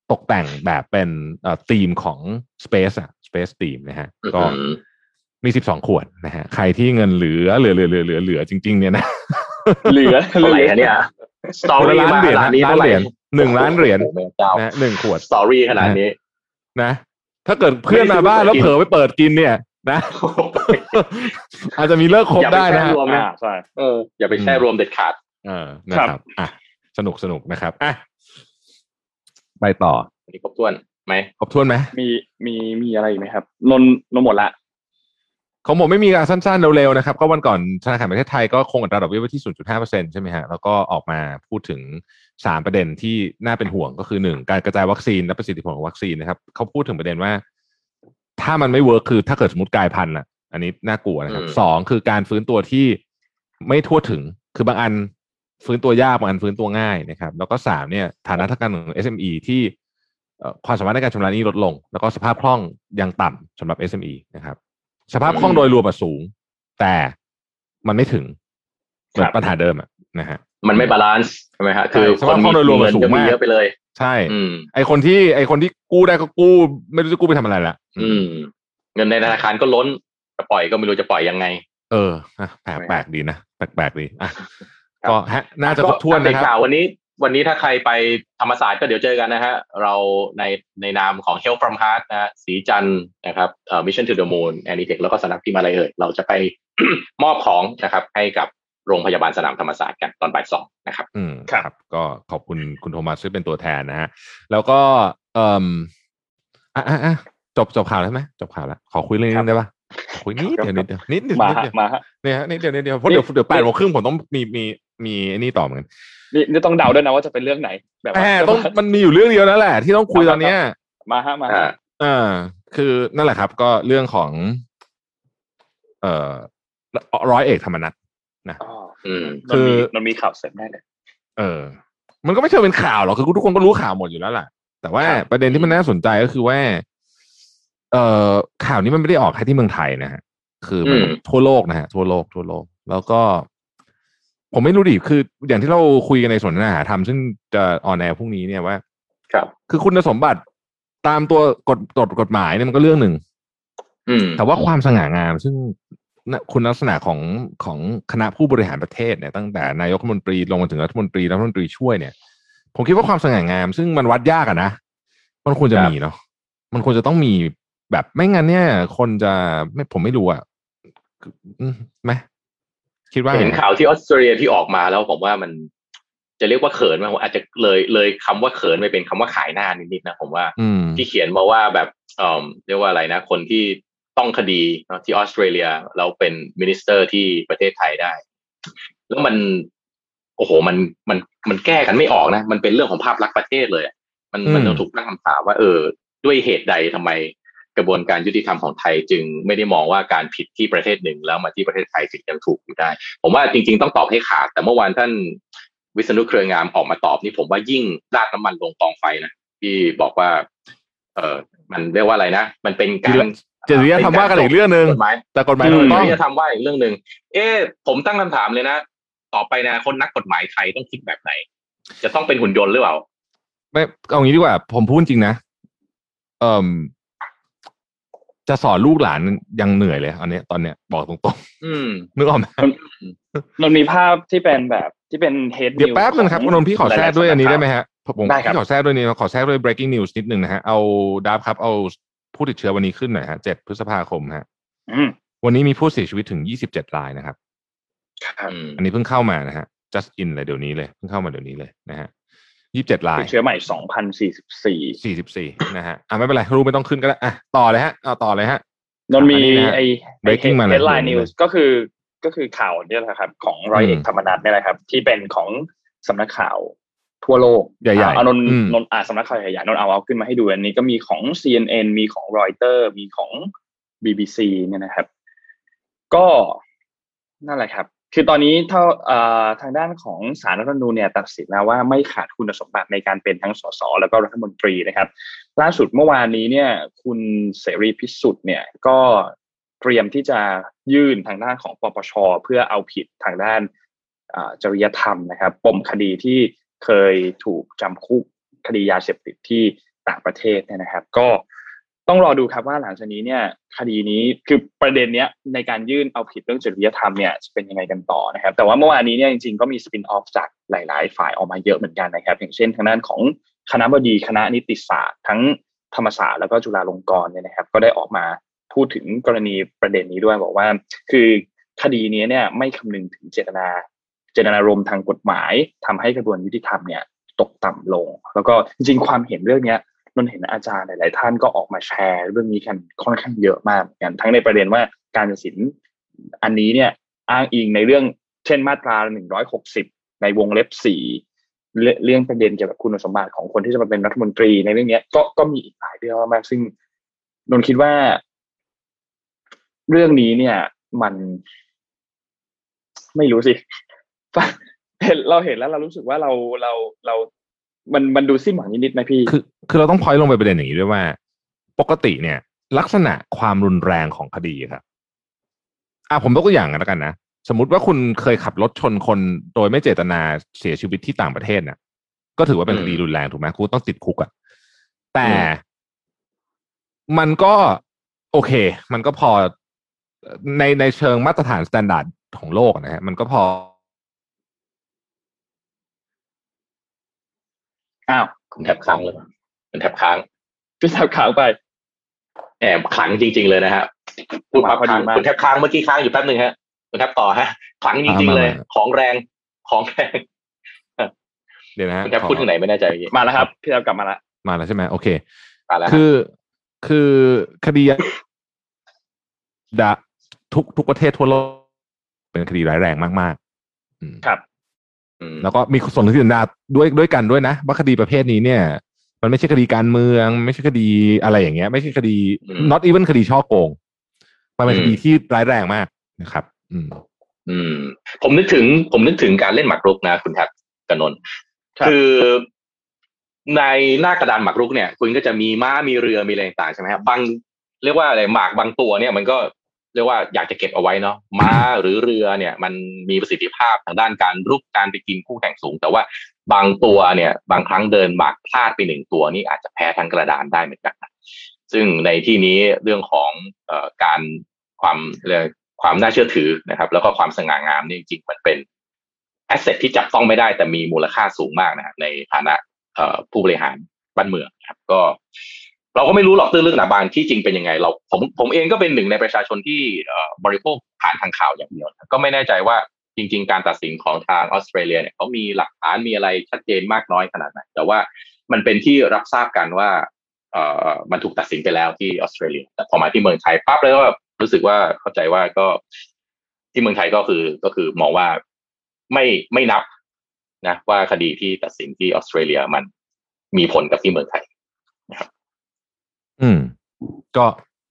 Speaker 4: ตกแต่งแบบเป็นเอ่อธีมของ Space อ่ะ Space Theme นะฮะก็มีสิบสองขวดนะฮะใครที่เงินเหลือเหลือเหลือเหลือเหลือเหลือจริงๆเนี่ยนะ
Speaker 6: เหลือเท่าไหร่
Speaker 5: เนี่ยสตอรี่
Speaker 4: ล้านเหรียญล้านเหรียญหนึ่งล้านเหรียญนะหนึ่งขวด
Speaker 5: สตอรี่ขนาดนี้
Speaker 4: นะถ้าเกิดเพื่อนมาบ้านแล้วเผลอไปเปิดกินเนี่ยนะอาจจะมีเลิกคบได้นะ
Speaker 5: ใช่เอออย่าไปแช่รวมเด็ดขาด
Speaker 4: เออนะครับอ่ะสนุกสนุกนะครับอ่ะไปต่อ
Speaker 5: อันนี้ครบถ้วนไหม
Speaker 4: ครบถ้วนไหม
Speaker 6: มีมีมีอะไรไหมครับนนนนหมดละ
Speaker 4: ของผมไม่มีการสั้นๆเร็วๆนะครับก็วันก่อนธนาคารประเทศไทยก็คงอัตราดอกเบี้ยไว้ที่ ศูนย์จุดห้าเปอร์เซ็นต์ ใช่ไหมฮะแล้วก็ออกมาพูดถึงสามประเด็นที่น่าเป็นห่วงก็คือหนึ่งการกระจายวัคซีนและประสิทธิผลของวัคซีนนะครับเขาพูดถึงประเด็นว่าถ้ามันไม่เวิร์คคือถ้าเกิดสมมติกลายพันธุ์อ่ะอันนี้น่ากลัวนะครับสองคือการฟื้นตัวที่ไม่ทั่วถึงคือบางอันฟื้นตัวยากบางอันฟื้นตัวง่ายนะครับแล้วก็สามเนี่ยฐานะทางการเงินของ เอส เอ็ม อี ที่ความสามารถในการชำระหนี้ลดลงแล้วก็สภาพคล่องยังต่ำสำหรับ เอส เอ็ม อี นะครับสภาพคล่องโดยรวมสูงแต่มันไม่ถึงเหมือนปัญหาเดิมอ่ะนะฮะ
Speaker 5: มันไม่บาลานซ์ใช่ไหมฮะคือ
Speaker 4: สภาพคล่องโดยรวมสูงมาก
Speaker 5: เยอะไปเลย
Speaker 4: ใช่ไอคนที่ไอคนที่กู้ได้ก็กู้ไม่รู้จะกู้ไปทำอะไรละ
Speaker 5: อืมเงินในธนาคารก็ล้นจะปล่อยก็ไม่รู้จะปล่อยยังไง
Speaker 4: เออแปลกแปลกดีนะแปลกแปลกดีอ่ะก็ฮะน่าจะครบถ้วนนะครับ
Speaker 5: วันนี้วันนี้ถ้าใครไปธรรมศาสตร์ก็เดี๋ยวเจอกันนะฮะเราในในนามของ Health from Heart นะฮะสีจันทร์นะครับเอ่อ Mission to the Moon Anitech แล้วก็สำนักพิมพ์อะไรเอ่ยเราจะไป มอบของนะครับให้กับโรงพยาบาลสนามธรรมศาสตร์กันตอนบ่ายสองนะครับ
Speaker 4: อืมครับก็ขอบคุณคุณโทมัสที่เป็นตัวแทนนะฮะแล้วก็เอ่ออ่ะอ่ะอ่ะจบจบข่าวแล้วไหมจบข่าวแล้วขอคุยเรื่องนี้ได้ปะคุยนิดเดียวนิดเดียวนิดเดียว
Speaker 6: มามา
Speaker 4: เนี่ยนิดเดียวนิดเดียวเพราะเดี๋ยวเดี๋ยวแปดโมงครึ่งผมต้องมีมีมีนี่ต่อเหมือนกัน
Speaker 6: นี่นี่ต้องเดาด้วยนะว่าจะเป็นเรื่องไหน
Speaker 4: แบบว่าต้องมันมีอยู่เรื่องเดียวนั่นแหละที่ต้องคุยตอนนี้
Speaker 6: มาฮะมา
Speaker 4: อ่าคือนั่นแหละครับก็เรื่องของเอ่อร้อยเอกธรรมนัสนะ
Speaker 6: คือมันมีข่าวเสร็จแน่เลย
Speaker 4: เออมันก็ไม่เชิงเป็นข่าวหรอกคือทุกคนก็รู้ข่าวหมดอยู่แล้วแหละแต่ว่าประเด็นที่มันน่าสนใจก็คือว่าเอ่อข่าวนี้มันไม่ได้ออกแค่ที่เมืองไทยนะฮะคือมันทั่วโลกนะฮะทั่วโลกทั่วโลกแล้วก็ผมไม่รู้ดิคืออย่างที่เราคุยกันในสนทนาหาธรรมซึ่งจะออนแอร์พรุ่งนี้เนี่ยว่า
Speaker 5: ครับ
Speaker 4: คือคุณสมบัติตามตัวกฎกฎกฎหมายเนี่ยมันก็เรื่องหนึ่งแต่ว่าความสง่างามซึ่งคุณลักษณะของของคณะผู้บริหารประเทศเนี่ยตั้งแต่นายกรัฐมนตรีลงมาถึงรัฐมนตรีรัฐมนตรีช่วยเนี่ยผมคิดว่าความสง่างามซึ่งมันวัดยากอะนะมันควรจะมีเนาะมันควรจะต้องมีแบบไม่งั้นเนี่ยคนจะไม่ผมไม่รู้อะไหมคิดว่า
Speaker 5: เห็นข่าวที่ออสเตรเลียที่ออกมาแล้วผมว่ามันจะเรียกว่าเขินไหมผมอาจจะเลยเลยคำว่าเขินไปเป็นคำว่าขายหน้านิดๆนะผมว่าที่เขียนมาว่าแบบเอ่อเรียกว่าอะไรนะคนที่ต้องคดีที่ออสเตรเลียเราเป็นมินิสเตอร์ที่ประเทศไทยได้แล้วมันโอ้โหมันมันมันแก้กันไม่ออกนะมันเป็นเรื่องของภาพลักษณ์ประเทศเลยมันมันต้องถูกตั้งคำถามว่าเออด้วยเหตุใดทำไมกระบวนการยุติธรรมของไทยจึงไม่ได้มองว่าการผิดที่ประเทศหนึ่งแล้วมาที่ประเทศไทยจึงยังถูกอยู่ได้ผมว่าจริงๆต้องตอบให้ขาดแต่เมื่อวานท่านวิษณุเครืองามออกมาตอบนี่ผมว่ายิ่งราดน้ำมันลงกองไฟนะที่บอกว่าเออมันเรียกว่าอะไรนะมันเป็นการ
Speaker 4: จริยธรรมว่ากันอีกเรื่องนึงแต่กฎหมาย
Speaker 5: ต้องจริยธรรมว่าอีกเรื่องนึงเอ๊ะผมตั้งคำถามเลยนะต่อไปนะคนนักกฎหมายไทยต้องคิดแบบไหนจะต้องเป็นหุ่นยนต์หรือเปล่า
Speaker 4: ไม่เอางี้ดีกว่าผมพูดจริงนะเอ่อจะสอนลูกหลานยังเหนื่อยเลยอันนี้ตอนเนี้ยบอกตรงๆนึกออกไหม
Speaker 6: มันมีภาพที่เป็นแบบที่เป็นเฮด
Speaker 4: เดี๋ยวแป๊บนึงครับนนท์พี่ขอแทรกด้วยอันนี้ได้ไหมฮะผมพี่ขอแทรกด้วยนี่ขอแทรกด้วย breaking news นิดนึงนะฮะเอาดับครับเอาผู้ติดเชื้อวันนี้ขึ้นหน่อยฮะเจ็ดพฤษภาคมฮะวันนี้มีผู้เสียชีวิตถึงยี่สิบเจ็ดรายนะครับอันนี้เพิ่งเข้ามานะฮะ just in เลยเดี๋ยวนี้เลยเพิ่งเข้ามาเดี๋ยวนี้เลยนะฮะยี่สิบเจ็ดราย
Speaker 6: เชื้อใหม่ สองพันสี่สิบสี่
Speaker 4: สี่สิบสี่นะฮะอ่ะไม่เป็นไรรู้ไม่ต้องขึ้นก็ได้อ่ะต่อเลยฮะเอาต่อเลยฮะ
Speaker 6: นนมีไอ้ breaking มา headline news ก็คือก็คือข่าวเนี่ยนะครับของร้อยเอกธรรมนัสเนี่ยแหละครับที่เป็นของสำนักข่าวทั่วโลก
Speaker 4: ใหญ่ๆ
Speaker 6: เอานนนนอ่านสำนักข่าวใหญ่ๆนนเอาเอาขึ้นมาให้ดูอันนี้ก็มีของ ซี เอ็น เอ็น มีของ Reuters มีของ บี บี ซี เนี่ยนะครับก็นั่นแหละครับคือตอนนี้เท่าทางด้านของศาลรัฐธรรมนูญเนี่ยตัดสินแล้วว่าไม่ขาดคุณสมบัติในการเป็นทั้งสสแล้วก็รัฐมนตรีนะครับล่าสุดเมื่อวานนี้เนี่ยคุณเสรีพิสุทธิ์เนี่ยก็เตรียมที่จะยื่นทางด้านของปปช.เพื่อเอาผิดทางด้านจริยธรรมนะครับปมคดีที่เคยถูกจำคุกคดียาเสพติดที่ต่างประเทศเนี่ยนะครับก็ต้องรอดูครับว่าหลังจากนี้เนี่ยคดีนี้คือประเด็นเนี้ยในการยื่นเอาผิดเรื่องจริยธรรมเนี่ยจะเป็นยังไงกันต่อนะครับแต่ว่าเมื่อวานนี้เนี่ยจริงๆก็มีสปินออฟจากหลายๆฝ่ายออกมาเยอะเหมือนกันนะครับอย่างเช่นทางด้านของคณบดีคณะนิติศาสตร์ทั้งธรรมศาสตร์แล้วก็จุฬาลงกรณ์เนี่ยนะครับก็ได้ออกมาพูดถึงกรณีประเด็นนี้ด้วยบอกว่าคือคดีนี้เนี่ยไม่คำนึงถึงเจตนาเจตนารมณ์ทางกฎหมายทำให้กระบวนยุติธรรมเนี่ยตกต่ำลงแล้วก็จริงๆความเห็นเรื่องนี้นนเห็นอาจารย์หลายๆท่านก็ออกมาแชร์เรื่องนี้กันค่อนข้างเยอะมากเหมือนกันทั้งในประเด็นว่าการตัดสินอันนี้เนี่ยอ้างอิงในเรื่องเช่นมาตราหนึ่งร้อยหกสิบในวงเล็บสี่เรื่องประเด็นเกี่ยวกับคุณสมบัติของคนที่จะมาเป็นรัฐมนตรีในเรื่องนี้ก็ก็มีอีกหลายเรื่องมากซึ่งนนคิดว่าเรื่องนี้เนี่ยมันไม่รู้สิเห็นเราเห็นแล้วเรารู้สึกว่าเราเราเรามันมันดูสิ้นหวังนิดๆนะพี่
Speaker 4: คือคือเราต้องพอยต์ลงไปประเด็นอย่างนี้ด้วยว่าปกติเนี่ยลักษณะความรุนแรงของคดีครับอ่ะผมยกตัวอย่างกันแล้วกันนะสมมุติว่าคุณเคยขับรถชนคนโดยไม่เจตนาเสียชีวิตที่ต่างประเทศนะก็ถือว่าเป็นคดีรุนแรงถูกไหมคุณต้องติดคุกอ่ะแต่มันก็โอเคมันก็พอในในเชิงมาตรฐานสแตนดาร์ดของโลกนะฮะมันก็พอ
Speaker 6: อ้าว
Speaker 5: คุณแทบค้างเลยคุณแทบค้าง
Speaker 6: พี่แทบค้างไป
Speaker 5: แอบขังจริงๆเลยนะฮะพูดมาพอดีมากคุณแทบค้างเมื่อกี้ค้างอยู่แป๊บนึงฮะคุณแทบต่อฮะขังจริงๆเลยของแรงของแรง
Speaker 4: เดี๋ยวนะฮะ
Speaker 5: คุณแทบพูดถึงไหนไม่แน่ใจ
Speaker 6: มาแล้วครับพี่แทบกลับมาแล้ว
Speaker 4: มาแล้วใช่ไหมโอเค
Speaker 5: มาแล้ว
Speaker 4: คือคือคดีดะทุกทุกประเทศทั่วโลกเป็นคดีร้ายแรงมาก
Speaker 6: ๆครับ
Speaker 4: แล้วก็มีส่วนที่นาด้วยด้วยกันด้วยนะว่าคดีประเภทนี้เนี่ยมันไม่ใช่คดีการเมืองไม่ใช่คดีอะไรอย่างเงี้ยไม่ใช่คดี not even คดีช่อโกงมันเป็นคดีที่ร้ายแรงมากนะครับอืม
Speaker 5: อืมผมนึกถึงผมนึกถึงการเล่นหมากรุกนะคุณแทบกนนท์คือในหน้ากระดานหมากรุกเนี่ยคุณก็จะมีม้ามีเรือมีอะไรต่างๆใช่ไหมครับบางเรียกว่าอะไรหมากบางตัวเนี่ยมันก็เรียกว่าอยากจะเก็บเอาไว้เนาะม้าหรือเรือเนี่ยมันมีประสิทธิภาพทางด้านการรุกการไปกินคู่แข่งสูงแต่ว่าบางตัวเนี่ยบางครั้งเดินหมากพลาดไปหนึ่งตัวนี่อาจจะแพ้ทางกระดานได้เหมือนกันซึ่งในที่นี้เรื่องของเอ่อการความเรียกความน่าเชื่อถือนะครับแล้วก็ความสง่างามนี่จริงๆมันเป็นแอสเซทที่จับต้องไม่ได้แต่มีมูลค่าสูงมากนะครับในฐานะเอ่อผู้บริหารบ้านเมืองครับก็เราก็ไม่รู้หรอกตื้นลึกหนาบางที่จริงเป็นยังไงเราผมผมเองก็เป็นหนึ่งในประชาชนที่บริโภคผ่านทางข่าวอย่างเดียวก็ไม่แน่ใจว่าจริงๆการตัดสินของทางออสเตรเลียเนี่ยเขามีหลักฐานมีอะไรชัดเจนมากน้อยขนาดไหนแต่ว่ามันเป็นที่รับทราบกันว่าเอ่อมันถูกตัดสินไปแล้วที่ออสเตรเลียแต่พอมาที่เมืองไทยปั๊บเลยว่ารู้สึกว่าเข้าใจว่าก็ที่เมืองไทยก็คือก็คือมองว่าไม่ไม่นับนะว่าคดีที่ตัดสินที่ออสเตรเลียมันมีผลกับที่เมืองไทยนะครับ
Speaker 4: อืมก็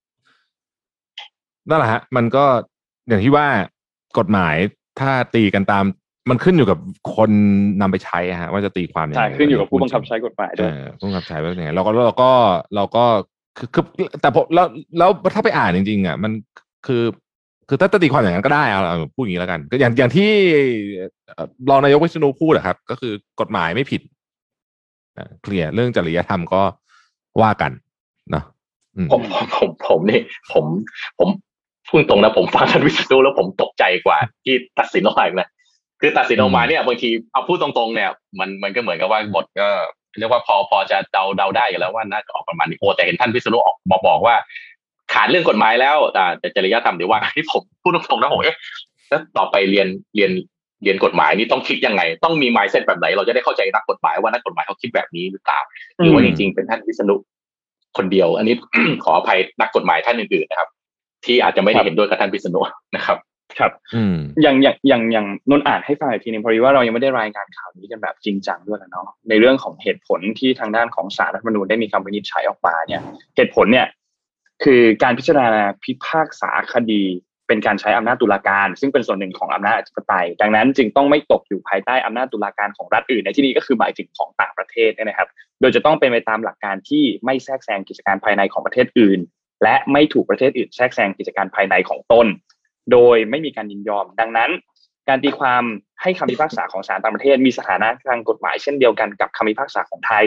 Speaker 4: นั่นแหละฮะมันก็อย่างที่ว่ากฎหมายถ้าตีกันตามมันขึ้นอยู่กับคนนำไปใช้ฮะว่าจะตีความยังไง
Speaker 6: ใช่ขึ้นอยู่กับผู้บังคับใช้กฎหมายด้วย
Speaker 4: ผู้บังคับใช้ว่ายังไงเราก็เราก็เราก็คือคือแต่พอแล้วแล้วถ้าไปอ่านจริงๆอ่ะมันคือคือถ้าจะตีความอย่างนั้นก็ได้เอาพูดอย่างนี้แล้วกันก็อย่างอย่างที่รองนายกวิษณุพูดอะครับก็คือกฎหมายไม่ผิดเคลียร์เรื่องจริยธรรมก็ว่ากันนะ
Speaker 5: ผมผมผมนี่ผมผมพูดตรงนะผมฟังท่านวิษณุแล้วผมตกใจกว่าที่ตัดสินออกมาอีกนะคือตัดสินออกมาเนี่ยบางทีเอาพูดตรงๆเนี่ยมันมันก็เหมือนกับว่าบทก็เรียกว่าพอพอจะเดาเดาได้กันแล้วว่าน่าจะออกประมาณนี้โอ้แต่เห็นท่านวิษณุออกมาบอกว่าขาดเรื่องกฎหมายแล้วแต่จริยธรรมเดี๋ยวว่าที่ผมพูดตรงๆนะผมเอ๊ะแล้วต่อไปเรียนเรียนเรียนกฎหมายนี่ต้องคิดยังไงต้องมี mindset แบบไหนเราจะได้เข้าใจนักกฎหมายว่านักกฎหมายเขาคิดแบบนี้หรือเปล่าหรือว่าจริงๆเป็นท่านวิษณุคนเดียวอันนี้ ขออภัยนักกฎหมายท่านอื่นๆนะครับที่อาจจะไม่ได้เห็นด้วยกับท่านวิษณุนะครับ
Speaker 6: ครับอย่างอย่างอย่างอย่างนนอ่านให้ฟังอีกทีนึงพอดีว่าเรายังไม่ได้รายงานข่าวนี้กันแบบจริงจังด้วยนะเนาะในเรื่องของเหตุผลที่ทางด้านของศาลรัฐธรรมนูญได้มีคำวินิจฉัยออกมาเนี่ยเหตุผลเนี่ยคือการพิจารณาพิพากษาคดีเป็นการใช้อำนาจตุลาการซึ่งเป็นส่วนหนึ่งของอำนาจอธิปไตยดังนั้นจึงต้องไม่ตกอยู่ภายใต้อำนาจตุลาการของรัฐอื่นในที่นี้ก็คือหมายถึงของต่างประเทศนะครับโดยจะต้องเป็นไปตามหลักการที่ไม่แทรกแซงกิจการภายในของประเทศอื่นและไม่ถูกประเทศอื่นแทรกแซงกิจการภายในของตนโดยไม่มีการยินยอมดังนั้นการตีความให้คำพิพากษาของศาลต่างประเทศมีสถานะทางกฎหมายเช่นเดียวกันกับคำพิพากษาของไทย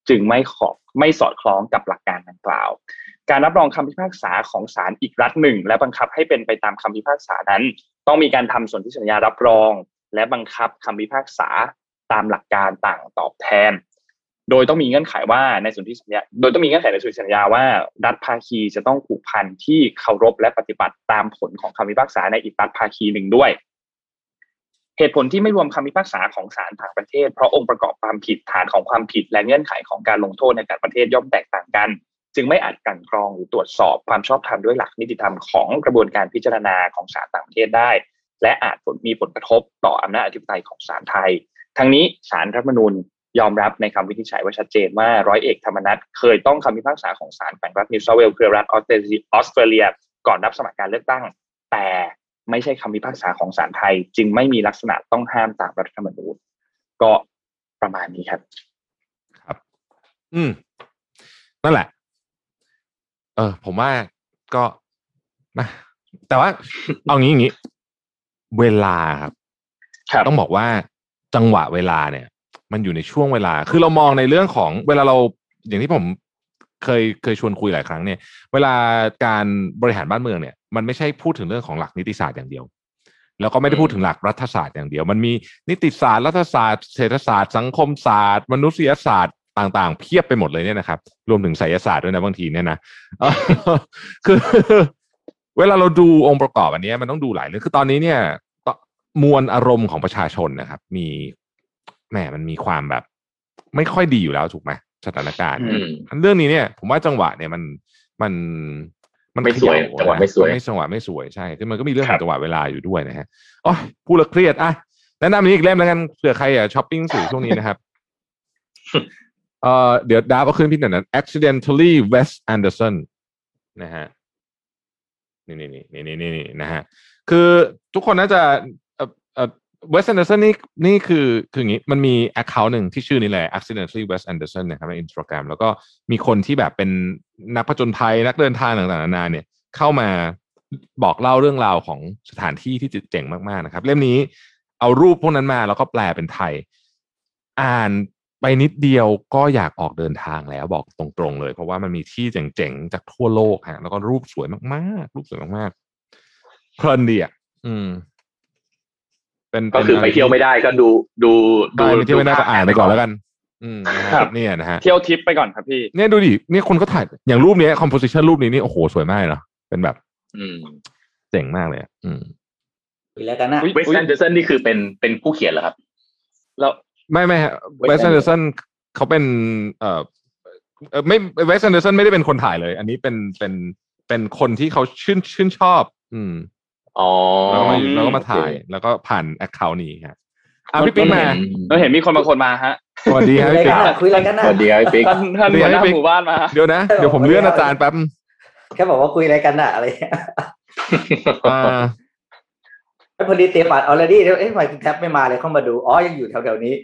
Speaker 6: จึงไม่ขอไม่สอดคล้องกับหลักการดังกล่าวการรับรองคำพิพากษาของศาลอีกรัฐหนึ่งและบังคับให้เป็นไปตามคำพิพากษานั้นต้องมีการทำสนธิสัญญารับรองและบังคับคำพิพากษาตามหลักการต่างตอบแทนโดยต้องมีเงื่อนไขว่าในสนธิสัญญาโดยต้องมีเงื่อนไขในสนธิสัญญาว่ารัฐภาคีจะต้องผูกพันที่เคารพและปฏิบัติตามผลของคำพิพากษาในอีกรัฐภาคีหนึ่งด้วยเหตุผลที่ไม่รวมคำพิพากษาของศาลต่างประเทศเพราะองค์ประกอบความผิดฐานของความผิดและเงื่อนไขของการลงโทษในแต่ละประเทศย่อมแตกต่างกันจึงไม่อาจกลั่นกรองหรือตรวจสอบความชอบธรรมด้วยหลักนิติธรรมของกระบวนการพิจารณาของศาลต่างประเทศได้และอาจมีผลกระทบต่ออำนาจอธิปไตยของศาลไทยทั้งนี้ศาลรัฐธรรมนูญยอมรับในคำวินิจฉัยว่าชัดเจนว่าร้อยเอกธรรมนัสเคยต้องคำพิพากษาของศาลแขวงรัฐนิวเซาท์เวลส์เครือรัฐออสเตรเลียออสเตรเลียก่อนรับสมัครการเลือกตั้งแต่ไม่ใช่คำพิพากษาของศาลไทยจึงไม่มีลักษณะต้องห้ามตามรัฐธรรมนูญก็ประมาณนี้ครับ
Speaker 4: ครับอืมนั่นแหละเออผมว่าก็นะแต่ว่า เอางี้อย่างนี้เวลาครับต้องบอกว่าจังหวะเวลาเนี่ยมันอยู่ในช่วงเวลาคือเรามองในเรื่องของเวลาเราอย่างที่ผมเคยเคยชวนคุยหลายครั้งเนี่ยเวลาการบริหารบ้านเมืองเนี่ยมันไม่ใช่พูดถึงเรื่องของหลักนิติศาสตร์อย่างเดียวแล้วก็ไม่ได้พูดถึงหลักรัฐศาสตร์อย่างเดียวมันมีนิติศาสตร์รัฐศาสตร์เศรษฐศาสตร์สังคมศาสตร์มนุษยศาสตร์ต่างๆเพียบไปหมดเลยเนี่ยนะครับรวมถึงไสยศาสตร์ด้วยนะบางทีเนี่ยนะคือเวลาเราดูองค์ประกอบอันนี้มันต้องดูหลายเรื่องคือตอนนี้เนี่ยมวลอารมณ์ของประชาชนนะครับมีแหมมันมีความแบบไม่ค่อยดีอยู่แล้วถูกไหมสถานการณ์เรื่องนี้เนี่ยผมว่าจังหวะเนี่ยมันมันมัน
Speaker 5: ไม่สวยจังหวะไม่สวย
Speaker 4: ไม่จังหวะไม่สวยใช่คือมันก็มีเรื่องของจังหวะเวลาอยู่ด้วยนะฮะอ๋อพูดแล้วเครียดอ่ะแนะนำนี้อีกเล่มแล้วกันเผื่อใครอ่ะช้อปปิ้งสื่อช่วงนี้นะครับเอ่อเดี๋ยวดาบเอาขึ้นพี่หน่อยนะ accidentally Wes Anderson นะฮะนี่นี่นี่นี่นี่นี่นะฮะคือทุกคนน่าจะเอ่อเอ่อ Wes Anderson นี่นี่คือคืออย่างนี้มันมี account หนึ่งที่ชื่อนี้แหละ accidentally Wes Anderson นะครับใน Instagram แล้วก็มีคนที่แบบเป็นนักผจญภัยนักเดินทางต่างๆนานาเนี่ยเข้ามาบอกเล่าเรื่องราวของสถานที่ที่เจ๋งมากๆนะครับเล่มนี้เอารูปพวกนั้นมาแล้วก็แปลเป็นไทยอ่านไปนิดเดียวก็อยากออกเดินทางแล้วบอกตรงๆเลยเพราะว่ามันมีที่เจ๋งๆจากทั่วโลกฮะแล้วก็รูปสวยมากๆรูปสวยมากๆเพลินดีอ่ะอืมเป็น
Speaker 5: ก็คือไปเที่ยวไม่ได้ก็ดูดู
Speaker 4: ดูไปเที่ยวไม่ได้ก็อ่านไปก่อนแล้วกันอืมนะครับเนี่ยนะฮะ
Speaker 6: เที่ยวทิปไปก่อนครับพี่
Speaker 4: เนี่ยดูดิเนี่ยคนก็ถ่ายอย่างรูปนี้ composition รูปนี้นี่โอ้โหสวยมากเนาะเป็นแบบ
Speaker 5: อืม
Speaker 4: เจ๋งมากเลยอืม
Speaker 7: แล้วกันนะ
Speaker 5: Wes Anderson นี่คือเป็นเป็นผู้เขียนเหรอครับ
Speaker 6: แล้ว
Speaker 4: ไม่ไม่ฮะ Wes Anderson เขาเป็นเอ่อไม่ Wes Anderson ไม่ได้เป็นคนถ่ายเลยอันนี้เป็นเป็นเป็นคนที่เขาชื่นชื่นชอบอืม
Speaker 5: อ๋อ
Speaker 4: แล้วก็มาแล้วก็มาถ่ายแล้วก็ผ่าน account นี้ฮะอ่ะพี่ปิ๊กมา
Speaker 6: เราเห็นมีคนบางคนมาฮะ
Speaker 4: สวัสดีครับพี่ปิ๊ก
Speaker 7: คุยอะไรกันนะ
Speaker 5: สวัสดีครับพี่ปิ๊ก
Speaker 6: ท่านหัวหน้าหมู่บ้านมา
Speaker 4: เดี๋ยวนะเดี๋ยวผมเลื่อนอาจารย์แป๊บ
Speaker 7: แค่บอกว่าคุยอะไรกันน่ะอะไร
Speaker 4: อ่า
Speaker 7: พอดีเตรียมบัตร already เอ๊ะทำไมคุณแท็บไม่มาเลยเข้ามาดูอ๋อยังอยู่แถวๆนี้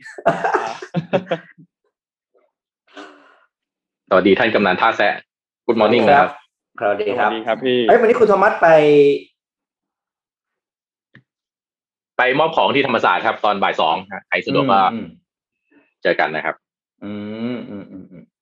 Speaker 5: สวัสดีท่านกำนันท่าแซะ Good morning นะครับ
Speaker 7: สวัสดีครับ
Speaker 6: สวัสดีครับพี่
Speaker 7: เอ้ยวันนี้คุณโทมัสไป
Speaker 5: ไปมอบของที่ธรรมศาสตร์ครับตอนบ่ายสองใครสะดวกก็เจอกันนะครับ
Speaker 7: อืมอืมอืมอืม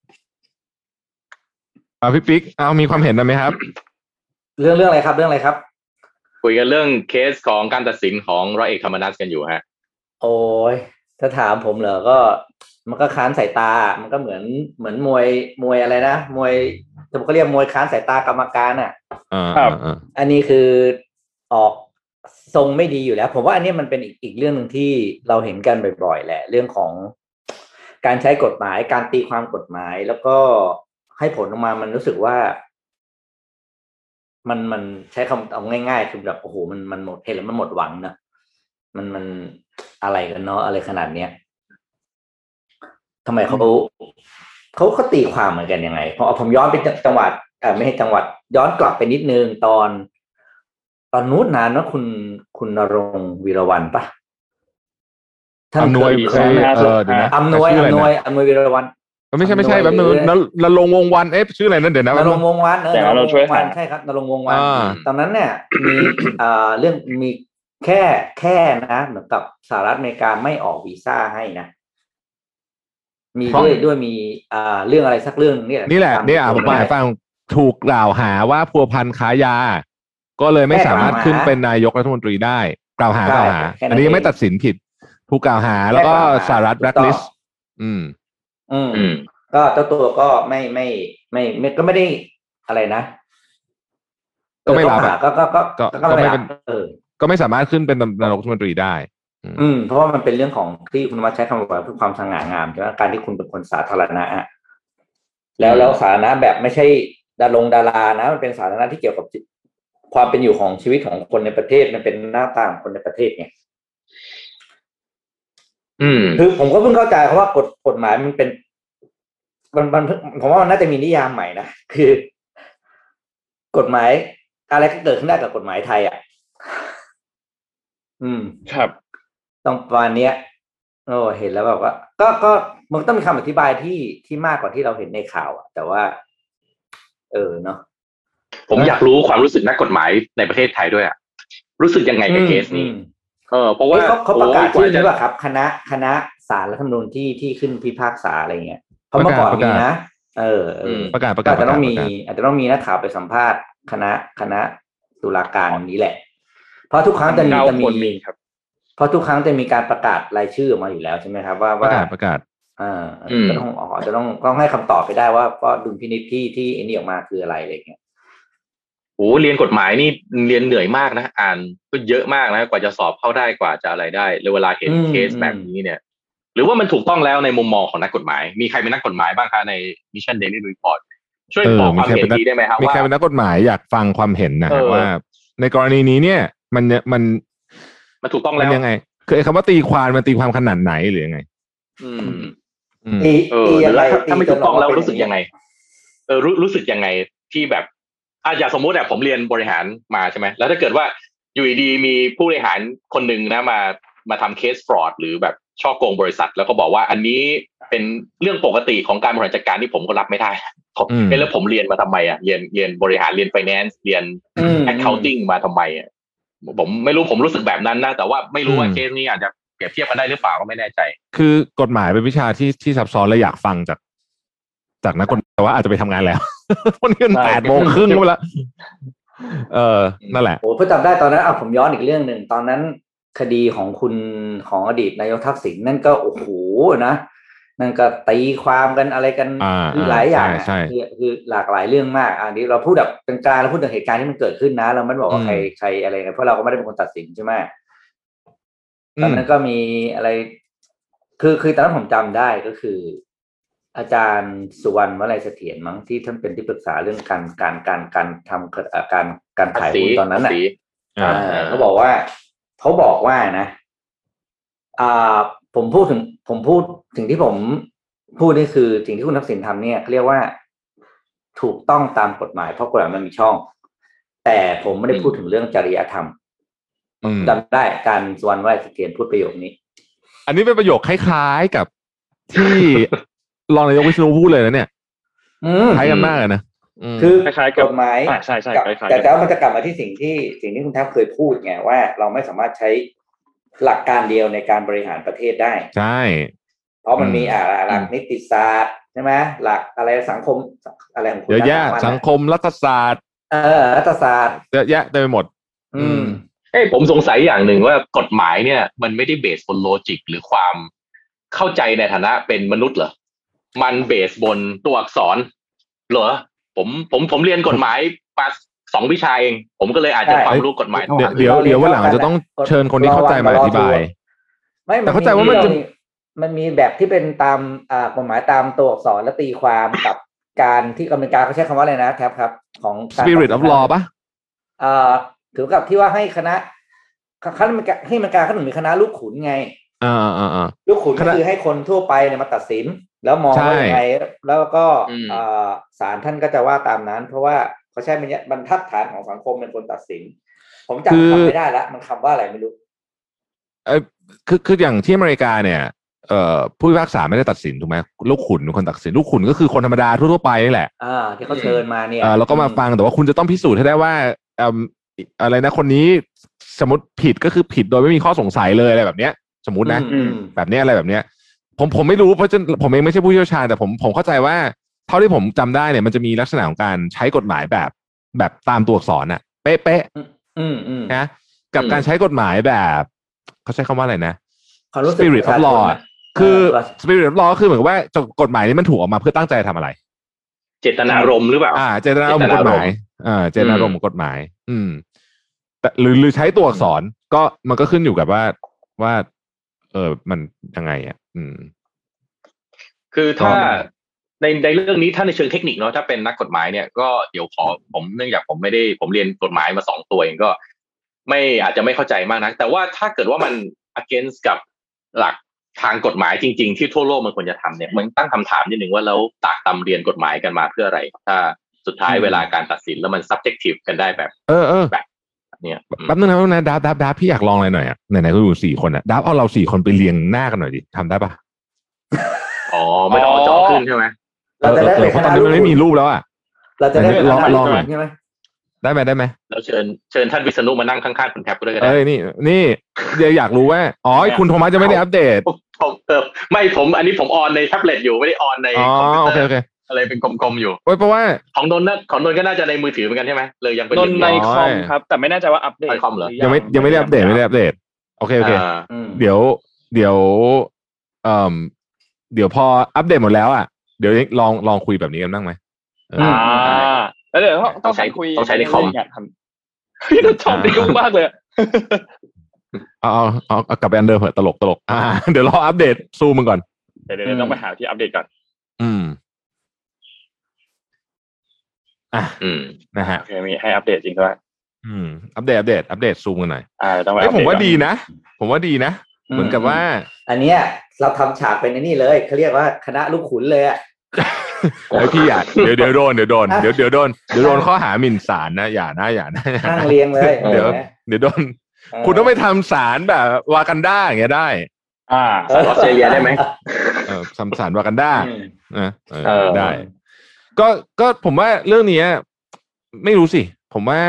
Speaker 4: อ่าพี่ปิ๊กเอามีความเห็นไหมครับ
Speaker 7: เรื่องเรื่องอะไรครับเรื่องอะไรครับ
Speaker 5: คุยกันเรื่องเคสของการตัดสินของร้อยเอกธรรมนัสกันอยู่ฮะ
Speaker 7: โอ้ยถ้าถามผมเหรอก็มันก็ค้านสายตามันก็เหมือนเหมือนมวยมวยอะไรนะมวยผมก็เรียกมวยค้านสายตากรรมการอ่ะ
Speaker 4: ครับ
Speaker 7: อันนี้คือออกทรงไม่ดีอยู่แล้วผมว่าอันนี้มันเป็นอีกอีกเรื่องนึงที่เราเห็นกันบ่อยๆแหละเรื่องของการใช้กฎหมายการตีความกฎหมายแล้วก็ให้ผลออกมามันรู้สึกว่ามันมันใช้คำเอาง่ายๆคือแบบโอ้โหมันมันหมดเห็นแล้วมันหมดหวังนะมันมันอะไรกันเนาะอะไรขนาดเนี้ยทำไมเขาเขาเขาตีความเหมือนกันยังไงพอผมย้อนไปจังหวัดเออไม่ใช่จังหวัดย้อนกลับไปนิดนึงตอนตอนนู้นนานว่าคุณคุณณรงค์วีรวรรณปะ
Speaker 4: ท่านอำนวยเออเดี๋ยวนะ
Speaker 7: อำนวยอำนวยอำนวยวีรวรรณ
Speaker 4: ไม่ใช่ไม่ใช่แบบนึงนรงค์วงศ์วรรณเอ๊ะชื่ออะไรนั่นเดี๋ยวนะ
Speaker 7: นรงค์วงศ์วรรณเออ
Speaker 6: เราช่วยหา
Speaker 7: ใช่ครับนรงค์วงศ์วรรณตอนนั้นเนี่ยมีอ่าเรื่องมีแค่แค่นะเหมือนกับสหรัฐอเมริกาไม่ออกวีซ่าให้นะมีด้วยด้วยมีอ่าเรื่องอะไรสักเรื่องนี่แหละ
Speaker 4: นี่แหละเนี่ยผมมาฟังถูกกล่าวหาว่าพัวพันค้ายาก็เลยไม่สามารถขึ้นเป็นนายกรัฐมนตรีได้กล่าวหากล่าวหาอันนี้ยังไม่ตัดสินผิดถูกกล่าวหาแล้วก็สหรัฐแบล็คลิสต์อืม
Speaker 7: อืมก็เจ้าตัวก็ไม่ไม่ไม่ไม่ก็ไม่ได้อะไรนะ
Speaker 4: ก็ไม่รับ
Speaker 7: ก็ก็ก็
Speaker 4: ก็ไม่เป็นก็ไม่สามารถขึ้นเป็นนายกรัฐมนตรีได้
Speaker 7: อืมเพราะว่ามันเป็นเรื่องของที่คุณวัชใช้คำว่าเพื่อความสง่างามใช่ไหมการที่คุณเป็นคนสาธารณะแล้วแล้วสาธารณะแบบไม่ใช่ดารงดารานะมันเป็นสาธารณะที่เกี่ยวกับความเป็นอยู่ของชีวิตของคนในประเทศมันเป็นหน้าตาของคนในประเทศไง
Speaker 5: อืม
Speaker 7: คือผมก็เพิ่งเข้าใจเพราะว่ากฎกฎหมายมันเป็นมันมันผมว่ามันน่าจะมีนิยามใหม่นะคือกฎหมายอะไรก็เกิดขึ้นได้กับกฎหมายไทยอ่ะอืม
Speaker 6: ครับ
Speaker 7: ต้องประมาณนี้โอ้เห็นแล้วแบบว่าก็ก็มันต้องมีคำอธิบายที่ที่มากกว่าที่เราเห็นในข่าวอ่ะแต่ว่าเออเนาะ
Speaker 5: ผมอยากรู้ความรู้สึกนักกฎหมายในประเทศไทยด้วยอ่ะรู้สึกยังไงกับเคสนี้เออเพราะว่า
Speaker 7: เขาเขาประกาศชื่อนี้ป่ะครับคณะคณะศาลรัฐธรรมนูญที่ที่ขึ้นพิพากษาอะไรเงี้ยเพราะเมื่อก่อนมีนะเออ
Speaker 4: ประกาศประกาศ
Speaker 7: อาจจะต้องมีอาจจะต้องมีนักข่าวไปสัมภาษณ์คณะคณะตุลาการนี้แหละเพราะทุกครั้งจะมีจะมีเพราะทุกครั้งจะมีการประกาศรายชื่อออกมาอยู่แล้วใช่ไหมครับว่า
Speaker 4: ว่าประกาศ
Speaker 7: อ่าจะต้องอ๋อจะต้องต้องให้คำตอบไปได้ว่าว่าดุลพินิจที่ที่ไอ้นี่ออกมาคืออะไรอะไรเงี้ย
Speaker 5: โอ้เรียนกฎหมายนี่เรียนเหนื่อยมากนะอ่านก็เยอะมากนะกว่าจะสอบเข้าได้กว่าจะอะไรได้เวลาเห็นเคสแบบนี้เนี่ยหรือว่ามันถูกต้องแล้วในมุมมองของนักกฎหมายมีใครเป็นนักกฎหมายบ้างคะใน Mission Daily Report ช่วยบอกความเห็นดีได้ไหมครับว่า
Speaker 4: มีใครเป็นนักกฎหมายอยากฟังความเห็นนะว่าในกรณีนี้เนี่ยมันเนี่ยมัน
Speaker 5: มันถูกต้องแล้ว
Speaker 4: ยังไงคือไอ้คำว่าตีความมันตีความขนาดไหนหรือยังไง
Speaker 5: อืมเออแล้วถ้าไม่ถูกต้องแล้วรู้สึกยังไงเออรู้รู้สึกยังไงที่แบบอ่ะอย่างสมมติแบบผมเรียนบริหารมาใช่ไหมแล้วถ้าเกิดว่าอยู่ดีมีผู้บริหารคนหนึ่งนะมามาทำเคสฟรอดหรือแบบช่อโกงบริษัทแล้วก็บอกว่าอันนี้เป็นเรื่องปกติของการบริหารจัดการที่ผมก็รับไม่ได้ผมแล้วผมเรียนมาทำไมอ่ะเรียนเรียนบริหารเรียนไฟแนนซ์เรียน accounting มาทำไมอ่ะผมไม่รู้ผมรู้สึกแบบนั้นนะแต่ว่าไม่รู้ว่าเคสนี้อาจจะเปรียบเทียบกันได้หรือเปล่าก็ไม่แน่ใจ
Speaker 4: คือกฎหมายเป็นวิชาที่ที่ซับซ้อนและอยากฟังจากจากนักกฎหมายแต่ว่าอาจจะไปทำงานแล้ววันนี้มันแปดโมงครึ่งไปแล้วเออนั่นแหละ
Speaker 7: โอ้เพื่อจำได้ตอนนั้นเอาผมย้อนอีกเรื่องหนึ่งตอนนั้นคดีของคุณของอดีตนายกทักษิณนั่นก็โอ้โหนะนั่นก็ตีความกันอะไรกันหลายอย่างคือคือหลากหลายเรื่องมากอันนี้เราพูดแบบกลางๆเราพูดถึงเหตุการณ์ที่มันเกิดขึ้นนะเราไม่บอกว่าใครใครอะไรกันเพราะเราก็ไม่ได้เป็นคนตัดสินใช่ไหมตอนนั้นก็มีอะไรคือคือตอนนั้นผมจำได้ก็คืออาจารย์สุวรรณวลัยเสถียรมั้งที่ท่านเป็นที่ปรึกษาเรื่องการการการการทำการการขายหุ้นตอนนั้นน่ะเขาบอกว่าเขาบอกว่านะอ่าผมพูดถึงผมพูดถึงที่ผมพูดนี่คือสิ่งที่คุณทักษิณทำเนี่ยเรียกว่าถูกต้องตามกฎหมายเพราะกฎหมายมันมีช่องแต่ผมไม่ได้พูดถึงเรื่องจริยธรรมจำได้การสุวรรณวลัยเสถียรพูดประโยคนี้
Speaker 4: อันนี้เป็นประโยคคล้ายๆกับที่รองนายกวิษณุพูดเลยนะเนี่ยคล้ายกันมากเลยนะ
Speaker 7: คือคล้ายๆกฎหมายใช่ใช่แต่แล้วมันจะกลับมาที่สิ่งที่สิ่งที่คุณแทบเคยพูดไงว่าเราไม่สามารถใช้หลักการเดียวในการบริหารประเทศได้
Speaker 4: ใช่
Speaker 7: เพราะมันมีอ่าหลักนิติศาสตร์ใช่ไหมหลักอะไรสังคมอะไรของคุณ
Speaker 4: เยอะแยะสังคมรัฐศาสตร์
Speaker 7: เออรัฐศาสตร์
Speaker 4: เยอะแยะเต็มไปหมด
Speaker 7: อืม
Speaker 5: เอ้ผมสงสัยอย่างหนึ่งว่ากฎหมายเนี่ยมันไม่ได้เบสบนโลจิกหรือความเข้าใจในฐานะเป็นมนุษย์เหรอมันเบสบนตัวอักษรเหรอผมผมผมเรียนกฎหมายมาสองวิชาเองผมก็เลยอาจจะความรู้กฎหมาย
Speaker 4: เดี๋ยวเดี๋ยววันหลังจะต้องเชิญคนที่เข้าใจมาอธิบาย
Speaker 7: ไม่แต่เข้าใจว่ามันจะมันมีแบบที่เป็นตามอ่ากฎหมายตามตัวอักษรและตีความกับการที่อเมริกาเขาใช้คำว่าอะไรนะแท็บครับของ
Speaker 4: Spirit of Law ป่ะ
Speaker 7: อ่าถือกับที่ว่าให้คณะคณะให้อเมริกาเขาถึงมีคณะลูกขุนไง
Speaker 4: อ่าอ่าอ่า
Speaker 7: ลูกขุนก็คือให้คนทั่วไปเนี่ยมาตัดสินแล้วมองว่ายังไงแล้วก็ศาลท่านก็จะว่าตามนั้นเพราะว่าเขาใช้บรรทัดฐานของสังคมเป็นคนตัดสินผมจำคำไม่ได้ละมันคำว่าอะไรไม่รู้
Speaker 4: เออคือคืออย่างที่อเมริกาเนี่ยเอ่อผู้พิพากษาไม่ได้ตัดสินถูกไหมลูกขุนเป็นคนตัดสินลูกขุนก็คือคนธรรมดาทั่วๆไปนี่แหละ
Speaker 7: อ่าที่เขาเชิญมาเนี่ย
Speaker 4: อ่าแล้วก็มาฟังแต่ว่าคุณจะต้องพิสูจน์ให้ได้ว่าเอ่ออะไรนะคนนี้สมมติผิดก็คือผิดโดยไม่มีข้อสงสัยเลยอะไรแบบเนี้ยสมมตินะแบบนี้อะไรแบบเนี้ยผมผมไม่รู้เพราะผมเองไม่ใช่ผู้เชี่ยวชาญแต่ผมผมเข้าใจว่าเท่าที่ผมจำได้เนี่ยมันจะมีลักษณะของการใช้กฎหมายแบบแบบตามตัวอักษรน่ะเป๊ะๆ
Speaker 7: อืมอืม
Speaker 4: นะกับการใช้กฎหมายแบบเขาใช้คำว่าอะไรนะ
Speaker 7: spirit
Speaker 4: of law คือ spirit of law คือเหมือนกับว่ากฎหมายนี้มันถูกออกมาเพื่อตั้งใจทำอะไร
Speaker 5: เจตนารมณ์หรือเปล่า
Speaker 4: อ่าเจตนารมณ์ของกฎหมายอ่าเจตนารมณ์ของกฎหมายอืมแต่หรือหรือใช้ตัวอักษรก็มันก็ขึ้นอยู่กับว่าว่าเออมันยังไงอ่ะอืม
Speaker 5: คือถ้าในในเรื่องนี้ถ้าในเชิงเทคนิคเนาะถ้าเป็นนักกฎหมายเนี่ยก็เดี๋ยวขอผมเนื่องจากผมไม่ได้ผมเรียนกฎหมายมาสองตัวเองก็ไม่อาจจะไม่เข้าใจมากนักแต่ว่าถ้าเกิดว่ามัน against กับหลักทางกฎหมายจริงๆที่ทั่วโลกมันควรจะทำเนี่ยมันตั้งคำถามนิดนึงว่าแล้วตากตำเรียนกฎหมายกันมาเพื่ออะไรถ้าสุดท้ายเวลาการตัดสินแล้วมัน subjective กันได้แบบ
Speaker 4: เออเออ
Speaker 5: แบบเนี่ย
Speaker 4: แป๊บนึงนะนะดับดับดับพี่อยากลองอะไรหน่อยอ่ะไหนๆก็อยู่สี่คนอ่ะดับเอาเราสี่คนไปเรียงหน้ากันหน่อยดิทำได้ปะ
Speaker 5: อ๋อไม่ต้องเอาจอขึ้นใช่ไหม
Speaker 7: เราจะได้
Speaker 4: เพราะตอนนี้มันไม่มีรูปแล้วอ่ะ
Speaker 7: เราจะได้
Speaker 4: ลองลองหน่อย
Speaker 7: ใช่ไหม
Speaker 4: ได้ไหมได้ไหม
Speaker 5: เราเชิญเชิญท่านวิษณุมานั่งข้างๆคุณแท็บก็ได้
Speaker 4: เอ้ยนี่นี่เดี๋ยวอยากรู้ว่าอ๋อคุณโทมัสจะไม่ได้อัปเดต
Speaker 5: ผมเออไม่ผมอันนี้ผมออนในแท็บเล็ตอยู่ไม่ได้ออนในคอมพิวเตอร์อะไรเป็นกลมๆอยู่
Speaker 4: เพราะว่า
Speaker 5: ของนนท์นะของนนท์ก็น่าจะในมือถือเหมือนกันใช่ไหมเลยยังเป็น
Speaker 6: นนท์ในคอมครับแต่ไม่แน่ใจว่าอัปเดต
Speaker 5: คอมเหรอ
Speaker 4: ยังไม่ยังไม่ได้อัปเดตไม่ได้อัปเดตโอเคโอเคเดี๋ยวเดี๋ยวเอ่อเดี๋ยวพออัปเดตหมดแล้วอ่ะเดี๋ยวลองลองคุยแบบนี้กันบ้างไหม
Speaker 6: อ่าแล้วเดี๋ยวต้องใช้คุย
Speaker 5: ต้องใช้ในคอม
Speaker 6: อยากทำพี่ต้องชอบดีมากเลย
Speaker 4: เอาเอาเอากลับไปอันเดิมเถอะตลกตลกอ่าเดี๋ยวรออัปเดตซูมมันก่อน
Speaker 6: เดี๋ยวเดี๋ยวต้องไปหาที่อัปเดตก่อน
Speaker 4: อืมอ่ะ
Speaker 5: อืม
Speaker 4: นะฮะ
Speaker 6: โอเคมีให้อัปเดตจริงด้วย
Speaker 4: อืมอัปเดตอัปเดตอัปเดตซูมกันหน่อย
Speaker 6: อ่าต้องไป
Speaker 4: ผมว่าดีนะผมว่าดีนะเหมือนกับว่า
Speaker 7: อันเนี้ยเราทำฉากเป็นนี่เลยเขาเรียกว่าคณะลูกขุนเลยอ่ะ
Speaker 4: ไอพี่อ่ะเดี๋ยวเดี๋ยวโดนเดี๋ยวโดนเดี๋ยวเดี๋ยวโดนเดี๋ยวโดนข้อหาหมิ่นศาลนะอย่านะอย่านะ
Speaker 7: นั่งเรียงเลย
Speaker 4: เดี๋ยวเดี๋ยวโดนคุณต้องไปทำศาลแบบวากันดาอย่างเงี้ยได้
Speaker 6: อ่า
Speaker 5: ออสเตรเลียได้ไหม
Speaker 4: เออทำศาลวากันดานะได้ก็ก็ผมว่าเรื่องนี้ไม่รู้สิผมว่า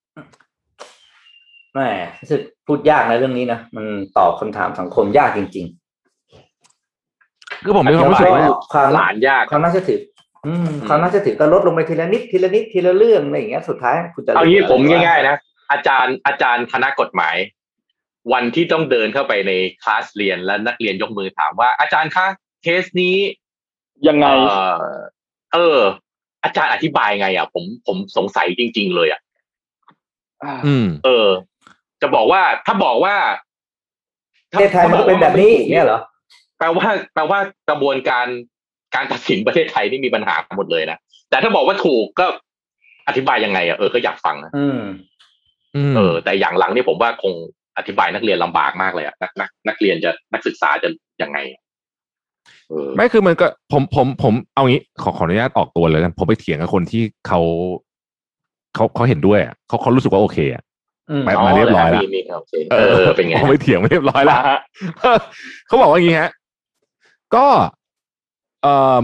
Speaker 7: แหมรู้สึกพูดยากนะเรื่องนี้นะมันตอบคำถามสังคมยากจริง
Speaker 4: ๆคือผมมีความรู้สึกว่า
Speaker 7: ความ
Speaker 5: หลานยาก
Speaker 7: ความน่าเชื่อถืออืมความน่าเชื่อถือก็ลดลงไปทีละนิดทีละนิดทีละเรื่องอะไรอย่างเงี้ยสุดท้ายคุณจะ
Speaker 5: เอางี้ผมง่ายๆนะอาจารย์อาจารย์คณะกฎหมายวันที่ต้องเดินเข้าไปในคลาสเรียนแล้วนักเรียนยกมือถามว่าอาจารย์คะเคสนี้
Speaker 6: ยังไง
Speaker 5: เอออาจารย์อธิบายไงอ่ะผมผมสงสัยจริงๆเลยอ่ะเออจะบอกว่าถ้าบอกว่า
Speaker 7: ประเทศไทยมันเป็นแบบนี้เนี่ยเหรอ
Speaker 5: แปลว่าแปลว่ากระบวนการการตัดสินประเทศไทยนี่มีปัญหาหมดเลยนะแต่ถ้าบอกว่าถูกก็อธิบายยังไงอ่ะเออก็อยากฟังนะเออแต่อย่างหลังนี่ผมว่าคงอธิบายนักเรียนลำบากมากเลยอ่ะนักนักนักเรียนจะนักศึกษาจะยังไง
Speaker 4: เออไม่คือมันก็ผมผมผมเอางี้ขอขออนุญาตออกตัวเลยกันผมไปเถียงกับคนที่เขาเขาเขาเห็นด้วยอ่ะเขาเขารู้สึกว่าโอเคอ่ะไปมาเรียบร้อยแล้ว
Speaker 5: เออเป็นไง
Speaker 4: เขาไปเถียงเรียบร้อยแล้วเขาบอกว่าอย่างนี้ฮะก็เอ่อ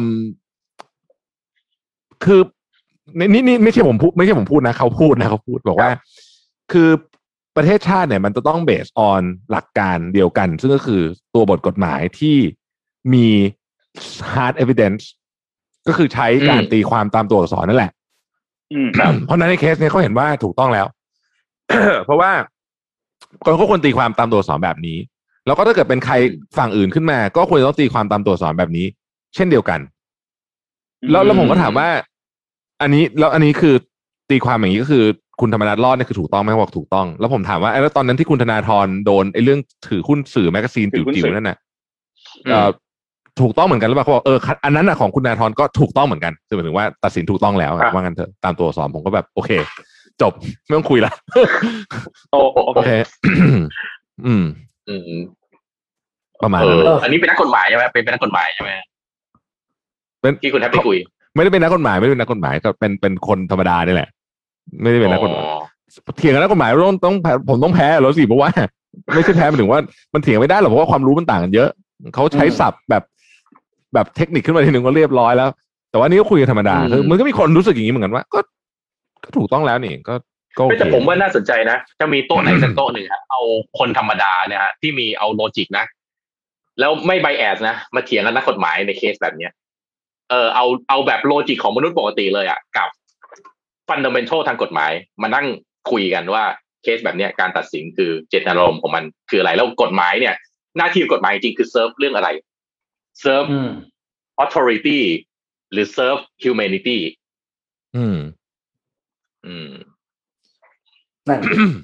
Speaker 4: คือนี่นี่ไม่ใช่ผมพูดไม่ใช่ผมพูดนะเขาพูดนะเขาพูดบอกว่าคือประเทศชาติเนี่ยมันจะต้องเบสออนหลักการเดียวกันซึ่งก็คือตัวบทกฎหมายที่มี hard evidence ก็คือใช้การตีความตามตัวอักษรนั่นแหละเพราะนั้นในเคสนี้เขาเห็นว่าถูกต้องแล้ว เพราะว่าคนก็ควรตีความตามตัวอักษรแบบนี้แล้วก็ถ้าเกิดเป็นใครฝั่งอื่นขึ้นมาก็ควรต้องตีความตามตัวอักษรแบบนี้เช่นเดียวกันแล้วแล้วผมก็ถามว่าอันนี้แล้วอันนี้คือตีความอย่างนี้ก็คือคุณธรรมนัสรอดเนี่ยคือถูกต้องไหมบอกถูกต้องแล้วผมถามว่าแล้วตอนนั้นที่คุณธนาธรโดนไอ้เรื่องถือหุ้นสื่อแมกกาซีนจิ๋วๆนั่นน่ะเอ่อถูกต้องเหมือนกันหรือเปล่าเขาบอกเอออันนั้นน่ะของคุณธนาธรก็ถูกต้องเหมือนกันคือหมายถึงว่าตัดสินถูกต้องแล้วว่างั้นเถอะตามตัวอักษรผมก็แบบโอเคจบไม่ต้องคุยละโอเคอืม
Speaker 5: อืม
Speaker 4: ประมาณนั้น
Speaker 5: อันนี้เป็นนักกฎหมายใช่ไหมเป็นเป็นนักกฎหมายใช่ไหม
Speaker 4: เป็น
Speaker 5: ที่คุณแทบไปคุย
Speaker 4: ไม่ได้เป็นนักกฎหมายไม่ได้เป็นนักกฎหมายก็เป็นเป็นคนธรรมดานี่แหละไม่ได้เป็นนักกฎหมายเถียงกันนักกฎหมายต้องต้องผมต้องแพ้แล้วสิเพราะว่าไม่ใช่แพ้หมายถึงว่ามันเถียงไม่ได้หรอกเพราะว่าความรู้มันต่างกันเยอะเขาใช้ศัพท์แบบแบบเทคนิคขึ้นมาทีนึงก็เรียบร้อยแล้วแต่ว่านี้ก็คุยกันธรรมดาคือมันก็มีคนรู้สึกอย่างนี้เหมือนกันว่าก็ก็ถูกต้องแล้วนี่ก็ก็
Speaker 5: แต่ผมว่าน่าสนใจนะจะมีโต๊ะไหนสักโต๊ะหนึ่งฮะเอาคนธรรมดาเนี่ยฮะที่มีเอาโลจิกนะแล้วไม่ไบแอสนะมาเถียงกันนักกฎหมายในเคสแบบเนี้ยเออเอาเอาแบบโลจิกของมนุษย์ปกติเลยอ่ะกับฟันดาเมนทัลทางกฎหมายมานั่งคุยกันว่าเคสแบบเนี้ยการตัดสินคือเจตนารมณ์ของมันคืออะไรแล้วกฎหมายเนี่ยหน้าที่กฎหมายจริงคือเซิร์ฟเรื่องอะไรเซิร์ฟ authority หรือเซิร์ฟ humanity
Speaker 4: อืม
Speaker 5: อืม
Speaker 7: นั่น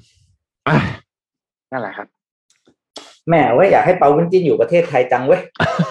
Speaker 6: นั่นแหละครับ
Speaker 7: แม่เว้ยอยากให้เปาบุญจิ้นอยู่ประเทศไทยจังเว้ย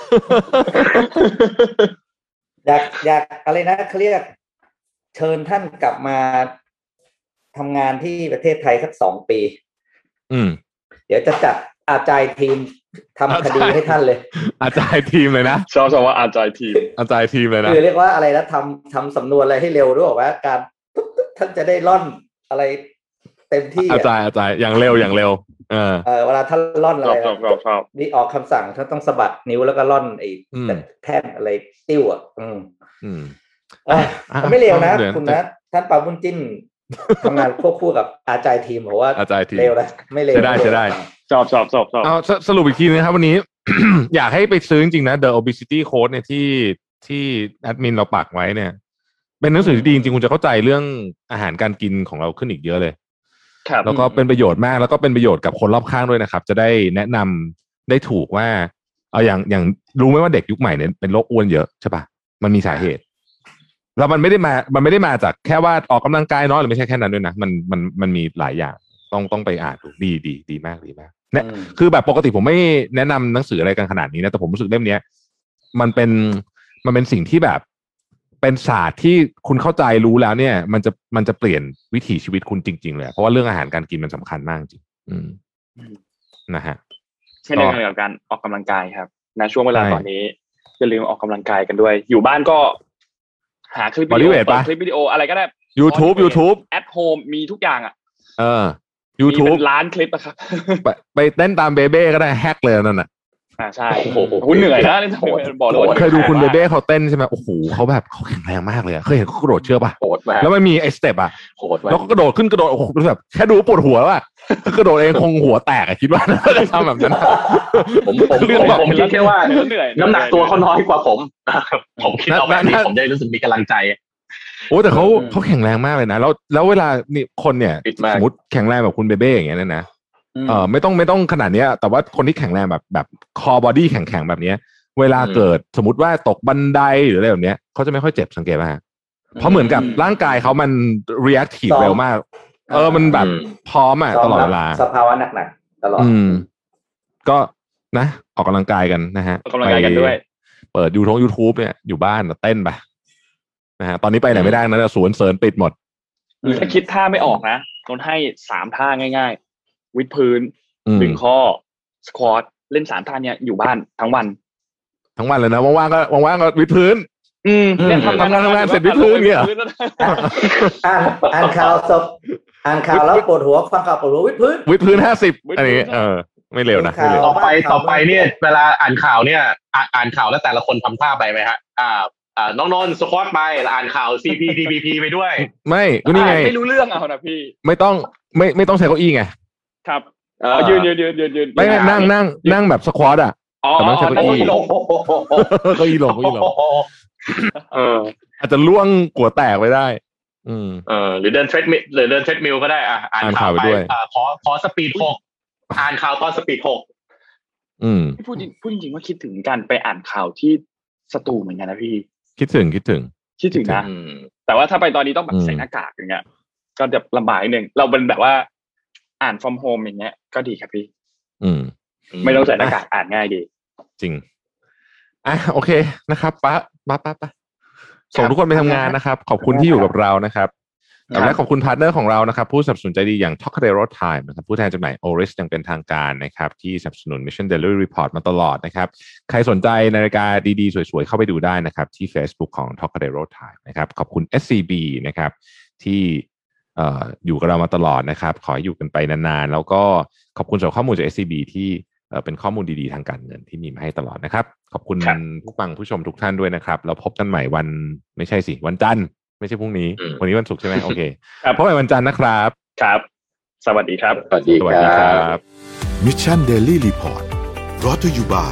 Speaker 7: อยากอยากอะไรนะเขาเรียกเชิญท่านกลับมาทำงานที่ประเทศไทยสักสองปี
Speaker 4: อืม
Speaker 7: เดี๋ยวจะจัดอาจารย์ทีมทำคดีให้ท่านเลย
Speaker 4: อาจารย์ทีมเลยนะ
Speaker 6: ชอบชอบว่าอาจารย์ทีม
Speaker 4: อาจารย์ทีมเลยนะ
Speaker 7: คือเรียกว่าอะไรนะทำทำสำนวนอะไรให้เร็วด้วยว่าการท่านจะได้ล่อนอะไรเต็มที่
Speaker 4: อาจารย์อาจารย์อย่างเร็วอย่างเร็วเออ
Speaker 7: เออเวลาท่านล่อนอะไร
Speaker 6: นี่
Speaker 7: ออกคำสั่งท่านต้องสะบัดนิ้วแล้วก็ล่อนไอ้แท่นอะไรติ้วอ่ะอืมอืมอ่าไม่เร็วนะคุณนะท่านเปาบุญจิ้นทำงานควบคู่กับอาจารย์ทีมบอกว่าเร็วนะไม่เร็ว
Speaker 4: จะได้จะได้
Speaker 6: ชอบชอบชอบชอบ
Speaker 4: เอาสรุปอีกทีนะครับวันนี้ อยากให้ไปซื้อจริงๆนะ The Obesity Code เนี่ยที่ที่แอดมินเราปักไว้เนี่ยเป็นหนังสือที่ดีจริงๆคุณจะเข้าใจเรื่องอาหารการกินของเราขึ้นอีกเยอะเลยแล้วก็เป็นประโยชน์มากแล้วก็เป็นประโยชน์กับคนรอบข้างด้วยนะครับจะได้แนะนำได้ถูกว่าเอาอย่างอย่างรู้ไหมว่าเด็กยุคใหม่เนี่ยเป็นโรคอ้วนเยอะใช่ป่ะมันมีสาเหตุแล้วมันไม่ได้มามันไม่ได้มาจากแค่ว่าออกกำลังกายน้อยหรือไม่ใช่แค่นั้นด้วยนะมันมันมันมีหลายอย่างต้องต้องไปอ่านดูดีดีดีมากดีมากเนี่ยคือแบบปกติผมไม่แนะนำหนังสืออะไรกันขนาดนี้นะแต่ผมรู้สึกเล่มนี้มันเป็นมันเป็นสิ่งที่แบบเป็นศาสตร์ที่คุณเข้าใจรู้แล้วเนี่ยมันจะมันจะเปลี่ยนวิถีชีวิตคุณจริงๆเลยเพราะว่าเรื่องอาหารการกินมันสำคัญมากจริงอืมนะฮะ
Speaker 6: เช่นเดียวกันกับการออกกำลังกายครับในช่วงเวลาตอนนี้อย่าลืมออกกำลังกายกันด้วยอยู่บ้านก็หาคลิปวิดีโอคลิปวิดีโออะไรก็ได้
Speaker 4: YouTube YouTube
Speaker 6: at home มีทุกอย่างอ่ะ
Speaker 4: เออ YouTube
Speaker 6: มีเป็นล้านคลิปอะครับ
Speaker 4: ไปไปเต้นตามเบเบ้ก็ได้แฮกเลยนั่นน่ะ
Speaker 6: อ่าใช่โอ้โหคุณเหนื่อยนะนี่โหดบอกเลย
Speaker 4: เคยดูคุณเบเบ้เขาเต้นใช่ไหมโอ้โหเขาแบบเขาแข็งแรงมากเลยเคยเห็นเขากระโดดเชือกป่ะ
Speaker 5: โหดมาก
Speaker 4: แล้วมันมีไอ้สเต็ปอ่ะ
Speaker 5: โหดมาก
Speaker 4: แล้วก็กระโดดขึ้นกระโดดโอ้โหแบบแค่ดูปวดหัวแล้วอ่ะกระโดดเองคงหัวแตกอ่ะคิดว่าจะทำแบบนั้น
Speaker 5: ผมผมผมคิดแค่ว่าน้ำหนักตัวเขาน้อยกว่าผมผมคิดเอาแบบนี้ผมได้รู้สึกมีกำลังใจ
Speaker 4: โอ้แต่เขาเขาแข็งแรงมากเลยนะแล้วแล้วเวลานี่คนเนี่ยสมมติแข็งแรงแบบคุณเบเบ้อย่างเงี้ยนะเออไม่ต้องไม่ต้องขนาดนี้แต่ว่าคนที่แข็งแรงแบบแบบคอบอดี้แข็งแข็งแบบนี้เวลาเกิดสมมติว่าตกบันไดหรืออะไรแบบนี้เขาจะไม่ค่อยเจ็บสังเกตไหมเพราะเหมือนกับร่างกายเขามัน reactive เร็วมากเออมันแบบพร้อมอ่ะตลอดเวลา
Speaker 7: สภาวะหนักๆตลอด
Speaker 4: อืมก็นะออกกำลังกายกันนะฮะ
Speaker 6: ออกกำลังกายกันด้วย
Speaker 4: เปิดยูทูบยูทูบเนี่ยอยู่บ้านเต้นไปนะฮะตอนนี้ไปไหนไม่ได้นะสวนเสริญปิดหมด
Speaker 6: หรือถ้าคิดท่าไม่ออกนะนนให้สามท่าง่ายๆวิดพื้นดึงข้อสควอตเล่นสามท่าเนี้ยอยู่บ้านทั้งวัน
Speaker 4: ทั้งวันเลยนะว่างๆก็ว่างๆก็วิดพื้น
Speaker 6: อืม
Speaker 4: เนี่ยทำงานทำงานเสร็จวิดพื้นเนี่ย
Speaker 7: อ่านอ่านข่าวจบอ่านข่าวแล้วปวดหัวฟังข่าวปวดหัววิดพื้น
Speaker 4: วิดพื้นห้าสิบอันนี้เออไม่เร็วนะ
Speaker 5: ต่อไปต่อไปเนี่ยเวลาอ่านข่าวเนี่ยอ่านข่าวแล้วแต่ละคนทำท่าไปไหมฮะอ่าอ่าน้องนนท์สควอตไปอ่านข่าว ซี พี ที พี พี ไปด้วย
Speaker 4: ไม่ก็นี่ไง
Speaker 6: ไม่รู้เรื่องเอานะพี่
Speaker 4: ไม่ต้องไม่ไม่ต้องใช้เก้าอี้ไง
Speaker 6: ครับเออยืนยืนยืนยืนยืน
Speaker 4: ไม่นั่งนั่งนั่งแบบสควอตอ่ะแต่ไม่ใช่เก้าอี้เก้าอี้ลงเก้าอี้ลงเอออาจจะล่วงหัวแตกไปได้อืม
Speaker 5: เออหรือเดินเทรดมิลหรือเดินเทรดมิลก็ได้อ่ะอ่านข่าวไปอ่าขอขอสปีดหกอ่านข่าวตอนสปีดหก
Speaker 4: อืม
Speaker 6: พูดจริงพูดจริงว่าคิดถึงการไปอ่านข่าวที่สตูเหมือนกันนะพี่
Speaker 4: คิดถึงคิดถึง
Speaker 6: คิดถึงนะแต่ว่าถ้าไปตอนนี้ต้องแบบใส่หน้ากากอย่างเงี้ยก็จะลำบากนิดนึงเราเป็นแบบว่าอ่าน from home อย่างเงี้ยก็ดีครับพี่
Speaker 4: อืม
Speaker 6: ไม่ต้องใส่หน้ากากอ่านง่ายดี
Speaker 4: จริงอ่ะโอเคนะครับป๊าป๊าป๊าป๊าส่งทุกคนไปทำงานนะครับขอบคุณที่อยู่กับเรานะครับและขอบคุณพาร์ทเนอร์ของเรานะครับผู้สนับสนุนใจดีอย่าง Tocadero Time นะครับผู้แทนจำหน่าย Oris อย่างเป็นทางการนะครับที่สนับสนุน Mission Daily Report มาตลอดนะครับใครสนใจนาฬิกาดีๆสวยๆเข้าไปดูได้นะครับที่ Facebook ของ Tocadero Time นะครับขอบคุณ เอส ซี บี นะครับที่เอ่ออยู่กับเรามาตลอดนะครับขอให้อยู่กันไปนานๆแล้วก็ขอบคุณสำหรับข้อมูลจาก เอส ซี บี ที่เอ่อเป็นข้อมูลดีๆทางการเงินที่มีมาให้ตลอดนะครับขอบคุณผู้ฟังผู้ชมทุกท่านด้วยนะครับแล้วพบกันใหม่วันไม่ใช่สิวันจันทร์ไม่ใช่พรุ่งนี้วันนี้วันศุกร์ใช่ไหมโอเคพบกันวันจันทร์นะครับ
Speaker 6: ครับสวัสดีครับ
Speaker 5: สวัสดีครับ
Speaker 1: Mission Daily Report brought to you by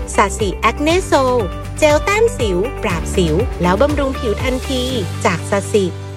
Speaker 2: ซาซิแอคเนโซเจลแต้มสิวปราบสิวแล้วบำรุงผิวทันทีจากซาซิ